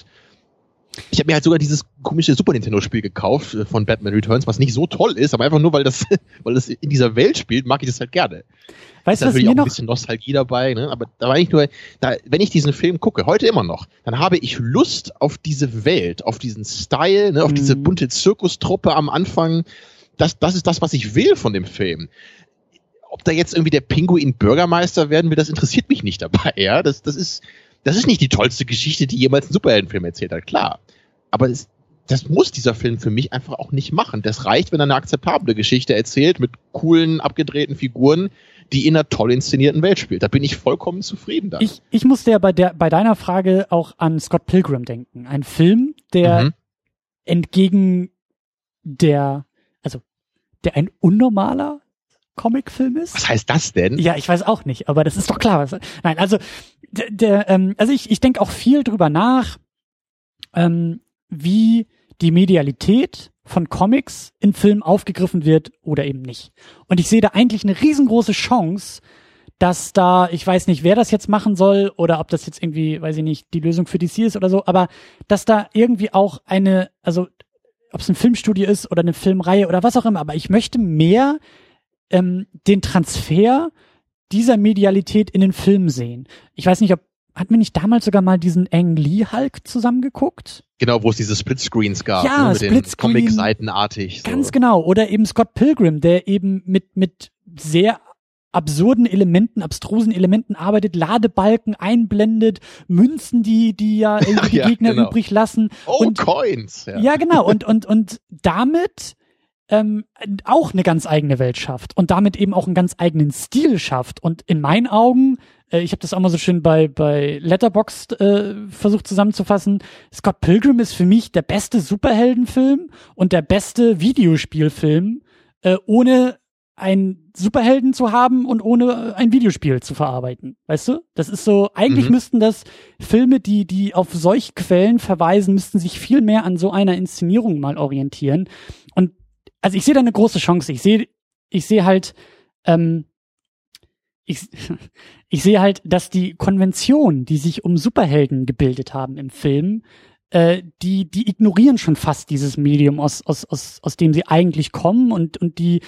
Ich habe mir halt sogar dieses komische Super Nintendo-Spiel gekauft von Batman Returns, was nicht so toll ist, aber einfach nur, weil das in dieser Welt spielt, mag ich das halt gerne. Weißt du, was mir auch ein bisschen Nostalgie dabei, ne? Aber da war ich nur, wenn ich diesen Film gucke, heute immer noch, dann habe ich Lust auf diese Welt, auf diesen Style, ne? Auf diese bunte Zirkustruppe am Anfang. Das ist das, was ich will von dem Film. Ob da jetzt irgendwie der Pinguin Bürgermeister werden will, das interessiert mich nicht dabei, ja? Das ist nicht die tollste Geschichte, die jemals ein Superheldenfilm erzählt hat, klar. Aber das muss dieser Film für mich einfach auch nicht machen. Das reicht, wenn er eine akzeptable Geschichte erzählt mit coolen, abgedrehten Figuren, die in einer toll inszenierten Welt spielt. Da bin ich vollkommen zufrieden da. Ich musste ja bei deiner Frage auch an Scott Pilgrim denken. Ein Film, der entgegen der ein unnormaler Comicfilm ist. Was heißt das denn? Ja, ich weiß auch nicht, aber das ist doch klar. Nein, also ich denke auch viel drüber nach, wie die Medialität von Comics in Filmen aufgegriffen wird oder eben nicht. Und ich sehe da eigentlich eine riesengroße Chance, dass da, ich weiß nicht, wer das jetzt machen soll oder ob das jetzt irgendwie, weiß ich nicht, die Lösung für DC ist oder so, aber dass da irgendwie auch also ob es ein Filmstudio ist oder eine Filmreihe oder was auch immer, aber ich möchte mehr den Transfer dieser Medialität in den Film sehen. Ich weiß nicht, hatten wir nicht damals sogar mal diesen Ang Lee Hulk zusammengeguckt? Genau, wo es diese Splitscreens gab, ja, mit den Comic-Seitenartig. So. Ganz genau. Oder eben Scott Pilgrim, der eben mit sehr absurden Elementen, abstrusen Elementen arbeitet, Ladebalken einblendet, Münzen, die ja irgendwie die Gegner übrig lassen. Und Coins. Ja, genau. Und damit auch eine ganz eigene Welt schafft und damit eben auch einen ganz eigenen Stil schafft. Und in meinen Augen, ich habe das auch mal so schön bei Letterboxd versucht zusammenzufassen, Scott Pilgrim ist für mich der beste Superheldenfilm und der beste Videospielfilm, ohne einen Superhelden zu haben und ohne ein Videospiel zu verarbeiten. Weißt du? Das ist so, eigentlich müssten das Filme, die auf solche Quellen verweisen, müssten sich viel mehr an so einer Inszenierung mal orientieren. Und also ich sehe da eine große Chance. Ich sehe halt, ich sehe halt, dass die Konventionen, die sich um Superhelden gebildet haben im Film, die ignorieren schon fast dieses Medium, aus dem sie eigentlich kommen, und die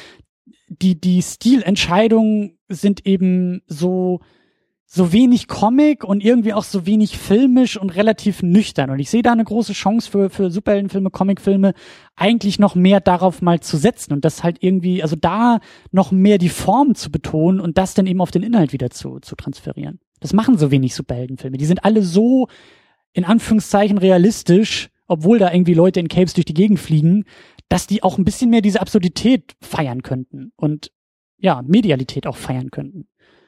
Stilentscheidungen sind eben so wenig Comic und irgendwie auch so wenig filmisch und relativ nüchtern. Und ich sehe da eine große Chance für Superheldenfilme, Comicfilme, eigentlich noch mehr darauf mal zu setzen und das halt irgendwie, also da noch mehr die Form zu betonen und das dann eben auf den Inhalt wieder zu transferieren. Das machen so wenig Superheldenfilme. Die sind alle so, in Anführungszeichen, realistisch, obwohl da irgendwie Leute in Capes durch die Gegend fliegen, dass die auch ein bisschen mehr diese Absurdität feiern könnten und ja, Medialität auch feiern könnten.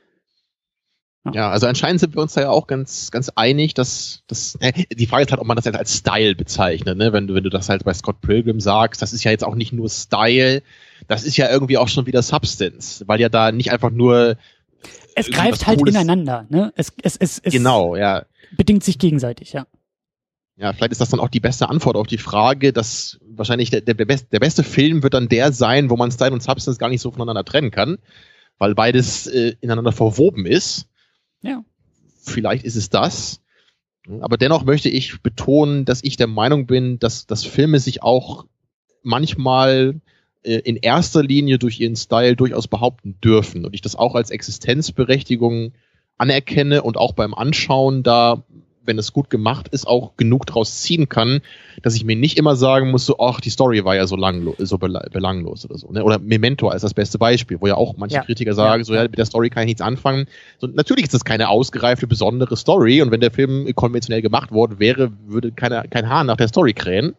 Ja, also anscheinend sind wir uns da ja auch ganz, ganz einig, dass die Frage ist halt, ob man das jetzt als Style bezeichnet, ne? Wenn du das halt bei Scott Pilgrim sagst, das ist ja jetzt auch nicht nur Style, das ist ja irgendwie auch schon wieder Substance, weil ja da nicht einfach nur es greift halt ineinander, ne? Es genau, ja, bedingt sich gegenseitig, ja. Ja, vielleicht ist das dann auch die beste Antwort auf die Frage, dass wahrscheinlich der beste Film wird dann der sein, wo man Style und Substance gar nicht so voneinander trennen kann, weil beides ineinander verwoben ist. Ja. Vielleicht ist es das. Aber dennoch möchte ich betonen, dass ich der Meinung bin, dass Filme sich auch manchmal in erster Linie durch ihren Style durchaus behaupten dürfen. Und ich das auch als Existenzberechtigung anerkenne und auch beim Anschauen da, wenn es gut gemacht ist, auch genug draus ziehen kann, dass ich mir nicht immer sagen muss, so, ach, die Story war ja so belanglos oder so. Ne? Oder Memento als das beste Beispiel, wo ja auch manche Kritiker sagen, so, ja, mit der Story kann ich nichts anfangen. So, natürlich ist das keine ausgereifte, besondere Story, und wenn der Film konventionell gemacht worden wäre, würde kein Hahn nach der Story krähen.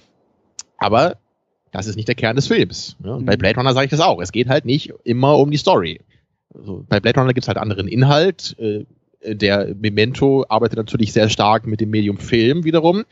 Aber das ist nicht der Kern des Films. Ja? Und bei Blade Runner sage ich das auch. Es geht halt nicht immer um die Story. Also, bei Blade Runner gibt es halt anderen Inhalt. Der Memento arbeitet natürlich sehr stark mit dem Medium Film wiederum.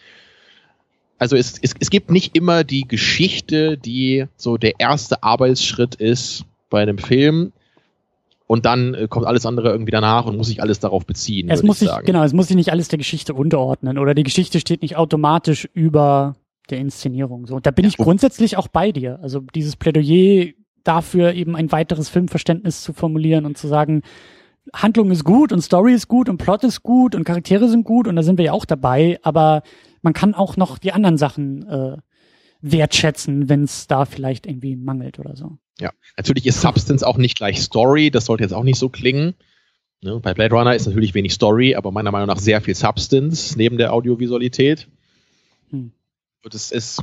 Also es gibt nicht immer die Geschichte, die so der erste Arbeitsschritt ist bei einem Film, und dann kommt alles andere irgendwie danach und muss sich alles darauf beziehen. Es muss sich nicht alles der Geschichte unterordnen, oder die Geschichte steht nicht automatisch über der Inszenierung. So, da bin ich grundsätzlich auch bei dir. Also dieses Plädoyer dafür, eben ein weiteres Filmverständnis zu formulieren und zu sagen, Handlung ist gut und Story ist gut und Plot ist gut und Charaktere sind gut, und da sind wir ja auch dabei, aber man kann auch noch die anderen Sachen wertschätzen, wenn es da vielleicht irgendwie mangelt oder so. Ja, natürlich ist Substance auch nicht gleich Story, das sollte jetzt auch nicht so klingen. Ne? Bei Blade Runner ist natürlich wenig Story, aber meiner Meinung nach sehr viel Substance neben der Audiovisualität. Und es ist,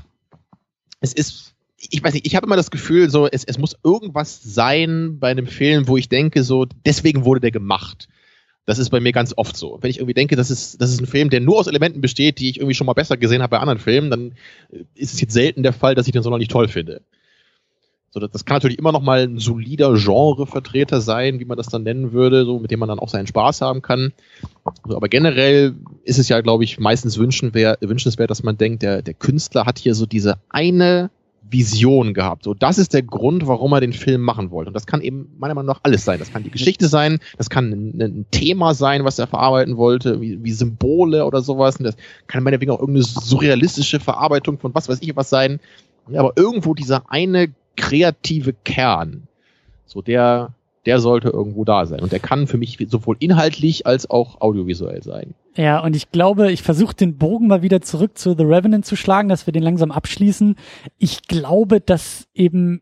ich weiß nicht, ich habe immer das Gefühl, so, es muss irgendwas sein bei einem Film, wo ich denke, so, deswegen wurde der gemacht. Das ist bei mir ganz oft so. Wenn ich irgendwie denke, das ist ein Film, der nur aus Elementen besteht, die ich irgendwie schon mal besser gesehen habe bei anderen Filmen, dann ist es jetzt selten der Fall, dass ich den sonderlich toll finde. So, das kann natürlich immer noch mal ein solider Genrevertreter sein, wie man das dann nennen würde, so, mit dem man dann auch seinen Spaß haben kann. So, aber generell ist es ja, glaube ich, meistens wünschenswert, dass man denkt, der Künstler hat hier so diese eine Vision gehabt. So, das ist der Grund, warum er den Film machen wollte. Und das kann eben meiner Meinung nach alles sein. Das kann die Geschichte sein, das kann ein Thema sein, was er verarbeiten wollte, wie Symbole oder sowas. Und das kann meinetwegen auch irgendeine surrealistische Verarbeitung von was weiß ich was sein. Ja, aber irgendwo dieser eine kreative Kern, so der sollte irgendwo da sein. Und der kann für mich sowohl inhaltlich als auch audiovisuell sein. Ja, und ich glaube, ich versuche den Bogen mal wieder zurück zu The Revenant zu schlagen, dass wir den langsam abschließen. Ich glaube, dass du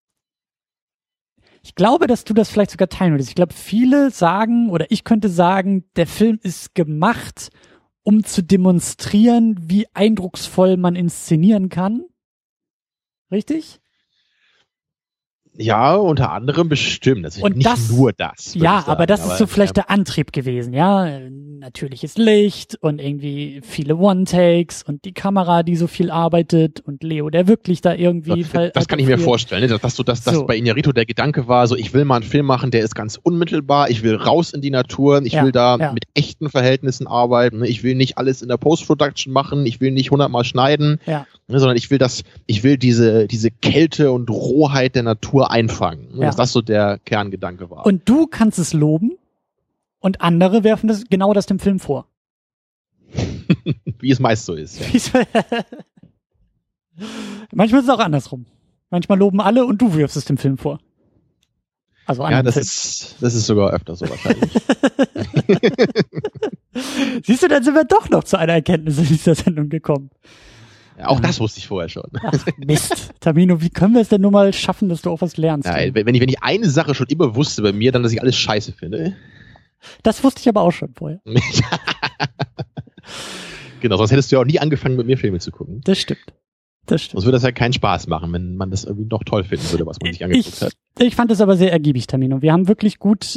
das vielleicht sogar teilen würdest. Ich glaube, viele sagen, oder ich könnte sagen, der Film ist gemacht, um zu demonstrieren, wie eindrucksvoll man inszenieren kann. Richtig? Ja, unter anderem bestimmt. Das ist und nicht das, nur das. Ja, aber das ist so vielleicht der Antrieb gewesen, ja. Natürliches Licht und irgendwie viele One-Takes und die Kamera, die so viel arbeitet und Leo, der wirklich da irgendwie... Das kann ich mir vorstellen, ne? dass bei Iñárritu der Gedanke war, so ich will mal einen Film machen, der ist ganz unmittelbar, ich will raus in die Natur, ich will da mit echten Verhältnissen arbeiten, ne? Ich will nicht alles in der Post-Production machen, ich will nicht 100-mal schneiden, ne? Sondern ich will diese Kälte und Rohheit der Natur einfangen, ne? Dass das so der Kerngedanke war. Und du kannst es loben und andere werfen das dem Film vor. Wie es meist so ist. Ja. Manchmal ist es auch andersrum. Manchmal loben alle und du wirfst es dem Film vor. Also das ist sogar öfter so wahrscheinlich. Siehst du, dann sind wir doch noch zu einer Erkenntnis in dieser Sendung gekommen. Ja, auch das wusste ich vorher schon. Ach, Mist. Tamino, wie können wir es denn nur mal schaffen, dass du auch was lernst? Ja, wenn ich eine Sache schon immer wusste bei mir, dann, dass ich alles scheiße finde. Das wusste ich aber auch schon vorher. Genau, sonst hättest du ja auch nie angefangen, mit mir Filme zu gucken. Das stimmt. Sonst würde das ja keinen Spaß machen, wenn man das irgendwie noch toll finden würde, was man sich angeguckt hat. Ich fand es aber sehr ergiebig, Tamino. Wir haben wirklich gut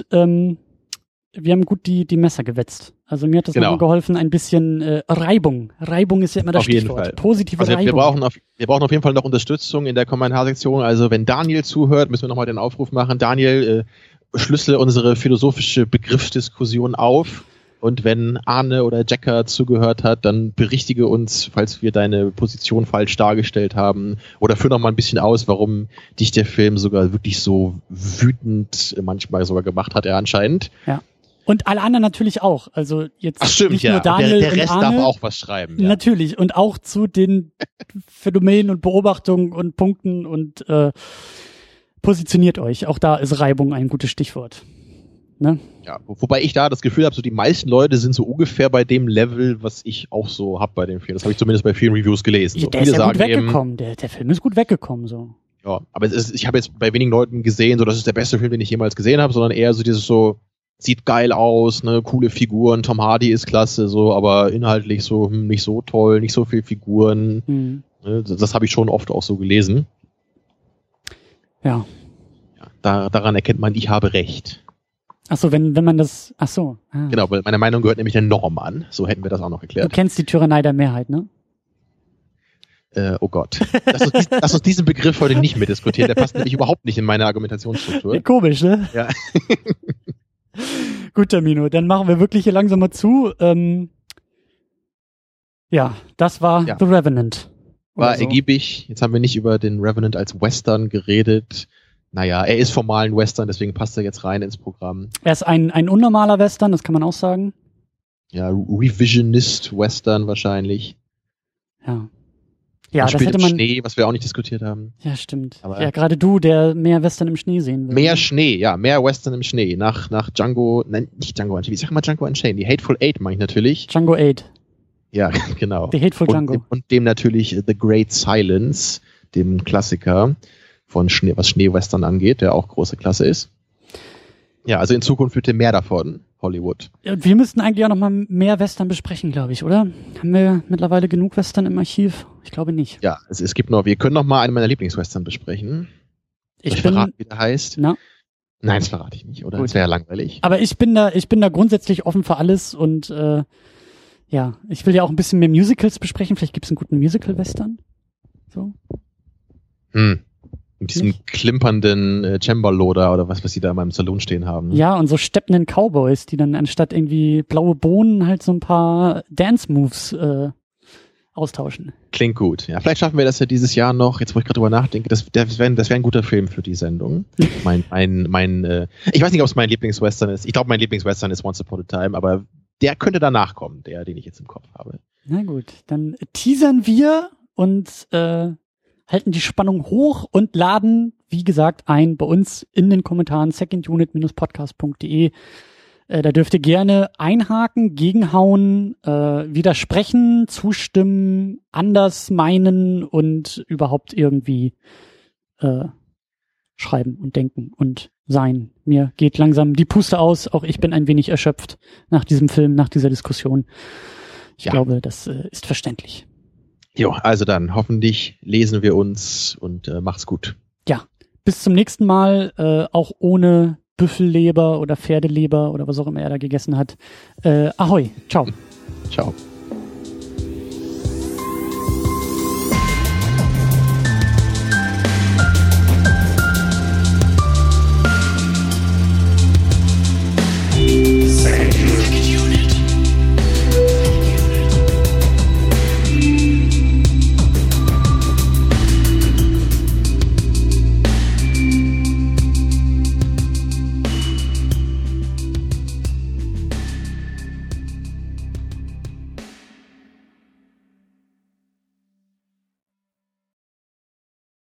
die Messer gewetzt. Also mir hat das nochmal geholfen, ein bisschen Reibung. Reibung ist ja immer das Stichwort. Auf jeden Fall. Positive Reibung. Wir brauchen auf jeden Fall noch Unterstützung in der Kommentarsektion. Also wenn Daniel zuhört, müssen wir nochmal den Aufruf machen. Daniel, schlüssele unsere philosophische Begriffsdiskussion auf. Und wenn Arne oder Jacker zugehört hat, dann berichtige uns, falls wir deine Position falsch dargestellt haben. Oder führ noch mal ein bisschen aus, warum dich der Film sogar wirklich so wütend manchmal sogar gemacht hat, er anscheinend. Ja. Und alle anderen natürlich auch. Also jetzt stimmt, nicht nur Daniel der Rest und Arne, darf auch was schreiben. Ja. Natürlich. Und auch zu den Phänomenen und Beobachtungen und Punkten und positioniert euch. Auch da ist Reibung ein gutes Stichwort. Ne? Ja, wobei ich da das Gefühl habe, so die meisten Leute sind so ungefähr bei dem Level, was ich auch so habe bei dem Film. Das habe ich zumindest bei vielen Reviews gelesen. Ja, der ist ja gut weggekommen. Der Film ist gut weggekommen. So. Ja, aber ich habe jetzt bei wenigen Leuten gesehen, so das ist der beste Film, den ich jemals gesehen habe, sondern eher so dieses so, sieht geil aus, ne, coole Figuren, Tom Hardy ist klasse, so, aber inhaltlich so nicht so toll, nicht so viel Figuren. Ne, das habe ich schon oft auch so gelesen. Ja. Daran erkennt man, ich habe recht. Achso, wenn man das, Genau, weil meine Meinung gehört nämlich der Norm an. So hätten wir das auch noch erklärt. Du kennst die Tyrannei der Mehrheit, ne? Oh Gott. Lass uns diesen Begriff heute nicht mehr diskutieren. Der passt nämlich überhaupt nicht in meine Argumentationsstruktur. Komisch, ne? Ja. Gut, Tamino, dann machen wir wirklich hier langsam mal zu. Das war The Revenant. War ergiebig. Jetzt haben wir nicht über den Revenant als Western geredet. Naja, er ist formal ein Western, deswegen passt er jetzt rein ins Programm. Er ist ein unnormaler Western, das kann man auch sagen. Ja, Revisionist-Western wahrscheinlich. Ja. Ja, das hätte man. Schnee, was wir auch nicht diskutiert haben. Ja, stimmt. Aber ja, gerade du, der mehr Western im Schnee sehen will. Mehr Schnee, ja, mehr Western im Schnee. Nach Django, nein, nicht Django Unchained, ich sag mal Django Unchained, die Hateful Eight meine ich natürlich. Django 8. Ja, genau. The Hateful Django. Und dem natürlich The Great Silence, dem Klassiker von Schnee, was Schneewestern angeht, der auch große Klasse ist. Ja, also in Zukunft bitte mehr davon, Hollywood. Ja, wir müssten eigentlich auch noch mal mehr Western besprechen, glaube ich, oder? Haben wir mittlerweile genug Western im Archiv? Ich glaube nicht. Ja, es gibt noch, wir können noch mal einen meiner Lieblingswestern besprechen. Ich verrate, wie der heißt. Na? Nein, das verrate ich nicht, oder? Gut. Das wäre ja langweilig. Aber ich bin da grundsätzlich offen für alles und ich will ja auch ein bisschen mehr Musicals besprechen. Vielleicht gibt es einen guten Musical-Western. So. Mit diesem klimpernden Cembalo-Loader oder was sie da in meinem Salon stehen haben. Ne? Ja, und so steppenden Cowboys, die dann anstatt irgendwie blaue Bohnen halt so ein paar Dance-Moves austauschen. Klingt gut. Ja, vielleicht schaffen wir das ja dieses Jahr noch. Jetzt, wo ich gerade drüber nachdenke, das wäre ein guter Film für die Sendung. Ich weiß nicht, ob es mein Lieblingswestern ist. Ich glaube, mein Lieblingswestern ist Once Upon a Time, aber der könnte danach kommen, den ich jetzt im Kopf habe. Na gut, dann teasern wir und halten die Spannung hoch und laden, wie gesagt, ein bei uns in den Kommentaren secondunit-podcast.de. Da dürft ihr gerne einhaken, gegenhauen, widersprechen, zustimmen, anders meinen und überhaupt irgendwie schreiben und denken und sein. Mir geht langsam die Puste aus. Auch ich bin ein wenig erschöpft nach diesem Film, nach dieser Diskussion. Ich glaube, das ist verständlich. Jo, also dann hoffentlich lesen wir uns und macht's gut. Ja, bis zum nächsten Mal, auch ohne Büffelleber oder Pferdeleber oder was auch immer er da gegessen hat. Ahoi, ciao. Ciao.